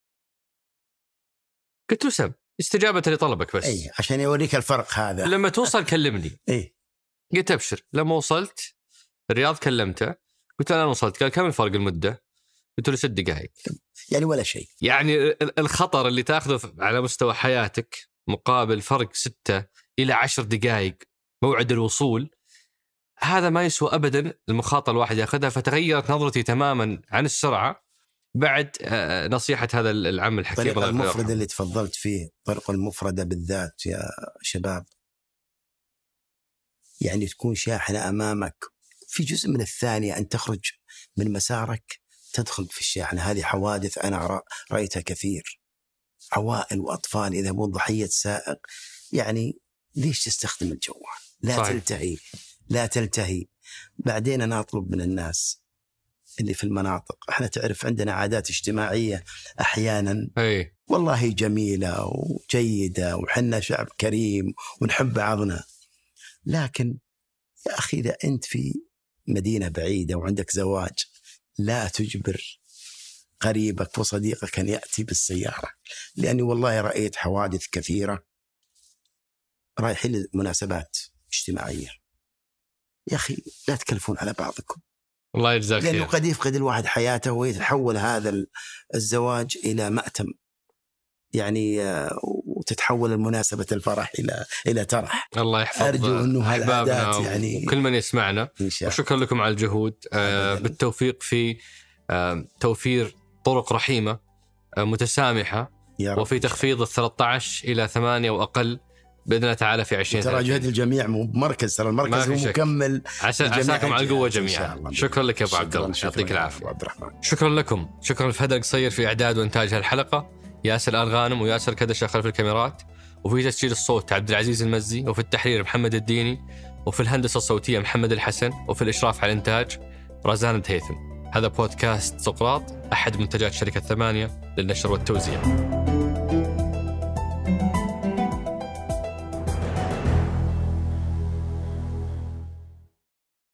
[SPEAKER 2] قلت له سم استجابة لطلبك بس.
[SPEAKER 3] أي عشان يوريك الفرق هذا.
[SPEAKER 2] لما توصل كلمني.
[SPEAKER 3] أي
[SPEAKER 2] قلت أبشر. لما وصلت الرياض كلمته، قلت أنا وصلت. قال كم الفرق المدة؟ قلت له ست دقائق.
[SPEAKER 3] يعني ولا شيء.
[SPEAKER 2] يعني الخطر اللي تأخذه على مستوى حياتك مقابل فرق ستة إلى عشر دقائق موعد الوصول، هذا ما يسوى أبدا المخاطرة الواحد يأخذها. فتغيرت نظرتي تماما عن السرعة بعد نصيحة هذا العم الحكيم.
[SPEAKER 3] الطريقة المفردة اللي تفضلت فيه، الطريقة المفردة بالذات يا شباب، يعني تكون شاحنة أمامك في جزء من الثانية أن تخرج من مسارك تدخل في الشاحنة. هذه حوادث أنا رأيتها كثير، عوائل وأطفال إذا مو ضحية سائق. يعني ليش تستخدم الجوال؟ لا صحيح. تلتهي لا تلتهي. بعدين أنا أطلب من الناس اللي في المناطق، احنا تعرف عندنا عادات اجتماعية أحيانا
[SPEAKER 2] أي.
[SPEAKER 3] والله جميلة وجيدة، وحنا شعب كريم ونحب بعضنا، لكن يا أخي إذا أنت في مدينة بعيدة وعندك زواج، لا تجبر قريبك وصديقك أن يأتي بالسيارة، لأني والله رأيت حوادث كثيرة رايحين لمناسبات اجتماعية. يا أخي لا تكلفون على بعضكم.
[SPEAKER 2] الله يجزاك خير.
[SPEAKER 3] لأنه قد يفقد الواحد حياته ويتحول هذا الزواج إلى مأتم، يعني وتتحول المناسبة الفرح إلى إلى ترح.
[SPEAKER 2] الله يحفظ
[SPEAKER 3] أرجو إنه
[SPEAKER 2] أحبابنا
[SPEAKER 3] يعني
[SPEAKER 2] وكل من يسمعنا، وشكرا لكم على الجهود. آه بالتوفيق في آه توفير طرق رحيمة آه متسامحة، وفي تخفيض الثلاثة عشر إلى ثمانية وأقل بإذن الله تعالى في عشرين.
[SPEAKER 3] ترى جهد الجميع مو بمركز، ترى المركز هو مكمل.
[SPEAKER 2] عساكم على القوة جميعا. شكرا لك يا أبو عبد الله، يعطيك العافية. شكرا لكم. شكرا لفهد القصير في إعداد وإنتاج هالحلقة، ياسر آل غانم وياسر كدشة خلف الكاميرات، وفي تسجيل الصوت عبد العزيز المزي، وفي التحرير محمد الديني، وفي الهندسة الصوتية محمد الحسن، وفي الإشراف على الإنتاج رزان الهيثم. هذا بودكاست سقراط، أحد منتجات شركة ثمانية للنشر والتوزيع.